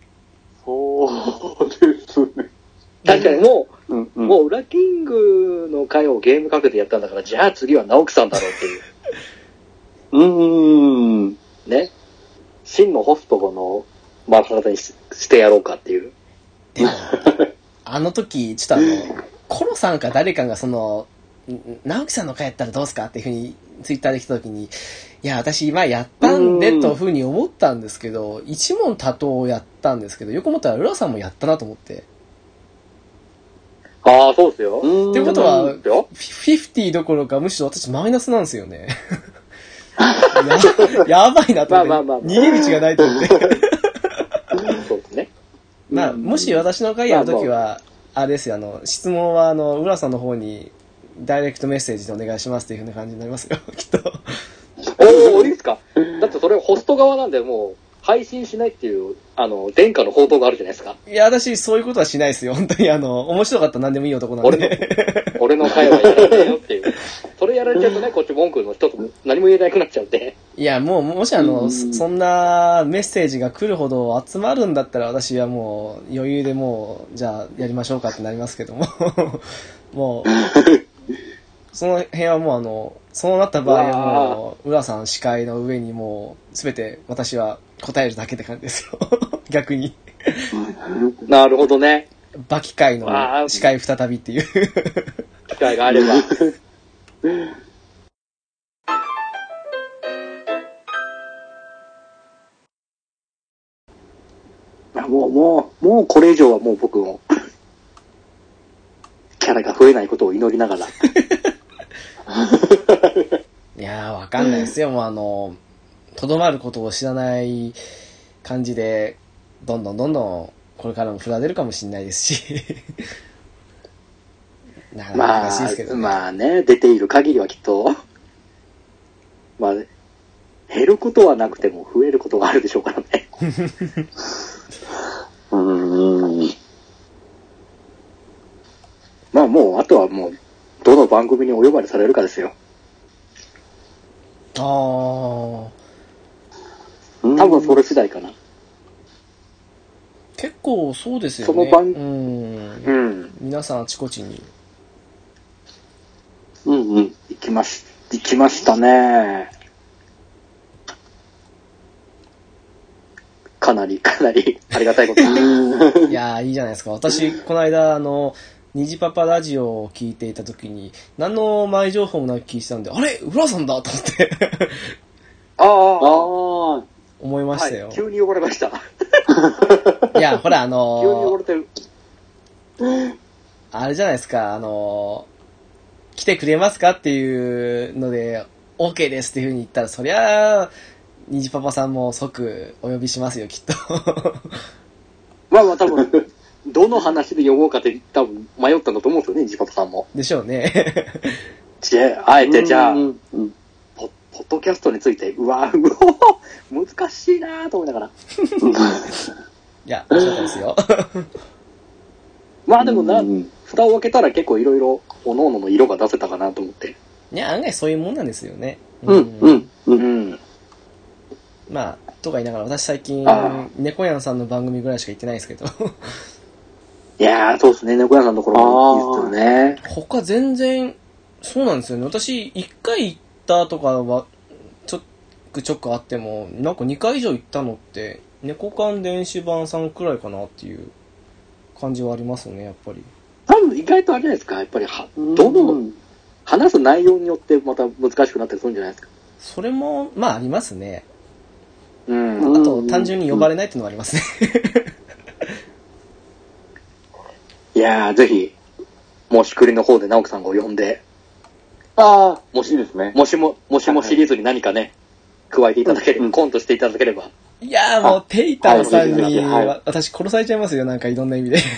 そうですね。 確かにもうウラキングの回をゲームかけてやったんだから、じゃあ次は直樹さんだろうっていう。ね。真のホストの回し方にしてやろうかっていう。 でも、あの時、ちょっとコロさんか誰かが直樹さんの回やったらどうすかっていうふうにツイッターで来た時に、いや、私今やったんでというふうに思ったんですけど、一問多答をやったんですけど、よく思ったら浦さんもやったなと思って。 そうですよ。 ってことは、50どころかむしろ私マイナスなんですよね。やばいなと思って。逃げ道がないと思って。 そうですね。 もし私の回やるときは、あれですよ、質問は浦さんの方にダイレクトメッセージでお願いしますっていう風な感じになりますよ、きっと。 いいですか？だってそれホスト側なんでもう、配信しないっていう、殿下の報道があるじゃないですか。 いや、私、そういうことはしないですよ。本当に、面白かったら何でもいい男なんで。 俺の会話やらないよっていう。それやられちゃうとね、こっち文句の一つ何も言えなくなっちゃうんで。 いや、もしそんなメッセージが来るほど集まるんだったら、私はもう、余裕でもう、じゃあ、やりましょうかってなりますけども。もう、その辺はもうそうなった場合はもう、浦さん司会の上にもう、すべて私は答えるだけって感じですよ。逆に。 なるほどね。 バキ会の司会再びっていう。 機会があれば。もうこれ以上はもう僕も、キャラが増えないことを祈りながら。 いやー、わかんないですよ。もうとどまることを知らない感じで、どんどんこれからも振られるかもしれないですし。なかなか難しいですけどね。 まあね、出ている限りはきっと、まあ、減ることはなくても増えることがあるでしょうからね。 まあもう、あとはもう、どの番組にお呼ばれされるかですよ。 ああ。 多分それ次第かな。 結構そうですよね。 その番、 皆さんあちこちに。 行きましたね。かなりありがたいことに。 いやー、いいじゃないですか。私、この間、虹パパラジオを聞いていたときに、何の前情報もなく聞いてたんで、あれ浦さんだと思って。思いましたよ、 はい。急に呼ばれました。 いや、ほら、 急に呼ばれてる。 あれじゃないですか、来てくれますかっていうので、OK ですっていう風に言ったら、そりゃあ、虹パパさんも即お呼びしますよ、きっと。 まあ多分、どの話で呼ぼうかって多分迷ったんだと思うんですよね、虹パパさんも。 でしょうね。 あえてじゃあ、ポッドキャストについて、難しいなぁと思いながら。 いや、面白かったですよ。 まあでも蓋を開けたら結構いろいろ、各々の色が出せたかなと思って。 いや、案外そういうもんなんですよね。まあ、とか言いながら、私最近、猫やんさんの番組ぐらいしか行ってないですけど。 いやー、そうですね、猫やんさんのところもいいですよね。 他全然、そうなんですよね。私、一回行ったとかは、ちょくあっても、なんか2回以上行ったのって、猫缶電子版さんくらいかなっていう感じはありますね、やっぱり。 多分意外とあれじゃないですか、やっぱり話す内容によってまた難しくなったりするんじゃないですか。 それも、まあありますね。 あと、単純に呼ばれないっていうのもありますね。 いやー、ぜひ、もしくりの方で直樹さんを呼んで、 もしいいですね。 もしもシリーズに何かね、加えていただければ、コントしていただければ。 いやーもう、テイターさんに、私殺されちゃいますよ、なんかいろんな意味で。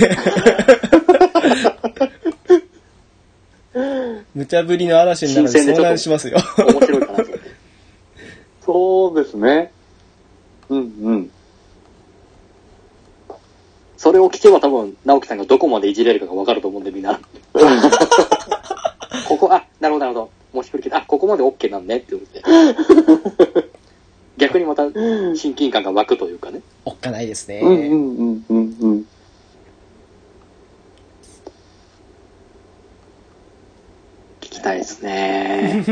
無茶ぶりの嵐の中で遭難しますよ。 面白いかなと。 そうですね。 それを聞けば多分、直樹さんがどこまでいじれるかが分かると思うんで、みんな。ここ、なるほど。もしくりここまで OK なんねって思って。逆にまた親近感が湧くというかね。 おっかないですね。 聞きたいですね。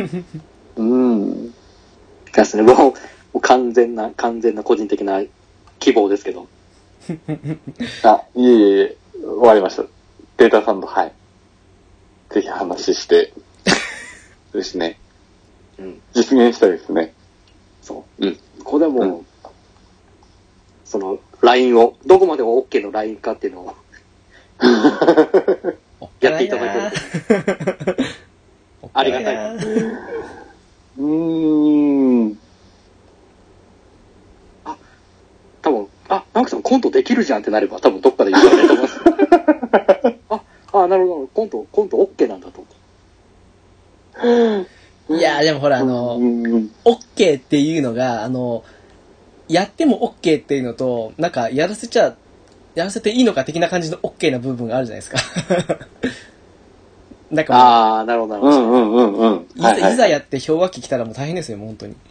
ですね、もう完全な個人的な希望ですけど。 いえ、終わりました。データさんと、ぜひ話してですね。実現したいですね。 そう。ここでも、その、LINE を、どこまでが OK の LINE かっていうのを、やっていただけると。ありがたい。多分、直樹さんコントできるじゃんってなれば、多分どっかで言われると思います。なるほど、コント OK なんだと。 いや、でもほら、OK っていうのが、やっても OK っていうのと、なんか、やらせていいのか的な感じの OK な部分があるじゃないですか。なんかもう、 なるほど。 いざやって氷河期来たらもう大変ですよ、もう本当に。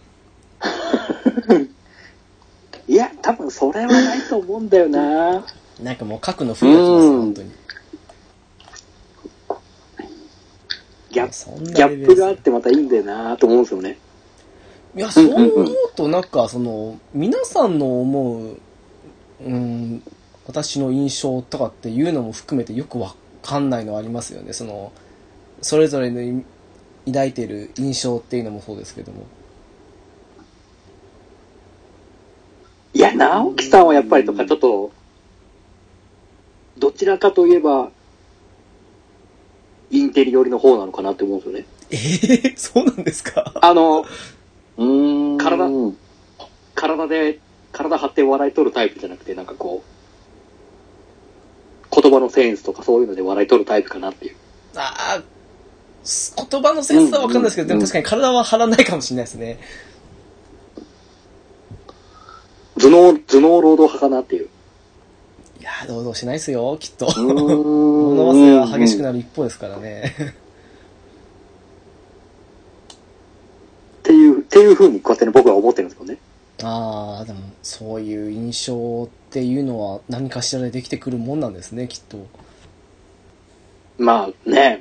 いや、多分それはないと思うんだよな。 なんかもう核の冬が来ますよ、本当に。 ギャップがあってまたいいんだよなと思うんですよね。 いや、そう思うとなんか、皆さんの思う、私の印象とかっていうのも含めてよくわかんないのはありますよね。それぞれの抱いている印象っていうのもそうですけども。 いや、直樹さんはやっぱりとかちょっと、どちらかといえば、インテリ寄りの方なのかなって思うんですよね。 そうなんですか？ 体張って笑い取るタイプじゃなくて、なんかこう、言葉のセンスとかそういうので笑い取るタイプかなっていう。 言葉のセンスはわかんないですけど、でも確かに体は張らないかもしれないですね。 頭脳労働派かなっていう。 いやー、堂々しないですよ、きっと。物忘れは激しくなる一方ですからね。 っていう風にこうやってね、僕は思ってるんですけどね。 ああ、でも、そういう印象っていうのは何かしらでできてくるもんなんですね、きっと。 まあね。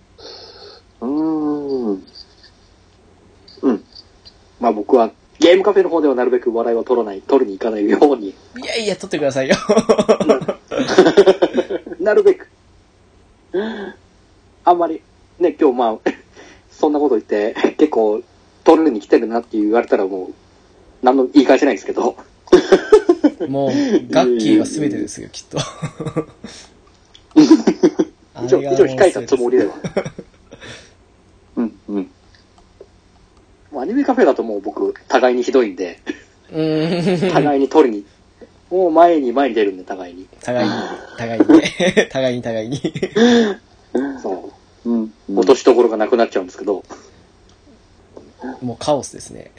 まあ僕はゲームカフェの方ではなるべく笑いを取りに行かないように。 いやいや、取ってくださいよ。 なるべく。あんまり、ね、今日まあ、そんなこと言って、結構、取るに来てるなって言われたらもう、何の言い返せないんですけど。 もう、ガッキーが全てですよ、きっと。 一応控えたつもりでは。もうアニメカフェだともう僕、互いにひどいんで、互いに取りに、もう前に出るんで、互いに。 互いに。 そう。落としどころがなくなっちゃうんですけど。 もうカオスですね。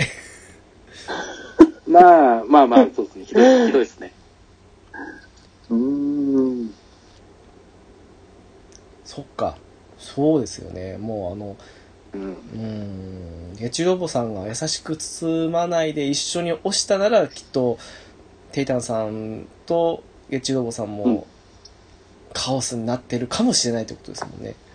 まあ、そうですね。ひどいですね。 そっか。そうですよね。もうゲチロボさんが優しく包まないで一緒に押したなら、きっと、テイタンさんとゲチロボさんも、カオスになってるかもしれないってことですもんね。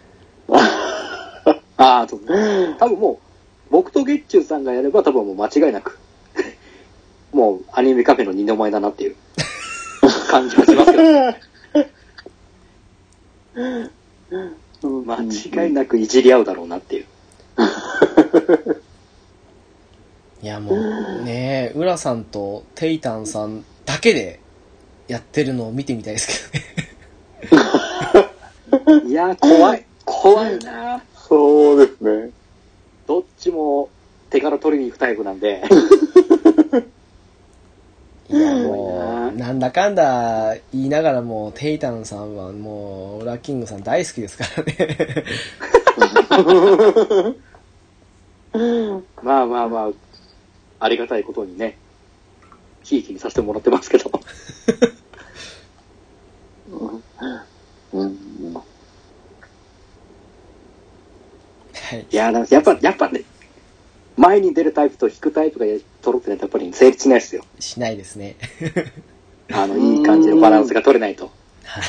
ああ、そうですね。多分もう、僕とゲッチューさんがやれば多分もう間違いなく、もうアニメカフェの二の舞だなっていう感じはしますけど、間違いなくいじり合うだろうなっていう。 いやもうね、浦さんとテイタンさんだけでやってるのを見てみたいですけどね。いや、怖いな。 そうですね。 どっちも手から取りに行くタイプなんで。 いやもう、なんだかんだ言いながらも、テイタンさんはもう、ウラキングさん大好きですからね。 まあ、ありがたいことにね、ひいきにさせてもらってますけど。いや、やっぱね、前に出るタイプと引くタイプが揃ってないとやっぱり成立しないですよ。 しないですね。 いい感じのバランスが取れないと。 はい。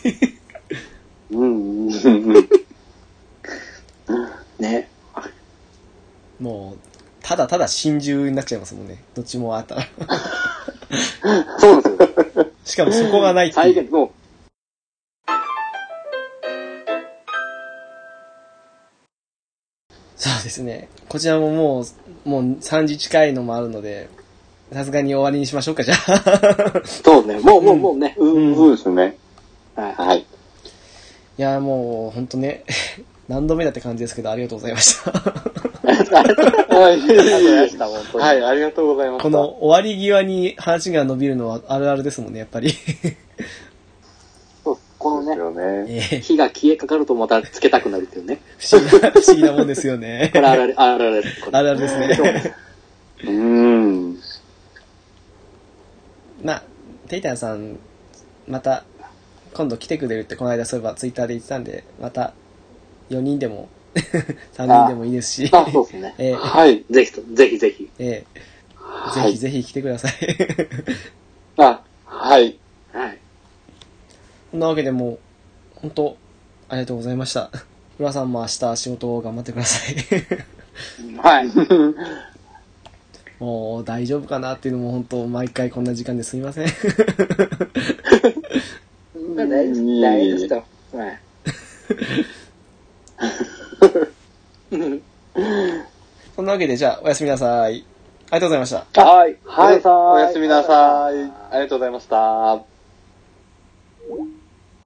ね。 もう、ただただ心中になっちゃいますもんね。どっちもあったら。 そうなんですよ。 しかもそこがないっていう。 再現、もう。 そうですね。こちらももう3時近いのもあるので、さすがに終わりにしましょうか、じゃあ。 そうね。もうね。 そうですね。 はい。 いや、もう、ほんとね、何度目だって感じですけど、ありがとうございました。 はい、ありがとうございました。 この終わり際に話が伸びるのはあるあるですもんね、やっぱり。 このね、火が消えかかるとまたつけたくなるっていうね。 不思議なもんですよね。 これあるあるです。 あるあるですね。まあ、テイタンさん、また、今度来てくれるってこの間そういえばツイッターで言ってたんで、また、4人でも、3人でもいいですし。 そうですね。はい。ぜひ。ぜひ。ぜひ来てください。 はい。 そんなわけでもう、本当ありがとうございました。浦さんも明日仕事を頑張ってください。 はい。 もう大丈夫かなっていうのも本当毎回こんな時間ですみません。 大丈夫ですよ。 そんなわけでじゃあおやすみなさい。ありがとうございました。 はい。 おやすみなさい。ありがとうございました。